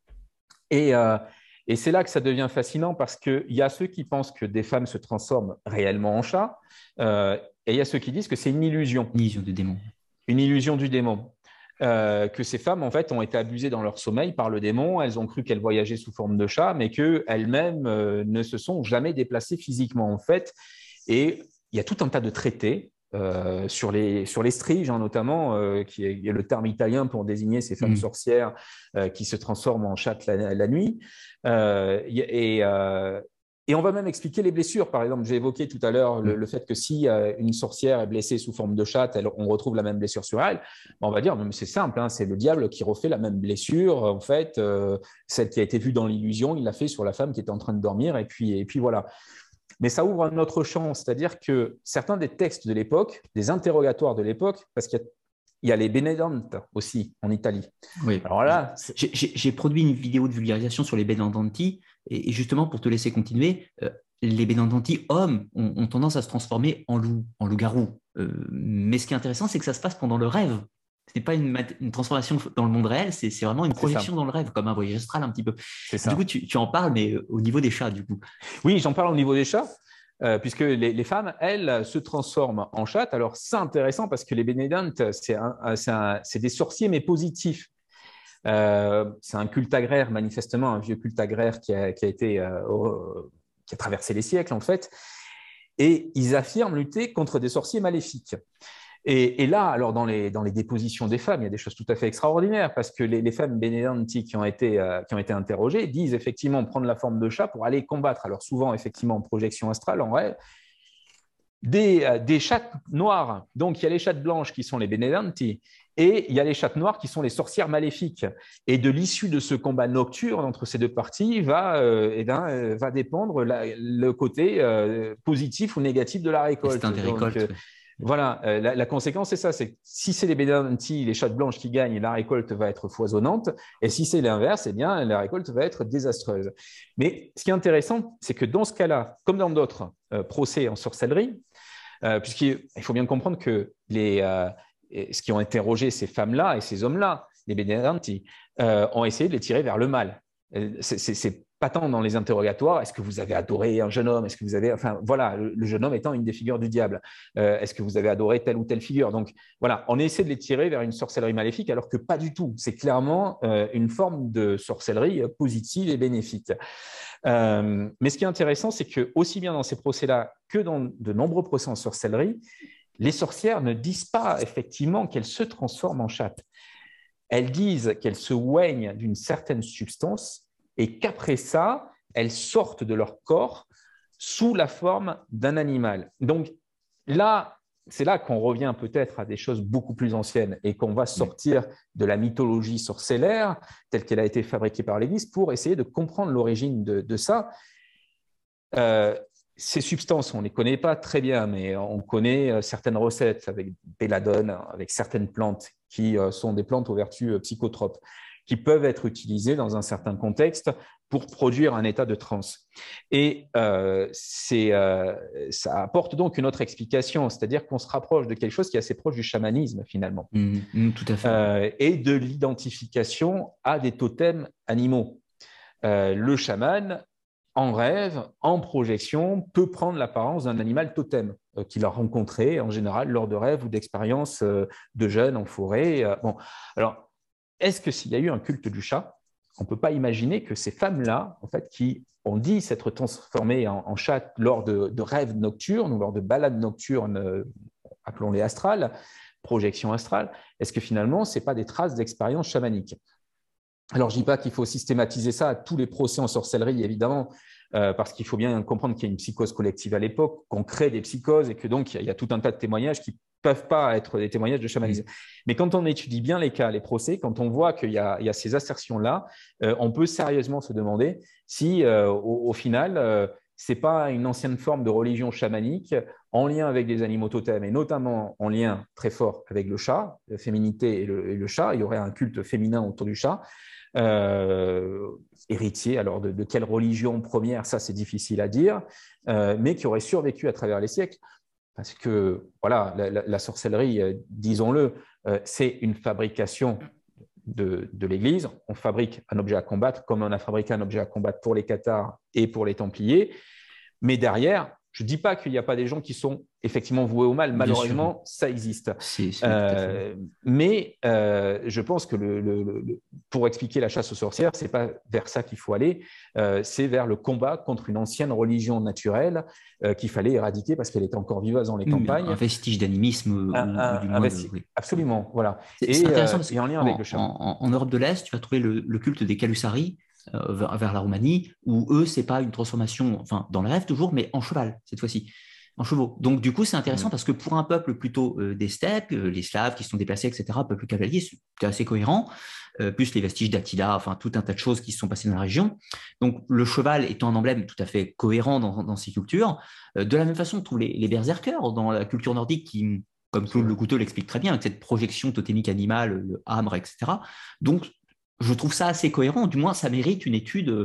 Et c'est là que ça devient fascinant parce qu'il y a ceux qui pensent que des femmes se transforment réellement en chats et il y a ceux qui disent que c'est une illusion. Une illusion du démon. Une illusion du démon. Que ces femmes, en fait, ont été abusées dans leur sommeil par le démon. Elles ont cru qu'elles voyageaient sous forme de chat, mais qu'elles-mêmes ne se sont jamais déplacées physiquement, en fait. Et il y a tout un tas de traités sur les striges, hein, notamment, qui est le terme italien pour désigner ces femmes sorcières qui se transforment en chatte la nuit. Et on va même expliquer les blessures. Par exemple, j'ai évoqué tout à l'heure le fait que si une sorcière est blessée sous forme de chatte, on retrouve la même blessure sur elle. On va dire, c'est simple, hein, c'est le diable qui refait la même blessure. En fait, celle qui a été vue dans l'illusion, il l'a fait sur la femme qui était en train de dormir. Et puis voilà. Mais ça ouvre un autre champ, c'est-à-dire que certains des textes de l'époque, des interrogatoires de l'époque, parce qu'il y a les Benedante aussi en Italie. Oui. Alors là, j'ai produit une vidéo de vulgarisation sur les Benandanti et justement pour te laisser continuer, les Benandanti hommes ont tendance à se transformer en loup-garou. Mais ce qui est intéressant, c'est que ça se passe pendant le rêve. Ce n'est pas une transformation dans le monde réel, c'est vraiment une projection dans le rêve, comme un voyage astral un petit peu. Du coup, tu en parles, mais au niveau des chats, du coup. Oui, j'en parle au niveau des chats. Puisque les femmes, elles, se transforment en chatte. Alors, c'est intéressant parce que les Benedante, c'est des sorciers, mais positifs. C'est un culte agraire, manifestement, un vieux culte agraire qui a traversé les siècles, en fait. Et ils affirment lutter contre des sorciers maléfiques. Et là, alors dans les dépositions des femmes, il y a des choses tout à fait extraordinaires parce que les femmes Benedante qui ont été interrogées disent effectivement prendre la forme de chat pour aller combattre. Alors souvent, effectivement, en projection astrale, en vrai, des chattes noires. Donc, il y a les chattes blanches qui sont les Benedante et il y a les chattes noires qui sont les sorcières maléfiques. Et de l'issue de ce combat nocturne entre ces deux parties va dépendre le côté positif ou négatif de la récolte. C'est des récoltes. Voilà, la conséquence, c'est ça, c'est que si c'est les Benedante, les chattes blanches qui gagnent, la récolte va être foisonnante, et si c'est l'inverse, eh bien, la récolte va être désastreuse. Mais ce qui est intéressant, c'est que dans ce cas-là, comme dans d'autres procès en sorcellerie, puisqu'il faut bien comprendre que ce qui ont interrogé ces femmes-là et ces hommes-là, les Benedante, ont essayé de les tirer vers le mal. C'est pas tant dans les interrogatoires, est-ce que vous avez adoré un jeune homme, est-ce que vous avez, enfin voilà, le jeune homme étant une des figures du diable, est-ce que vous avez adoré telle ou telle figure? Donc voilà, on essaie de les tirer vers une sorcellerie maléfique, alors que pas du tout. C'est clairement une forme de sorcellerie positive et bénéfique. Mais ce qui est intéressant, c'est que aussi bien dans ces procès-là que dans de nombreux procès en sorcellerie, les sorcières ne disent pas effectivement qu'elles se transforment en chatte. Elles disent qu'elles se oignent d'une certaine substance et qu'après ça, elles sortent de leur corps sous la forme d'un animal. Donc là, c'est là qu'on revient peut-être à des choses beaucoup plus anciennes et qu'on va sortir de la mythologie sorcellaire telle qu'elle a été fabriquée par l'Église pour essayer de comprendre l'origine de ça. Ces substances, on ne les connaît pas très bien, mais on connaît certaines recettes avec belladone, avec certaines plantes qui sont des plantes aux vertus psychotropes, qui peuvent être utilisées dans un certain contexte pour produire un état de transe. Et ça apporte donc une autre explication, c'est-à-dire qu'on se rapproche de quelque chose qui est assez proche du chamanisme finalement, tout à fait. Et de l'identification à des totems animaux. Le chaman, en rêve, en projection, peut prendre l'apparence d'un animal totem. qu'il a rencontrées en général lors de rêves ou d'expériences de jeunes en forêt. Bon, alors, est-ce que s'il y a eu un culte du chat, on ne peut pas imaginer que ces femmes-là, en fait, qui ont dit s'être transformées en chat lors de rêves nocturnes ou lors de balades nocturnes, appelons-les astrales, projections astrales, est-ce que finalement, ce n'est pas des traces d'expériences chamaniques? Alors, je ne dis pas qu'il faut systématiser ça à tous les procès en sorcellerie, évidemment, parce qu'il faut bien comprendre qu'il y a une psychose collective à l'époque, qu'on crée des psychoses et que donc il y a tout un tas de témoignages qui ne peuvent pas être des témoignages de chamanisme. Mais quand on étudie bien les cas, les procès, quand on voit qu'il y a ces assertions-là, on peut sérieusement se demander si, au final, ce n'est pas une ancienne forme de religion chamanique en lien avec des animaux totems et notamment en lien très fort avec le chat, la féminité et le chat. Il y aurait un culte féminin autour du chat. Héritier, alors de quelle religion première, ça c'est difficile à dire, mais qui aurait survécu à travers les siècles, parce que voilà, la sorcellerie, disons-le, c'est une fabrication de l'Église. On fabrique un objet à combattre, comme on a fabriqué un objet à combattre pour les cathares et pour les Templiers, mais derrière, je ne dis pas qu'il n'y a pas des gens qui sont effectivement voués au mal. Malheureusement, ça existe. Mais je pense que pour expliquer la chasse aux sorcières, ce n'est pas vers ça qu'il faut aller. C'est vers le combat contre une ancienne religion naturelle qu'il fallait éradiquer parce qu'elle était encore viveuse dans les campagnes. Un vestige d'animisme. Oui. Absolument. Voilà. C'est intéressant parce en lien avec le chat. En Europe de l'Est, tu vas trouver le culte des Calusari, vers la Roumanie, où eux, c'est pas une transformation, enfin, dans le rêve toujours, mais en cheval, cette fois-ci, en chevaux. Donc, du coup, c'est intéressant parce que pour un peuple plutôt des steppes, les Slaves qui se sont déplacés, etc., peuple cavalier, c'est assez cohérent, plus les vestiges d'Attila, enfin, tout un tas de choses qui se sont passées dans la région. Donc, le cheval étant un emblème tout à fait cohérent dans ces cultures. De la même façon, on trouve les berserkers dans la culture nordique qui, comme Claude Lecouteau l'explique très bien, avec cette projection totémique animale, le hamre, etc. Donc, je trouve ça assez cohérent, du moins ça mérite une étude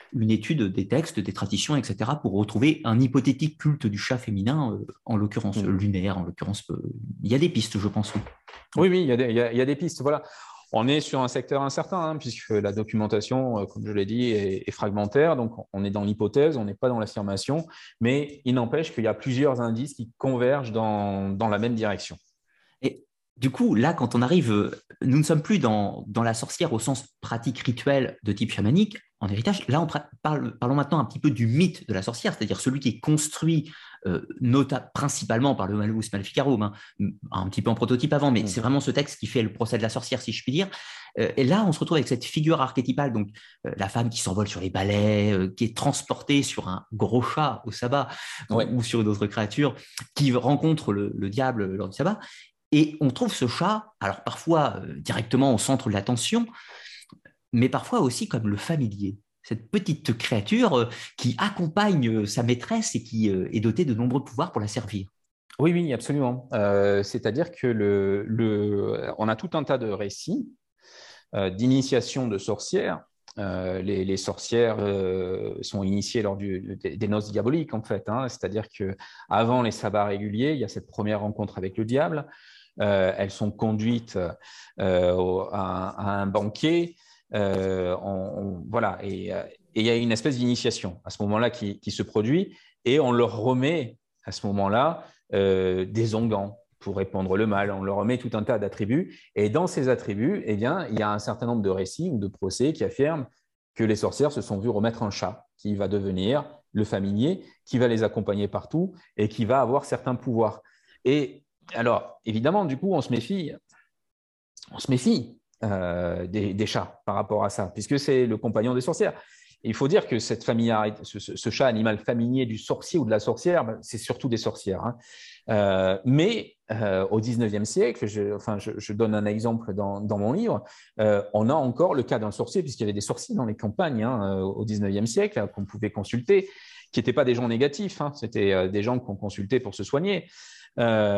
des textes, des traditions, etc., pour retrouver un hypothétique culte du chat féminin, en l'occurrence lunaire, en l'occurrence, il y a des pistes, je pense. Oui, il y a des pistes, voilà. On est sur un secteur incertain, puisque la documentation, comme je l'ai dit, est fragmentaire, donc on est dans l'hypothèse, on n'est pas dans l'affirmation, mais il n'empêche qu'il y a plusieurs indices qui convergent dans la même direction. Et du coup, là, quand on arrive, nous ne sommes plus dans la sorcière au sens pratique rituel de type chamanique, en héritage. Là, parlons maintenant un petit peu du mythe de la sorcière, c'est-à-dire celui qui est construit principalement par le Malleus Maleficarum, hein, un petit peu en prototype avant, mais c'est vraiment ce texte qui fait le procès de la sorcière, si je puis dire. Et là, on se retrouve avec cette figure archétypale, donc la femme qui s'envole sur les balais, qui est transportée sur un gros chat au sabbat, ou sur une autre créature, qui rencontre le diable lors du sabbat. Et on trouve ce chat, alors parfois directement au centre de l'attention, mais parfois aussi comme le familier, cette petite créature qui accompagne sa maîtresse et qui est dotée de nombreux pouvoirs pour la servir. Oui, absolument. C'est-à-dire que on a tout un tas de récits d'initiation de sorcières. Les sorcières sont initiées lors des noces diaboliques, en fait. C'est-à-dire qu'avant les sabbats réguliers, il y a cette première rencontre avec le diable. Elles sont conduites à un banquet. Voilà, et il y a une espèce d'initiation à ce moment-là qui se produit, et on leur remet à ce moment-là des onguents pour répandre le mal. On leur remet tout un tas d'attributs, et dans ces attributs, eh bien, il y a un certain nombre de récits ou de procès qui affirment que les sorcières se sont vues remettre un chat qui va devenir le familier, qui va les accompagner partout et qui va avoir certains pouvoirs. Et alors, évidemment, du coup, on se méfie des chats par rapport à ça, puisque c'est le compagnon des sorcières. Et il faut dire que cette familiarité, ce chat animal familier du sorcier ou de la sorcière, c'est surtout des sorcières. Mais au XIXe siècle, je donne un exemple dans mon livre, on a encore le cas d'un sorcier, puisqu'il y avait des sorciers dans les campagnes au XIXe siècle qu'on pouvait consulter, qui n'étaient pas des gens négatifs, c'était des gens qu'on consultait pour se soigner. On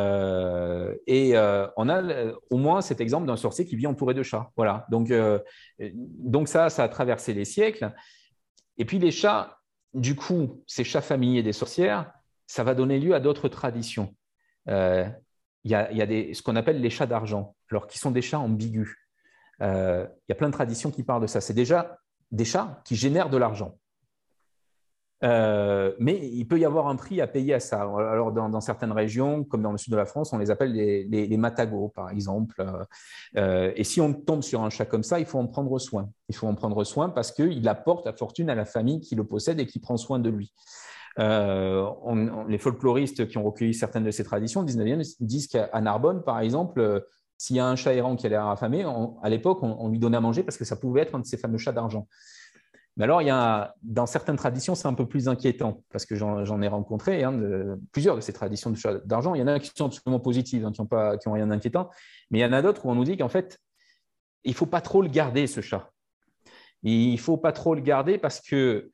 a au moins cet exemple d'un sorcier qui vit entouré de chats. Voilà. Donc ça a traversé les siècles. Et puis les chats, du coup, ces chats familiers des sorcières, ça va donner lieu à d'autres traditions. Il y a ce qu'on appelle les chats d'argent, alors qui sont des chats ambigus. Il y a plein de traditions qui parlent de ça. C'est déjà des chats qui génèrent de l'argent. Mais il peut y avoir un prix à payer à ça. Alors, dans certaines régions, comme dans le sud de la France, on les appelle les matagos, par exemple. Et si on tombe sur un chat comme ça, il faut en prendre soin. Il faut en prendre soin parce qu'il apporte la fortune à la famille qui le possède et qui prend soin de lui. Les folkloristes qui ont recueilli certaines de ces traditions au 19e disent qu'à Narbonne, par exemple, s'il y a un chat errant qui a l'air affamé, à l'époque, on lui donnait à manger parce que ça pouvait être un de ces fameux chats d'argent. Mais alors, dans certaines traditions, c'est un peu plus inquiétant parce que j'en ai rencontré plusieurs de ces traditions de chat d'argent. Il y en a qui sont absolument positives, qui ont rien d'inquiétant, mais il y en a d'autres où on nous dit qu'en fait, il ne faut pas trop le garder, ce chat. Il ne faut pas trop le garder parce que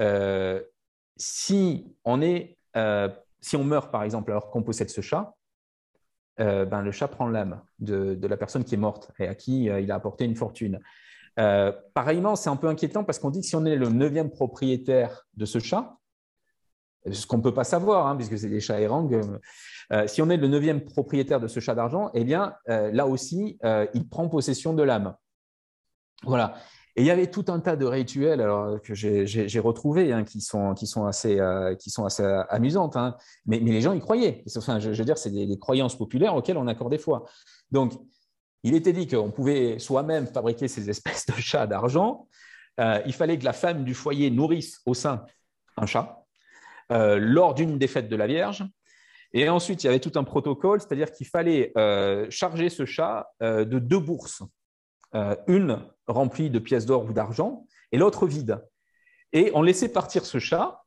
si on meurt, par exemple, alors qu'on possède ce chat, le chat prend l'âme de la personne qui est morte et à qui il a apporté une fortune. Pareillement, c'est un peu inquiétant parce qu'on dit que si on est le 9e propriétaire de ce chat, ce qu'on ne peut pas savoir, puisque c'est des chats errants, si on est le 9e propriétaire de ce chat d'argent, eh bien, là aussi, il prend possession de l'âme. Voilà. Et il y avait tout un tas de rituels que j'ai retrouvés qui sont assez amusantes, mais les gens y croyaient. Enfin, je veux dire, c'est des croyances populaires auxquelles on accordait foi. Donc, il était dit qu'on pouvait soi-même fabriquer ces espèces de chats d'argent. Il fallait que la femme du foyer nourrisse au sein un chat lors d'une des fêtes de la Vierge. Et ensuite, il y avait tout un protocole, c'est-à-dire qu'il fallait charger ce chat de 2 bourses. Une remplie de pièces d'or ou d'argent et l'autre vide. Et on laissait partir ce chat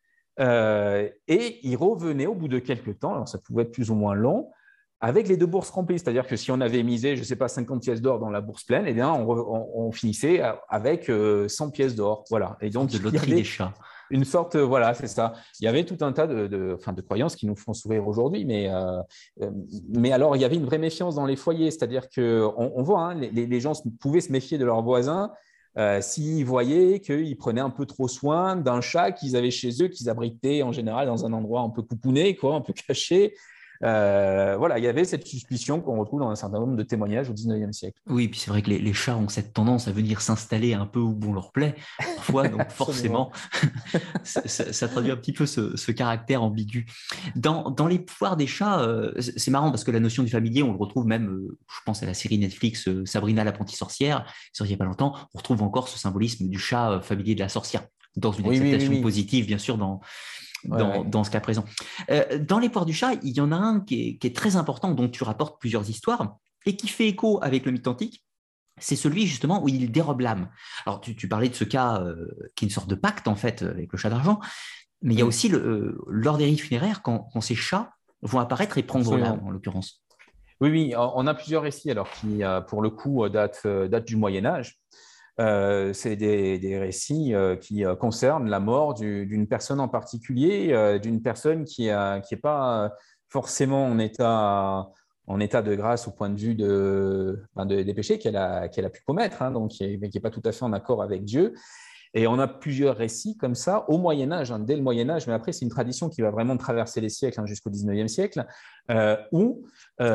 et il revenait au bout de quelques temps, alors ça pouvait être plus ou moins long, avec les 2 bourses remplies. C'est-à-dire que si on avait misé, je ne sais pas, 50 pièces d'or dans la bourse pleine, eh bien, on finissait avec 100 pièces d'or. Voilà. Et donc, de loterie des chats. Une sorte, voilà, c'est ça. Il y avait tout un tas de croyances qui nous font sourire aujourd'hui, mais alors il y avait une vraie méfiance dans les foyers, c'est-à-dire qu'on voit, les gens pouvaient se méfier de leurs voisins s'ils voyaient qu'ils prenaient un peu trop soin d'un chat qu'ils avaient chez eux, qu'ils abritaient en général dans un endroit un peu coucouné, un peu caché. Voilà, il y avait cette suspicion qu'on retrouve dans un certain nombre de témoignages au 19e siècle. Oui, puis c'est vrai que les chats ont cette tendance à venir s'installer un peu où bon leur plaît, parfois, donc forcément, ça traduit un petit peu ce caractère ambigu. Dans les pouvoirs des chats, c'est marrant parce que la notion du familier, on le retrouve même, je pense à la série Netflix Sabrina l'apprentie sorcière, sortie il n'y a pas longtemps, on retrouve encore ce symbolisme du chat familier de la sorcière, dans une acceptation positive, bien sûr, dans ce cas présent. Dans les pouvoirs du chat, il y en a un qui est très important, dont tu rapportes plusieurs histoires, et qui fait écho avec le mythe antique. C'est celui justement où il dérobe l'âme. Alors tu parlais de ce cas qui est une sorte de pacte en fait avec le chat d'argent, mais il y a aussi lors des rites funéraires quand ces chats vont apparaître et prendre l'âme en l'occurrence. Oui, on a plusieurs récits alors qui pour le coup datent du Moyen Âge. C'est des récits qui concernent la mort d'une personne en particulier, d'une personne qui est pas forcément en état de grâce au point de vue des péchés qu'elle a pu commettre, donc qui n'est pas tout à fait en accord avec Dieu. Et on a plusieurs récits comme ça au Moyen Âge, dès le Moyen Âge, mais après c'est une tradition qui va vraiment traverser les siècles jusqu'au 19e siècle, où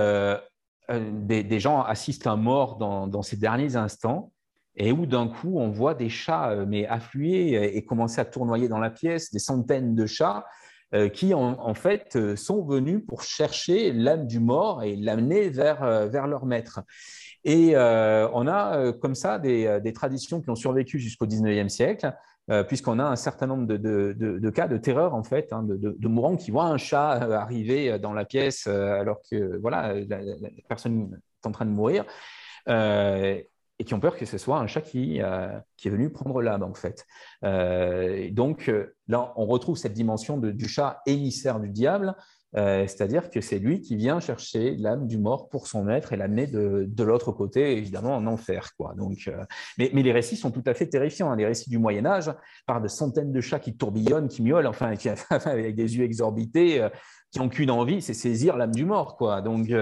des gens assistent à un mort dans ces derniers instants, et où d'un coup on voit des chats affluer et commencer à tournoyer dans la pièce, des centaines de chats qui en fait sont venus pour chercher l'âme du mort et l'amener vers leur maître. Et on a comme ça des traditions qui ont survécu jusqu'au 19e siècle, puisqu'on a un certain nombre de cas de terreur, en fait, de mourants qui voient un chat arriver dans la pièce alors que voilà, la personne est en train de mourir. Et qui ont peur que ce soit un chat qui est venu prendre l'âme, en fait. Donc, là, on retrouve cette dimension du chat émissaire du diable, c'est-à-dire que c'est lui qui vient chercher l'âme du mort pour son maître et l'amener de l'autre côté, évidemment, en enfer, quoi. Donc, mais les récits sont tout à fait terrifiants. Les récits du Moyen-Âge parlent de centaines de chats qui tourbillonnent, qui miaulent, enfin, avec des yeux exorbités, qui n'ont qu'une envie, c'est saisir l'âme du mort, quoi. Donc,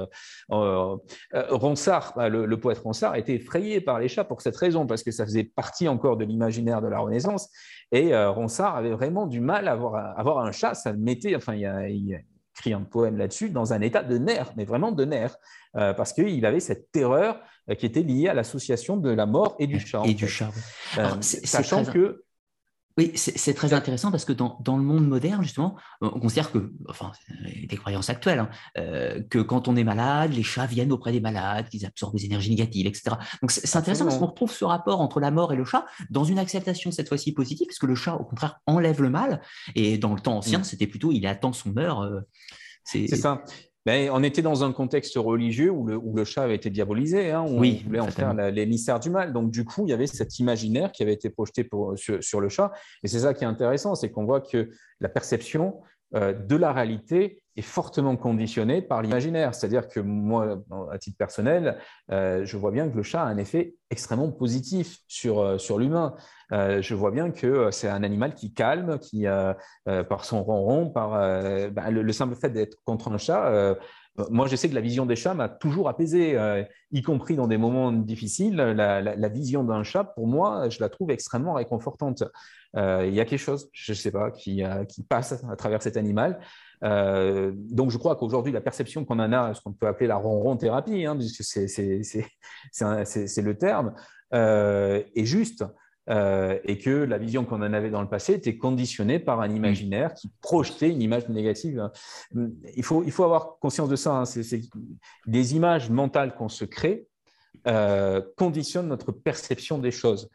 Ronsard, le poète Ronsard, était effrayé par les chats pour cette raison, parce que ça faisait partie encore de l'imaginaire de la Renaissance. Et Ronsard avait vraiment du mal à avoir un chat. Ça le mettait, enfin, il écrit un poème là-dessus, dans un état de nerfs, mais vraiment de nerfs, parce qu'il avait cette terreur qui était liée à l'association de la mort et du chat. Et du chat. Sachant que Oui, c'est très intéressant parce que dans le monde moderne, justement, on considère que, enfin, c'est des croyances actuelles, hein, que quand on est malade, les chats viennent auprès des malades, qu'ils absorbent des énergies négatives, etc. Donc c'est intéressant parce qu'on Absolument. retrouve ce rapport entre la mort et le chat dans une acceptation cette fois-ci positive, parce que le chat, au contraire, enlève le mal. Et dans le temps ancien, Mm. c'était plutôt il attend son heure. C'est C'est ça. Ben, on était dans un contexte religieux où le chat avait été diabolisé, hein, où on oui, voulait en faire fatalement. l'émissaire du mal. Donc, du coup, il y avait cet imaginaire qui avait été projeté sur le chat. Et c'est ça qui est intéressant, c'est qu'on voit que la perception de la réalité est fortement conditionnée par l'imaginaire. C'est-à-dire que moi, à titre personnel, je vois bien que le chat a un effet extrêmement positif sur l'humain. Je vois bien que c'est un animal qui calme, par son ronron, par le simple fait d'être contre un chat. Moi, je sais que la vision des chats m'a toujours apaisé, y compris dans des moments difficiles. La vision d'un chat, pour moi, je la trouve extrêmement réconfortante. Il y a quelque chose, je ne sais pas, qui passe à travers cet animal. Donc, je crois qu'aujourd'hui, la perception qu'on en a, ce qu'on peut appeler la ronron-thérapie, hein, puisque c'est le terme, est juste. Et que la vision qu'on en avait dans le passé était conditionnée par un Hmm. imaginaire qui projetait une image négative. Il faut avoir conscience de ça. Hein. Des images mentales qu'on se crée conditionnent notre perception des choses.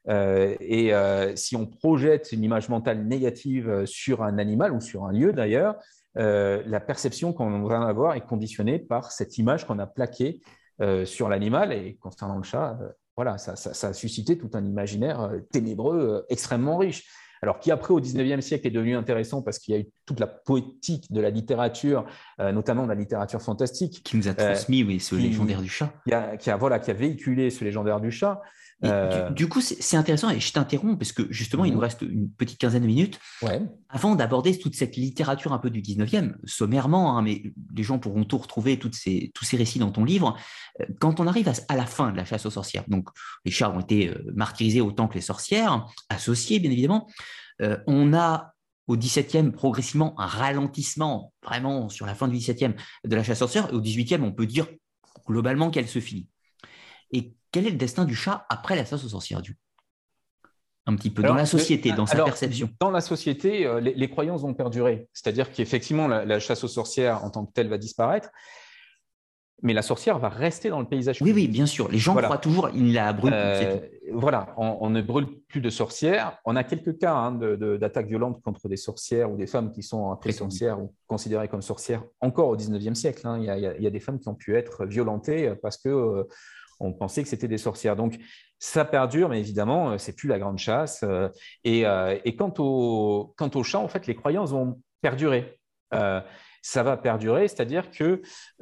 Si on projette une image mentale négative sur un animal ou sur un lieu d'ailleurs, la perception qu'on va avoir est conditionnée par cette image qu'on a plaquée sur l'animal. Et concernant le chat, voilà, ça a suscité tout un imaginaire ténébreux, extrêmement riche. Alors qui après au 19e siècle est devenu intéressant parce qu'il y a eu toute la poétique de la littérature, notamment de la littérature fantastique, Qui nous a transmis, oui, ce légendaire qui, du chat. qui a véhiculé ce légendaire du chat. Et du coup, c'est intéressant, et je t'interromps parce que justement, il nous Mhm. reste une petite quinzaine de minutes. Ouais. Avant d'aborder toute cette littérature un peu du 19e, sommairement, hein, mais les gens pourront tout retrouver, tous ces récits dans ton livre, quand on arrive à la fin de la chasse aux sorcières, donc les chats ont été martyrisés autant que les sorcières, associés bien évidemment, on a au 17e progressivement un ralentissement vraiment sur la fin du 17e de la chasse aux sorcières, et au 18e on peut dire globalement qu'elle se finit. Et quel est le destin du chat après la chasse aux sorcières un petit peu dans la société, dans sa perception? Dans la société, les croyances vont perdurer. C'est-à-dire qu'effectivement, la chasse aux sorcières en tant que telle va disparaître, mais la sorcière va rester dans le paysage Oui, oui, public. bien sûr. Les gens croient Voilà. toujours, il ne la brûle plus, c'est tout. Voilà, on ne brûle plus de sorcières. On a quelques cas hein, d'attaques violentes contre des sorcières ou des femmes qui sont appelées Prétendu. sorcières ou considérées comme sorcières encore au 19e siècle. Hein. Il y a des femmes qui ont pu être violentées parce que on pensait que c'était des sorcières. Donc, ça perdure, mais évidemment, c'est plus la grande chasse. Et quant au chat, en fait, les croyances vont perdurer. Ça va perdurer, c'est-à-dire que,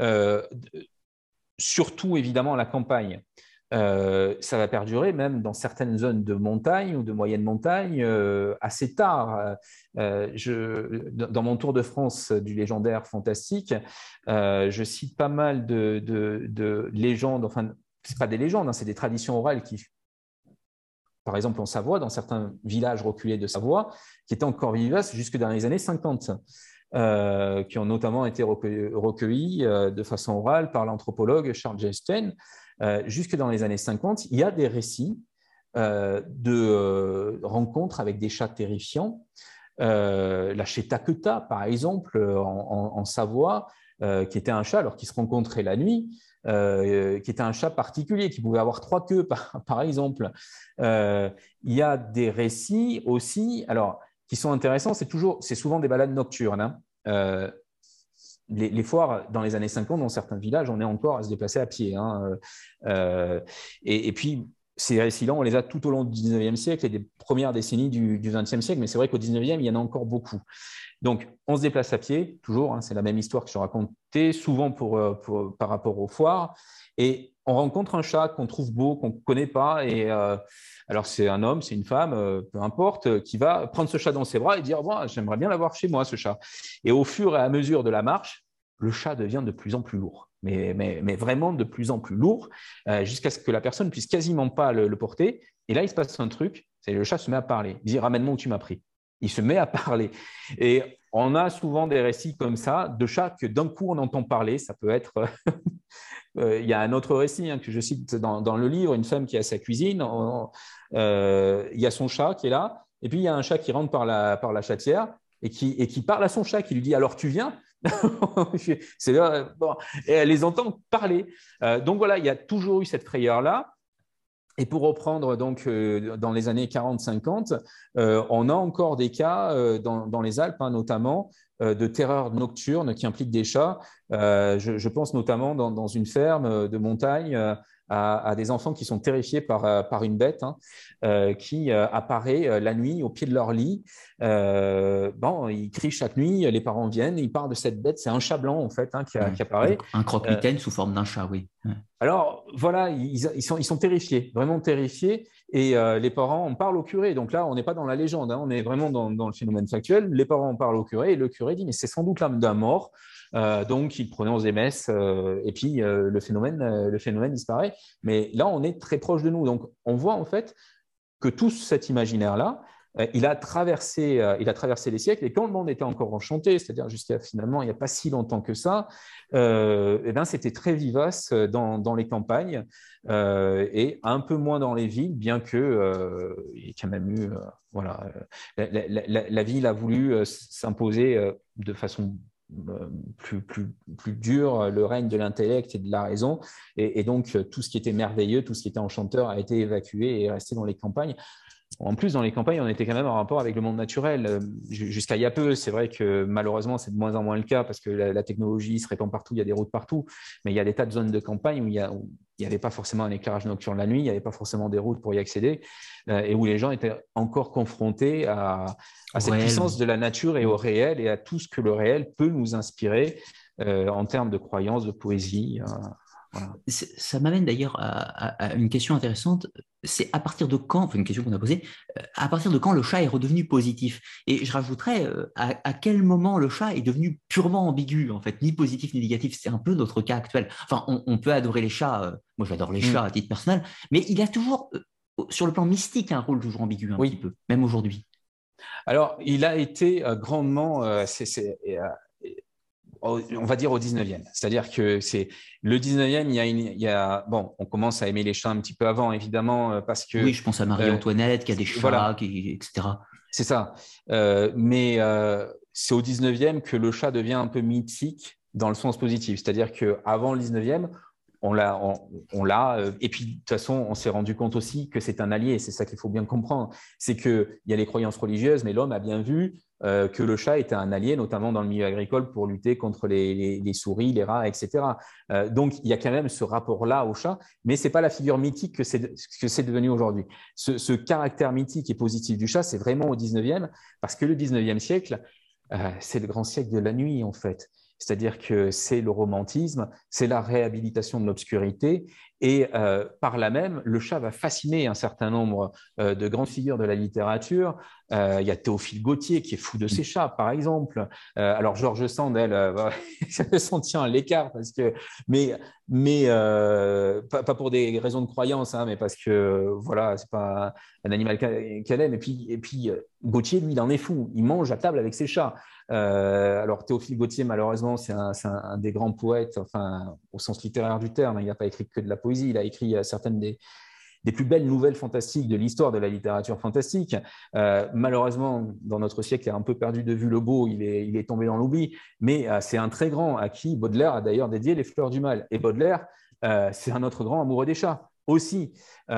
surtout évidemment à la campagne, ça va perdurer même dans certaines zones de montagne ou de moyenne montagne assez tard. Dans mon tour de France du légendaire fantastique, je cite pas mal de légendes, enfin, ce pas des légendes, hein, c'est des traditions orales qui, par exemple en Savoie, dans certains villages reculés de Savoie, qui étaient encore vivaces jusque dans les années 50. Qui ont notamment été recueillis de façon orale par l'anthropologue Charles Jesten. Jusque dans les années 50, il y a des récits de rencontres avec des chats terrifiants. La Chetaketa, par exemple, en Savoie, qui était un chat alors qu'il se rencontrait la nuit, qui était un chat particulier, qui pouvait avoir 3 queues, par exemple. Il y a des récits aussi, alors, qui sont intéressants, c'est souvent des balades nocturnes. Hein. Les foires, dans les années 50, dans certains villages, on est encore à se déplacer à pied. Hein. Et puis, ces récits-là, on les a tout au long du 19e siècle et des premières décennies du 20e siècle, mais c'est vrai qu'au 19e, il y en a encore beaucoup. Donc, on se déplace à pied, toujours, hein, c'est la même histoire que je racontais, souvent par rapport aux foires, et on rencontre un chat qu'on trouve beau, qu'on ne connaît pas, et alors c'est un homme, c'est une femme, peu importe, qui va prendre ce chat dans ses bras et dire bon, j'aimerais bien l'avoir chez moi, ce chat. Et au fur et à mesure de la marche, le chat devient de plus en plus lourd, mais vraiment de plus en plus lourd, jusqu'à ce que la personne puisse quasiment pas le porter. Et là, il se passe un truc, c'est le chat se met à parler. Il dit ramène-moi où tu m'as pris. Il se met à parler. Et on a souvent des récits comme ça de chats que d'un coup on entend parler. Ça peut être. Il y a un autre récit hein, que je cite dans le livre, une femme qui est à sa cuisine. Il y a son chat qui est là. Et puis, il y a un chat qui rentre par la chatière et qui parle à son chat, qui lui dit « Alors, tu viens ?» Bon, et elle les entend parler. Donc, voilà, il y a toujours eu cette frayeur-là. Et pour reprendre donc dans les années 40-50, on a encore des cas dans les Alpes, hein, notamment, de terreur nocturne qui impliquent des chats. Je pense notamment dans une ferme de montagne à des enfants qui sont terrifiés par une bête, hein, qui apparaît la nuit au pied de leur lit. Bon, ils crient chaque nuit, les parents viennent, ils parlent de cette bête, c'est un chat blanc en fait, hein, qui apparaît. Un croque-mitaine sous forme d'un chat, oui. Ouais. Alors voilà, ils sont terrifiés, vraiment terrifiés. Et les parents en parlent au curé. Donc là, on n'est pas dans la légende, hein, on est vraiment dans le phénomène factuel. Les parents en parlent au curé et le curé dit « mais c'est sans doute l'âme d'un mort ». Donc, il prononce des messes et puis le phénomène disparaît. Mais là, on est très proche de nous. Donc, on voit en fait que tout cet imaginaire-là, il a traversé les siècles. Et quand le monde était encore enchanté, c'est-à-dire jusqu'à finalement, il n'y a pas si longtemps que ça, eh ben, c'était très vivace dans les campagnes et un peu moins dans les villes, bien que il y ait quand même eu… voilà, la ville a voulu s'imposer de façon plus dur, le règne de l'intellect et de la raison. Et donc, tout ce qui était merveilleux, tout ce qui était enchanteur a été évacué et est resté dans les campagnes. En plus, dans les campagnes, on était quand même en rapport avec le monde naturel. Jusqu'à il y a peu, c'est vrai que malheureusement, c'est de moins en moins le cas parce que la technologie se répand partout, il y a des routes partout, mais il y a des tas de zones de campagne où il n'y avait pas forcément un éclairage nocturne la nuit, il n'y avait pas forcément des routes pour y accéder, et où les gens étaient encore confrontés à cette puissance de la nature et au réel et à tout ce que le réel peut nous inspirer en termes de croyances, de poésie. Voilà. Ça m'amène d'ailleurs à une question intéressante. C'est à partir de quand, enfin une question qu'on a posée, à partir de quand le chat est redevenu positif? Et je rajouterais, à quel moment le chat est devenu purement ambigu, en fait, ni positif ni négatif? C'est un peu notre cas actuel. Enfin, on peut adorer les chats, moi j'adore les chats à titre personnel, mais il a toujours, sur le plan mystique, un rôle toujours ambigu un petit peu, même aujourd'hui. Alors, il a été grandement… on va dire au 19e. C'est-à-dire que c'est le 19e, bon, on commence à aimer les chats un petit peu avant, évidemment, parce que… Oui, je pense à Marie-Antoinette, qui a des chats, voilà, etc. C'est ça. Mais c'est au 19e que le chat devient un peu mythique dans le sens positif. C'est-à-dire qu'avant le 19e, on l'a, et puis de toute façon, on s'est rendu compte aussi que c'est un allié. C'est ça qu'il faut bien comprendre. C'est qu'il y a les croyances religieuses, mais l'homme a bien vu que le chat était un allié, notamment dans le milieu agricole, pour lutter contre les souris, les rats, etc. Donc, il y a quand même ce rapport-là au chat, mais ce n'est pas la figure mythique que c'est devenu aujourd'hui. Ce caractère mythique et positif du chat, c'est vraiment au 19e, parce que le 19e siècle, c'est le grand siècle de la nuit, en fait. C'est-à-dire que c'est le romantisme, c'est la réhabilitation de l'obscurité et par là même, le chat va fasciner un certain nombre de grandes figures de la littérature. Il y a Théophile Gautier qui est fou de ses chats, par exemple. Alors George Sand, elle, s'en tient à l'écart mais pas pour des raisons de croyance, hein, mais parce que voilà, c'est pas un animal qu'elle aime. Et puis Gautier, lui, il en est fou. Il mange à table avec ses chats. Alors Théophile Gautier, malheureusement, c'est un des grands poètes, enfin au sens littéraire du terme. Il n'a pas écrit que de la poésie. Il a écrit certaines des plus belles nouvelles fantastiques de l'histoire de la littérature fantastique. Malheureusement, dans notre siècle, il a un peu perdu de vue le beau, il est tombé dans l'oubli, mais c'est un très grand à qui Baudelaire a d'ailleurs dédié Les Fleurs du Mal. Et Baudelaire, c'est un autre grand amoureux des chats aussi.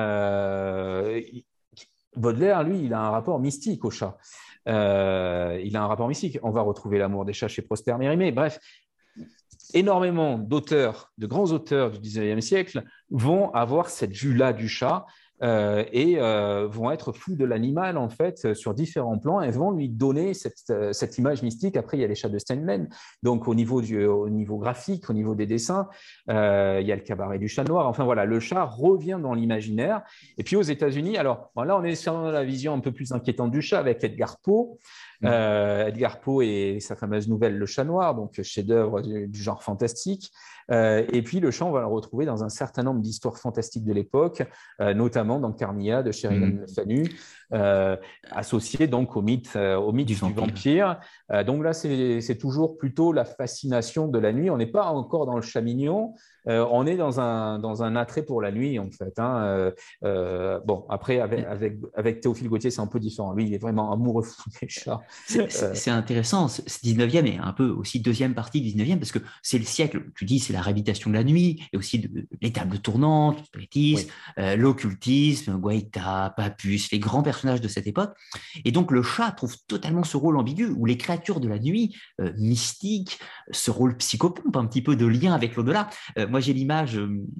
Baudelaire, lui, il a un rapport mystique au chat. Il a un rapport mystique. On va retrouver l'amour des chats chez Prosper Mérimée. Bref, énormément d'auteurs, de grands auteurs du 19e siècle vont avoir cette vue-là du chat et vont être fous de l'animal, en fait, sur différents plans et vont lui donner cette image mystique. Après, il y a les chats de Steinman. Donc, au niveau graphique, au niveau des dessins, il y a le cabaret du chat noir. Enfin, voilà, le chat revient dans l'imaginaire. Et puis, aux États-Unis, alors bon, là, on est sur la vision un peu plus inquiétante du chat avec Edgar Poe. Edgar Poe et sa fameuse nouvelle Le Chat Noir, donc chef-d'œuvre du genre fantastique. Et puis le chat, on va le retrouver dans un certain nombre d'histoires fantastiques de l'époque, notamment notamment dans Carmilla de Sheridan Le Fanu, associé donc au mythe du vampire. Donc là, c'est toujours plutôt la fascination de la nuit. On n'est pas encore dans le chat mignon, on est dans un attrait pour la nuit, en fait. Bon, après, avec Théophile Gautier, c'est un peu différent. Lui, il est vraiment amoureux fou des chats. C'est intéressant, ce 19e et un peu aussi deuxième partie du 19e, parce que c'est le siècle, tu dis, c'est la réhabilitation de la nuit, et aussi les tables tournantes, le spiritisme, l'occultisme, Guaita, Papus, les grands personnages de cette époque. Et donc, le chat trouve totalement ce rôle ambigu, où les créatures de la nuit, mystiques, ce rôle psychopompe, un petit peu de lien avec l'au-delà. Moi, j'ai l'image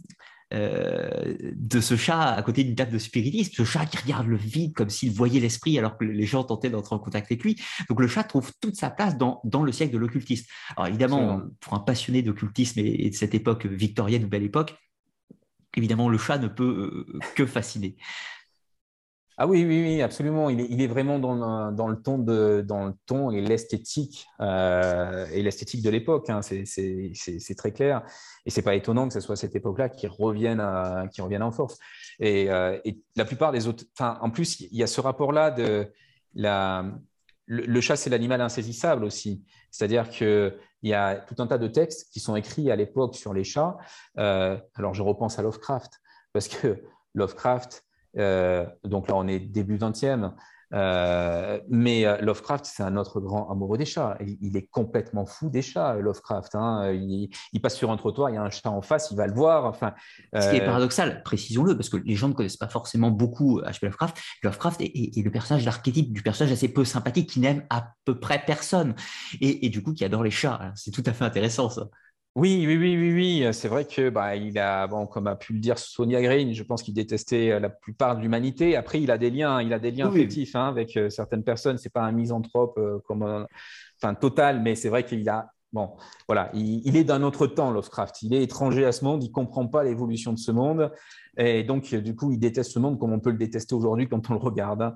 de ce chat à côté d'une table de spiritisme, ce chat qui regarde le vide comme s'il voyait l'esprit alors que les gens tentaient d'entrer en contact avec lui. Donc le chat trouve toute sa place dans le siècle de l'occultisme. Alors évidemment, pour un passionné d'occultisme et de cette époque victorienne ou belle époque, évidemment le chat ne peut que fasciner. Ah oui, oui, oui, absolument. Il est vraiment dans le ton et l'esthétique de l'époque. C'est très clair. Et c'est pas étonnant que ce soit cette époque-là qui revienne en force. Et la plupart des autres. Enfin, en plus, il y a ce rapport-là le chat, c'est l'animal insaisissable aussi. C'est-à-dire qu'il y a tout un tas de textes qui sont écrits à l'époque sur les chats. Alors, je repense à Lovecraft, parce que Lovecraft, donc là, on est début 20e. Mais Lovecraft, c'est un autre grand amoureux des chats. Il est complètement fou des chats, Lovecraft. Il passe sur un trottoir, il y a un chat en face, il va le voir. Enfin, Ce qui est paradoxal, précisons-le, parce que les gens ne connaissent pas forcément beaucoup H.P. Lovecraft. Lovecraft est le personnage, l'archétype du personnage assez peu sympathique qui n'aime à peu près personne. Et du coup, qui adore les chats. C'est tout à fait intéressant, ça. Oui, oui, oui, oui, oui. C'est vrai que comme a pu le dire Sonia Green, je pense qu'il détestait la plupart de l'humanité. Après, il a des liens affectifs avec certaines personnes. C'est pas un misanthrope total, mais c'est vrai qu'il a. Bon, voilà, il est d'un autre temps, Lovecraft. Il est étranger à ce monde, il comprend pas l'évolution de ce monde. Et donc, du coup, il déteste ce monde comme on peut le détester aujourd'hui quand on le regarde.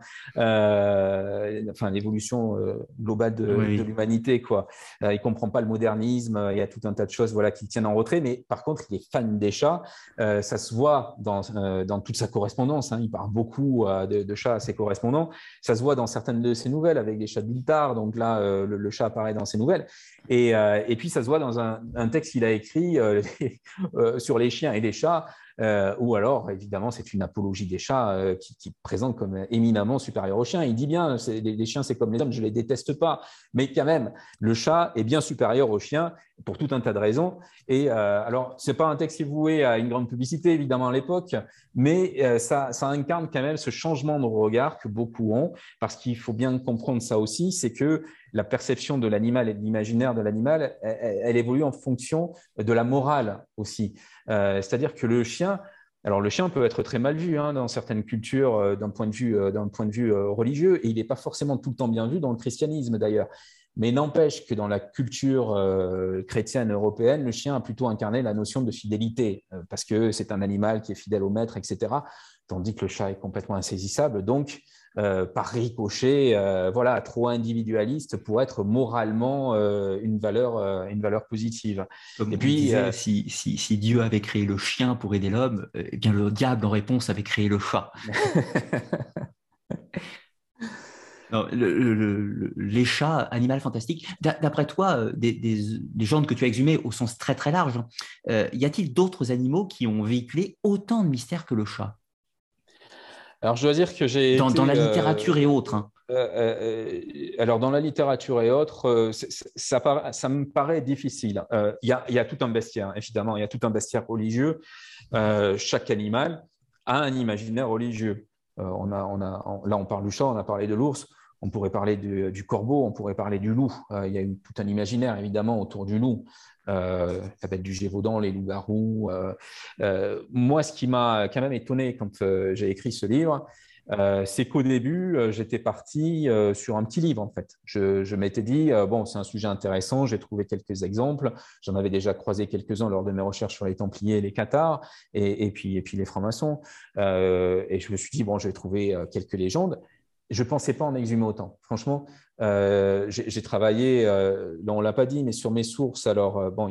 L'évolution globale de l'humanité, quoi. Il comprend pas le modernisme. Il y a tout un tas de choses, voilà, qui le tiennent en retrait. Mais par contre, il est fan des chats. Ça se voit dans toute sa correspondance. Il parle beaucoup de chats à ses correspondants. Ça se voit dans certaines de ses nouvelles avec les chats d'Iltar. Donc là, le chat apparaît dans ses nouvelles. Et puis, ça se voit dans un texte qu'il a écrit sur les chiens et les chats. Ou alors, évidemment, c'est une apologie des chats qui présente comme éminemment supérieur aux chiens. Il dit bien, les chiens, c'est comme les hommes, je ne les déteste pas. Mais quand même, le chat est bien supérieur aux chiens pour tout un tas de raisons. Et alors, ce n'est pas un texte qui est voué à une grande publicité, évidemment, à l'époque, mais ça incarne quand même ce changement de regard que beaucoup ont, parce qu'il faut bien comprendre ça aussi, c'est que la perception de l'animal et de l'imaginaire de l'animal, elle évolue en fonction de la morale aussi. C'est-à-dire que le chien peut être très mal vu dans certaines cultures d'un point de vue religieux, et il n'est pas forcément tout le temps bien vu dans le christianisme d'ailleurs. Mais n'empêche que dans la culture chrétienne européenne, le chien a plutôt incarné la notion de fidélité, parce que c'est un animal qui est fidèle au maître, etc. Tandis que le chat est complètement insaisissable. Donc, par ricochet, trop individualiste pour être moralement une valeur positive. Comme on disait, si Dieu avait créé le chien pour aider l'homme, eh bien le diable en réponse avait créé le chat. Non, les chats, animal fantastique. D'après toi, des genres que tu as exhumés au sens très très large, y a-t-il d'autres animaux qui ont véhiculé autant de mystères que le chat? Alors, je dois dire que j'ai été… Dans la littérature et autres. Alors, dans la littérature et autres, ça me paraît difficile. Il y a tout un bestiaire, évidemment, il y a tout un bestiaire religieux. Chaque animal a un imaginaire religieux. Là, on parle du chat, on a parlé de l'ours. On pourrait parler du corbeau, on pourrait parler du loup. Il y a eu tout un imaginaire, évidemment, autour du loup. La bête du Gévaudan, les loups-garous. Moi, ce qui m'a quand même étonné quand j'ai écrit ce livre, c'est qu'au début, j'étais parti sur un petit livre, en fait. Je m'étais dit, bon, c'est un sujet intéressant, j'ai trouvé quelques exemples. J'en avais déjà croisé quelques-uns lors de mes recherches sur les Templiers et les Cathars, et puis les francs-maçons. Et je me suis dit, bon, je vais trouver quelques légendes. Je ne pensais pas en exhumer autant. Franchement, j'ai travaillé, on ne l'a pas dit, mais sur mes sources. Alors, bon, il y a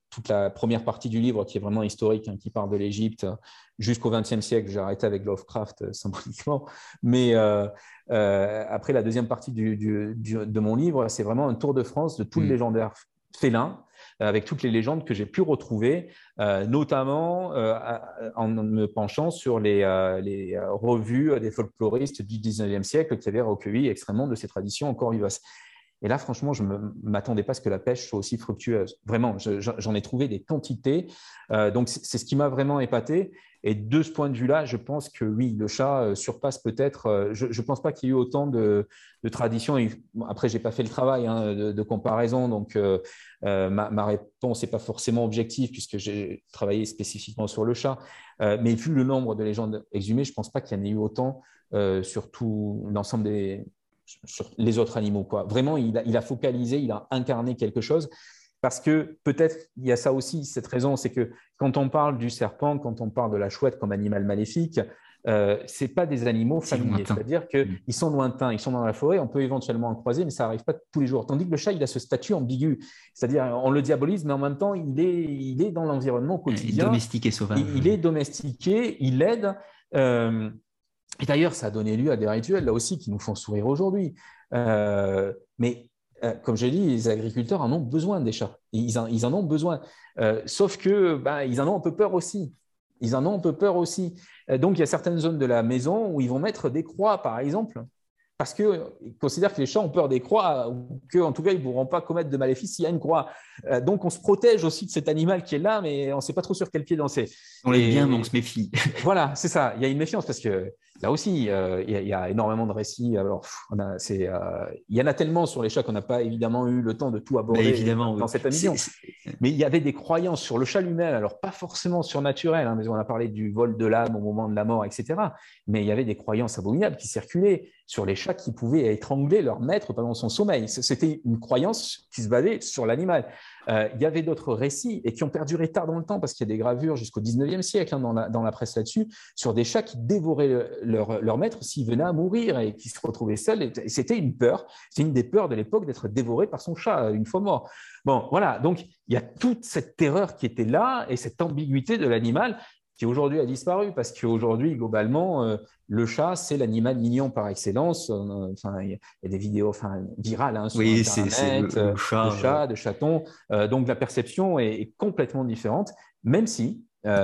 toute la première partie du livre qui est vraiment historique, qui part de l'Égypte jusqu'au XXe siècle. J'ai arrêté avec Lovecraft symboliquement. Mais après, la deuxième partie de mon livre, c'est vraiment un tour de France de tout le légendaire félin, avec toutes les légendes que j'ai pu retrouver, notamment en me penchant sur les revues des folkloristes du XIXe siècle qui avaient recueilli extrêmement de ces traditions encore vivaces. Et là, franchement, je ne m'attendais pas à ce que la pêche soit aussi fructueuse. Vraiment, j'en ai trouvé des quantités. Donc, c'est ce qui m'a vraiment épaté. Et de ce point de vue-là, je pense que oui, le chat surpasse peut-être. Je ne pense pas qu'il y ait eu autant de traditions. Après, je n'ai pas fait le travail de comparaison. Donc, ma réponse n'est pas forcément objective puisque j'ai travaillé spécifiquement sur le chat. Mais vu le nombre de légendes exhumées, je ne pense pas qu'il y en ait eu autant sur tout l'ensemble sur les autres animaux, quoi. Vraiment, il a focalisé, il a incarné quelque chose. Parce que peut-être il y a ça aussi, cette raison, c'est que quand on parle du serpent, quand on parle de la chouette comme animal maléfique, ce n'est pas des animaux familiers. C'est-à-dire qu'ils sont lointains, ils sont dans la forêt, on peut éventuellement en croiser, mais ça n'arrive pas tous les jours. Tandis que le chat, il a ce statut ambigu. C'est-à-dire on le diabolise, mais en même temps, il est dans l'environnement quotidien. Il est domestiqué, sauvage. Il est domestiqué, il aide. Et d'ailleurs, ça a donné lieu à des rituels, là aussi, qui nous font sourire aujourd'hui. Mais comme je l'ai dit, les agriculteurs en ont besoin des chats. Ils en ont besoin. Sauf que ils en ont un peu peur aussi. Donc, il y a certaines zones de la maison où ils vont mettre des croix, par exemple, parce qu'ils considèrent que les chats ont peur des croix, ou qu'en tout cas, ils ne pourront pas commettre de maléfices s'il y a une croix. Donc, on se protège aussi de cet animal qui est là, mais on ne sait pas trop sur quel pied danser. On l'aime bien, mais on se méfie. Voilà, c'est ça. Il y a une méfiance parce que là aussi, il y a énormément de récits. Alors, il y en a tellement sur les chats qu'on n'a pas évidemment eu le temps de tout aborder dans cette émission. Mais il y avait des croyances sur le chat lui-même, alors pas forcément surnaturelles, mais on a parlé du vol de l'âme au moment de la mort, etc. Mais il y avait des croyances abominables qui circulaient sur les chats qui pouvaient étrangler leur maître pendant son sommeil. C'était une croyance qui se basait sur l'animal. Il y avait d'autres récits et qui ont perduré tard dans le temps parce qu'il y a des gravures jusqu'au 19e siècle dans la presse là-dessus sur des chats qui dévoraient leur maître s'il venait à mourir et qui se retrouvaient seuls. Et c'était une peur, c'est une des peurs de l'époque d'être dévoré par son chat une fois mort. Bon, voilà, donc il y a toute cette terreur qui était là et cette ambiguïté de l'animal qui aujourd'hui a disparu parce qu'aujourd'hui, globalement, le chat, c'est l'animal mignon par excellence. Il y a des vidéos virales sur Internet, c'est le chat, de chatons. Donc, la perception est complètement différente, même si,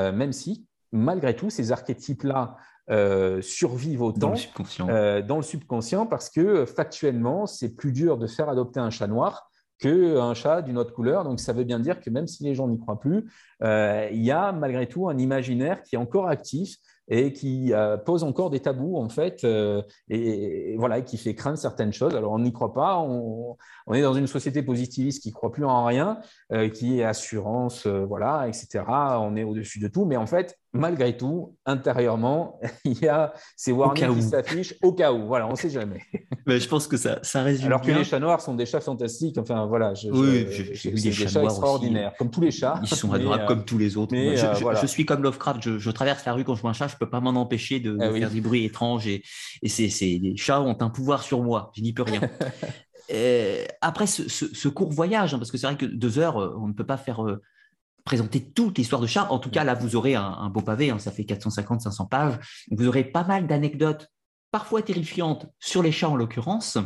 malgré tout, ces archétypes-là survivent autant dans le subconscient parce que factuellement, c'est plus dur de faire adopter un chat noir qu'un chat d'une autre couleur. Donc, ça veut bien dire que même si les gens n'y croient plus, il y a malgré tout un imaginaire qui est encore actif et qui pose encore des tabous, en fait, et voilà, qui fait craindre certaines choses. Alors, on n'y croit pas. On est dans une société positiviste qui ne croit plus en rien, qui est assurance, voilà, etc. On est au-dessus de tout. Mais en fait, malgré tout, intérieurement, il y a ces warnings qui s'affichent au cas où. Voilà, on ne sait jamais. Mais je pense que ça résume Alors bien. que les chats noirs sont des chats fantastiques. Enfin, voilà, j'ai vu des chats noirs extraordinaires, aussi. Comme tous les chats. Ils sont adorables comme tous les autres. Mais, je suis comme Lovecraft. Je traverse la rue quand je vois un chat, je ne peux pas m'en empêcher de faire des bruits étranges. Et les chats ont un pouvoir sur moi. Je n'y peux rien. Après ce court voyage, parce que c'est vrai que 2 heures, on ne peut pas faire présenter toute l'histoire de chat. En tout cas, là, vous aurez un beau pavé, ça fait 450-500 pages. Vous aurez pas mal d'anecdotes, parfois terrifiantes, sur les chats en l'occurrence,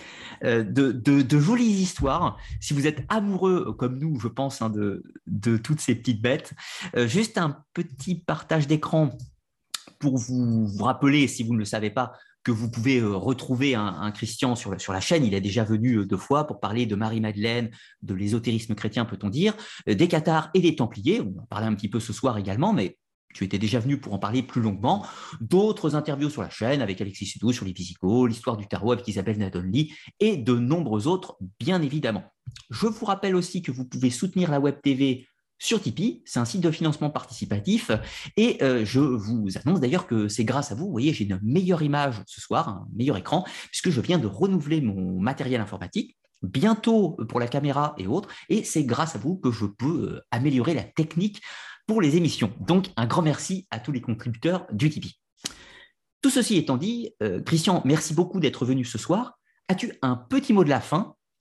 de jolies histoires. Si vous êtes amoureux, comme nous, je pense, de toutes ces petites bêtes, juste un petit partage d'écran pour vous rappeler, si vous ne le savez pas, que vous pouvez retrouver un Christian sur la chaîne. Il est déjà venu 2 fois pour parler de Marie-Madeleine, de l'ésotérisme chrétien, peut-on dire, des cathares et des templiers. On en parlait un petit peu ce soir également, mais tu étais déjà venu pour en parler plus longuement. D'autres interviews sur la chaîne avec Alexis Sudou sur les physicaux, l'histoire du tarot avec Isabelle Nadonli et de nombreux autres, bien évidemment. Je vous rappelle aussi que vous pouvez soutenir la Web TV sur Tipeee, c'est un site de financement participatif et je vous annonce d'ailleurs que c'est grâce à vous, vous voyez, j'ai une meilleure image ce soir, un meilleur écran, puisque je viens de renouveler mon matériel informatique, bientôt pour la caméra et autres, et c'est grâce à vous que je peux améliorer la technique pour les émissions. Donc, un grand merci à tous les contributeurs du Tipeee. Tout ceci étant dit, Christian, merci beaucoup d'être venu ce soir. As-tu un petit mot de la fin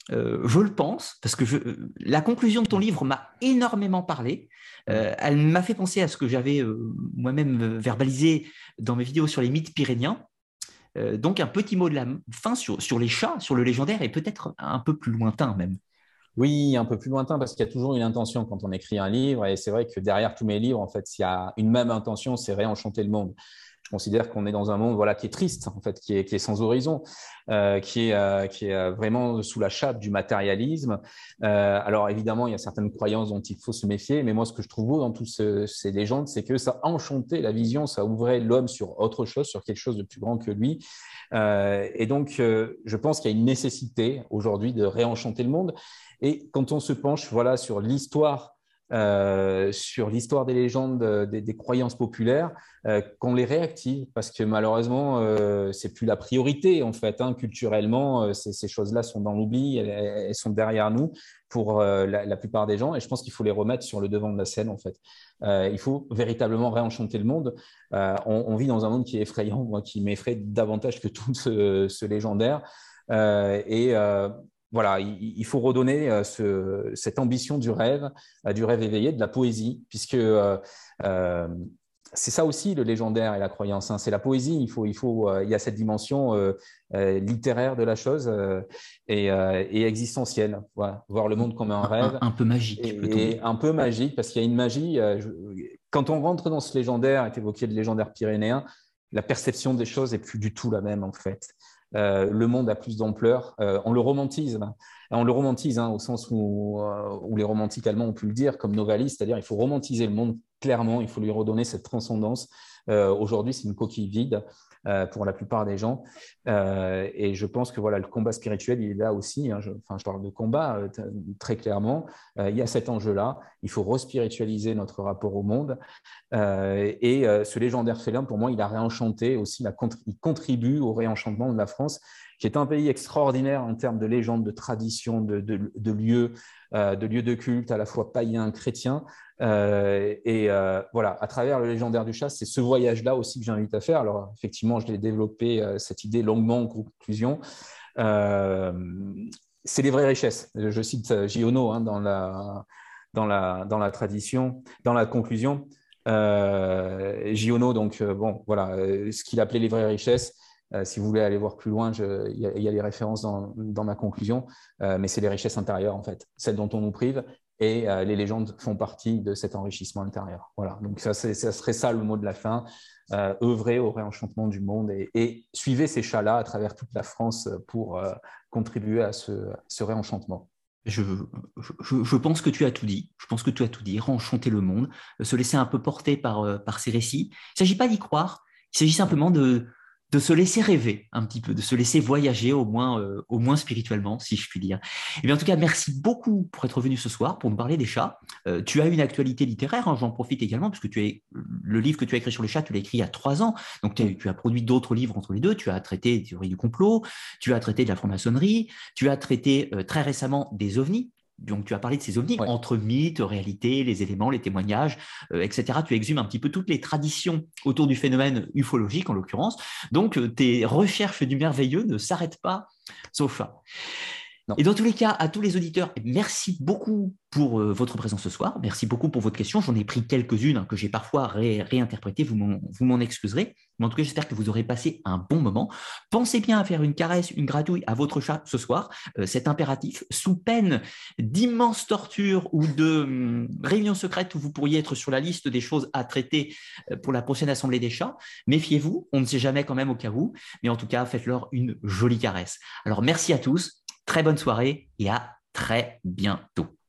Je le pense, parce que la conclusion de ton livre m'a énormément parlé. Elle m'a fait penser à ce que j'avais moi-même verbalisé dans mes vidéos sur les mythes pyrénéens. Donc, un petit mot de la fin sur les chats, sur le légendaire, et peut-être un peu plus lointain même. Oui, un peu plus lointain parce qu'il y a toujours une intention quand on écrit un livre. Et c'est vrai que derrière tous mes livres, en fait, il y a une même intention, c'est réenchanter le monde. Je considère qu'on est dans un monde voilà, qui est triste, en fait, qui est sans horizon, qui est vraiment sous la chape du matérialisme. Alors évidemment, il y a certaines croyances dont il faut se méfier, mais moi, ce que je trouve beau dans toutes ces légendes, c'est que ça enchantait la vision, ça ouvrait l'homme sur autre chose, sur quelque chose de plus grand que lui. Et donc, je pense qu'il y a une nécessité aujourd'hui de réenchanter le monde. Et quand on se penche voilà, sur l'histoire des légendes, des croyances populaires, qu'on les réactive, parce que malheureusement, c'est plus la priorité en fait. Hein, culturellement, ces choses-là sont dans l'oubli, elles sont derrière nous pour la plupart des gens, et je pense qu'il faut les remettre sur le devant de la scène en fait. Il faut véritablement réenchanter le monde. On vit dans un monde qui est effrayant, moi, qui m'effraie davantage que tout ce légendaire. Et voilà, il faut redonner cette ambition du rêve éveillé, de la poésie, puisque c'est ça aussi le légendaire et la croyance. Hein. C'est la poésie. Il y a cette dimension littéraire de la chose et existentielle. Voilà. Voir le monde comme un rêve. Un peu magique, peut-on Et dire. un peu magique, parce qu'il y a une magie. Quand on rentre dans ce légendaire, est évoqué le légendaire pyrénéen, la perception des choses est plus du tout la même en fait. Le monde a plus d'ampleur. On le romantise. On le romantise hein, au sens où les romantiques allemands ont pu le dire, comme Novalis, c'est-à-dire il faut romantiser le monde clairement, il faut lui redonner cette transcendance. Aujourd'hui, c'est une coquille vide pour la plupart des gens. Et je pense que voilà, le combat spirituel, il est là aussi. Hein, je parle de combat très clairement. Il y a cet enjeu-là. Il faut respiritualiser notre rapport au monde. Ce légendaire félin, pour moi, il a réenchanté aussi, il contribue au réenchantement de la France, qui est un pays extraordinaire en termes de légendes, de traditions, de lieux de culte, à la fois païens, chrétiens. Voilà, à travers le légendaire du chat, c'est ce voyage-là aussi que j'invite à faire. Alors, effectivement, je l'ai développé, cette idée, longuement en conclusion. C'est les vraies richesses. Je cite Giono hein, dans la tradition, dans la conclusion. Giono, donc, bon, voilà, ce qu'il appelait les vraies richesses. Si vous voulez aller voir plus loin, il y a les références dans ma conclusion, mais c'est les richesses intérieures, en fait, celles dont on nous prive, et les légendes font partie de cet enrichissement intérieur. Voilà, donc ça serait ça le mot de la fin, œuvrer au réenchantement du monde et suivez ces chats-là à travers toute la France pour contribuer à ce réenchantement. Je pense que tu as tout dit. Je pense que tu as tout dit. Réenchanter le monde, se laisser un peu porter par ces récits. Il ne s'agit pas d'y croire. Il s'agit simplement de se laisser rêver un petit peu, de se laisser voyager au moins spirituellement, si je puis dire. Et bien, en tout cas, merci beaucoup pour être venu ce soir pour nous parler des chats. Tu as une actualité littéraire, hein, j'en profite également, parce que le livre que tu as écrit sur les chats, tu l'as écrit il y a 3 ans. Donc, tu as produit d'autres livres entre les deux. Tu as traité des théories du complot, tu as traité de la franc-maçonnerie, tu as traité très récemment des ovnis. Donc, tu as parlé de ces ovnis entre mythes, réalité, les éléments, les témoignages, etc. Tu exhumes un petit peu toutes les traditions autour du phénomène ufologique, en l'occurrence. Donc, tes recherches du merveilleux ne s'arrêtent pas au chat. Non. Et dans tous les cas, à tous les auditeurs, merci beaucoup pour votre présence ce soir. Merci beaucoup pour votre question. J'en ai pris quelques-unes hein, que j'ai parfois réinterprétées. Vous m'en excuserez. Mais en tout cas, j'espère que vous aurez passé un bon moment. Pensez bien à faire une caresse, une gratouille à votre chat ce soir. C'est impératif. Sous peine d'immenses tortures ou de réunions secrètes où vous pourriez être sur la liste des choses à traiter pour la prochaine assemblée des chats. Méfiez-vous. On ne sait jamais quand même au cas où. Mais en tout cas, faites-leur une jolie caresse. Alors, merci à tous. Très bonne soirée et à très bientôt.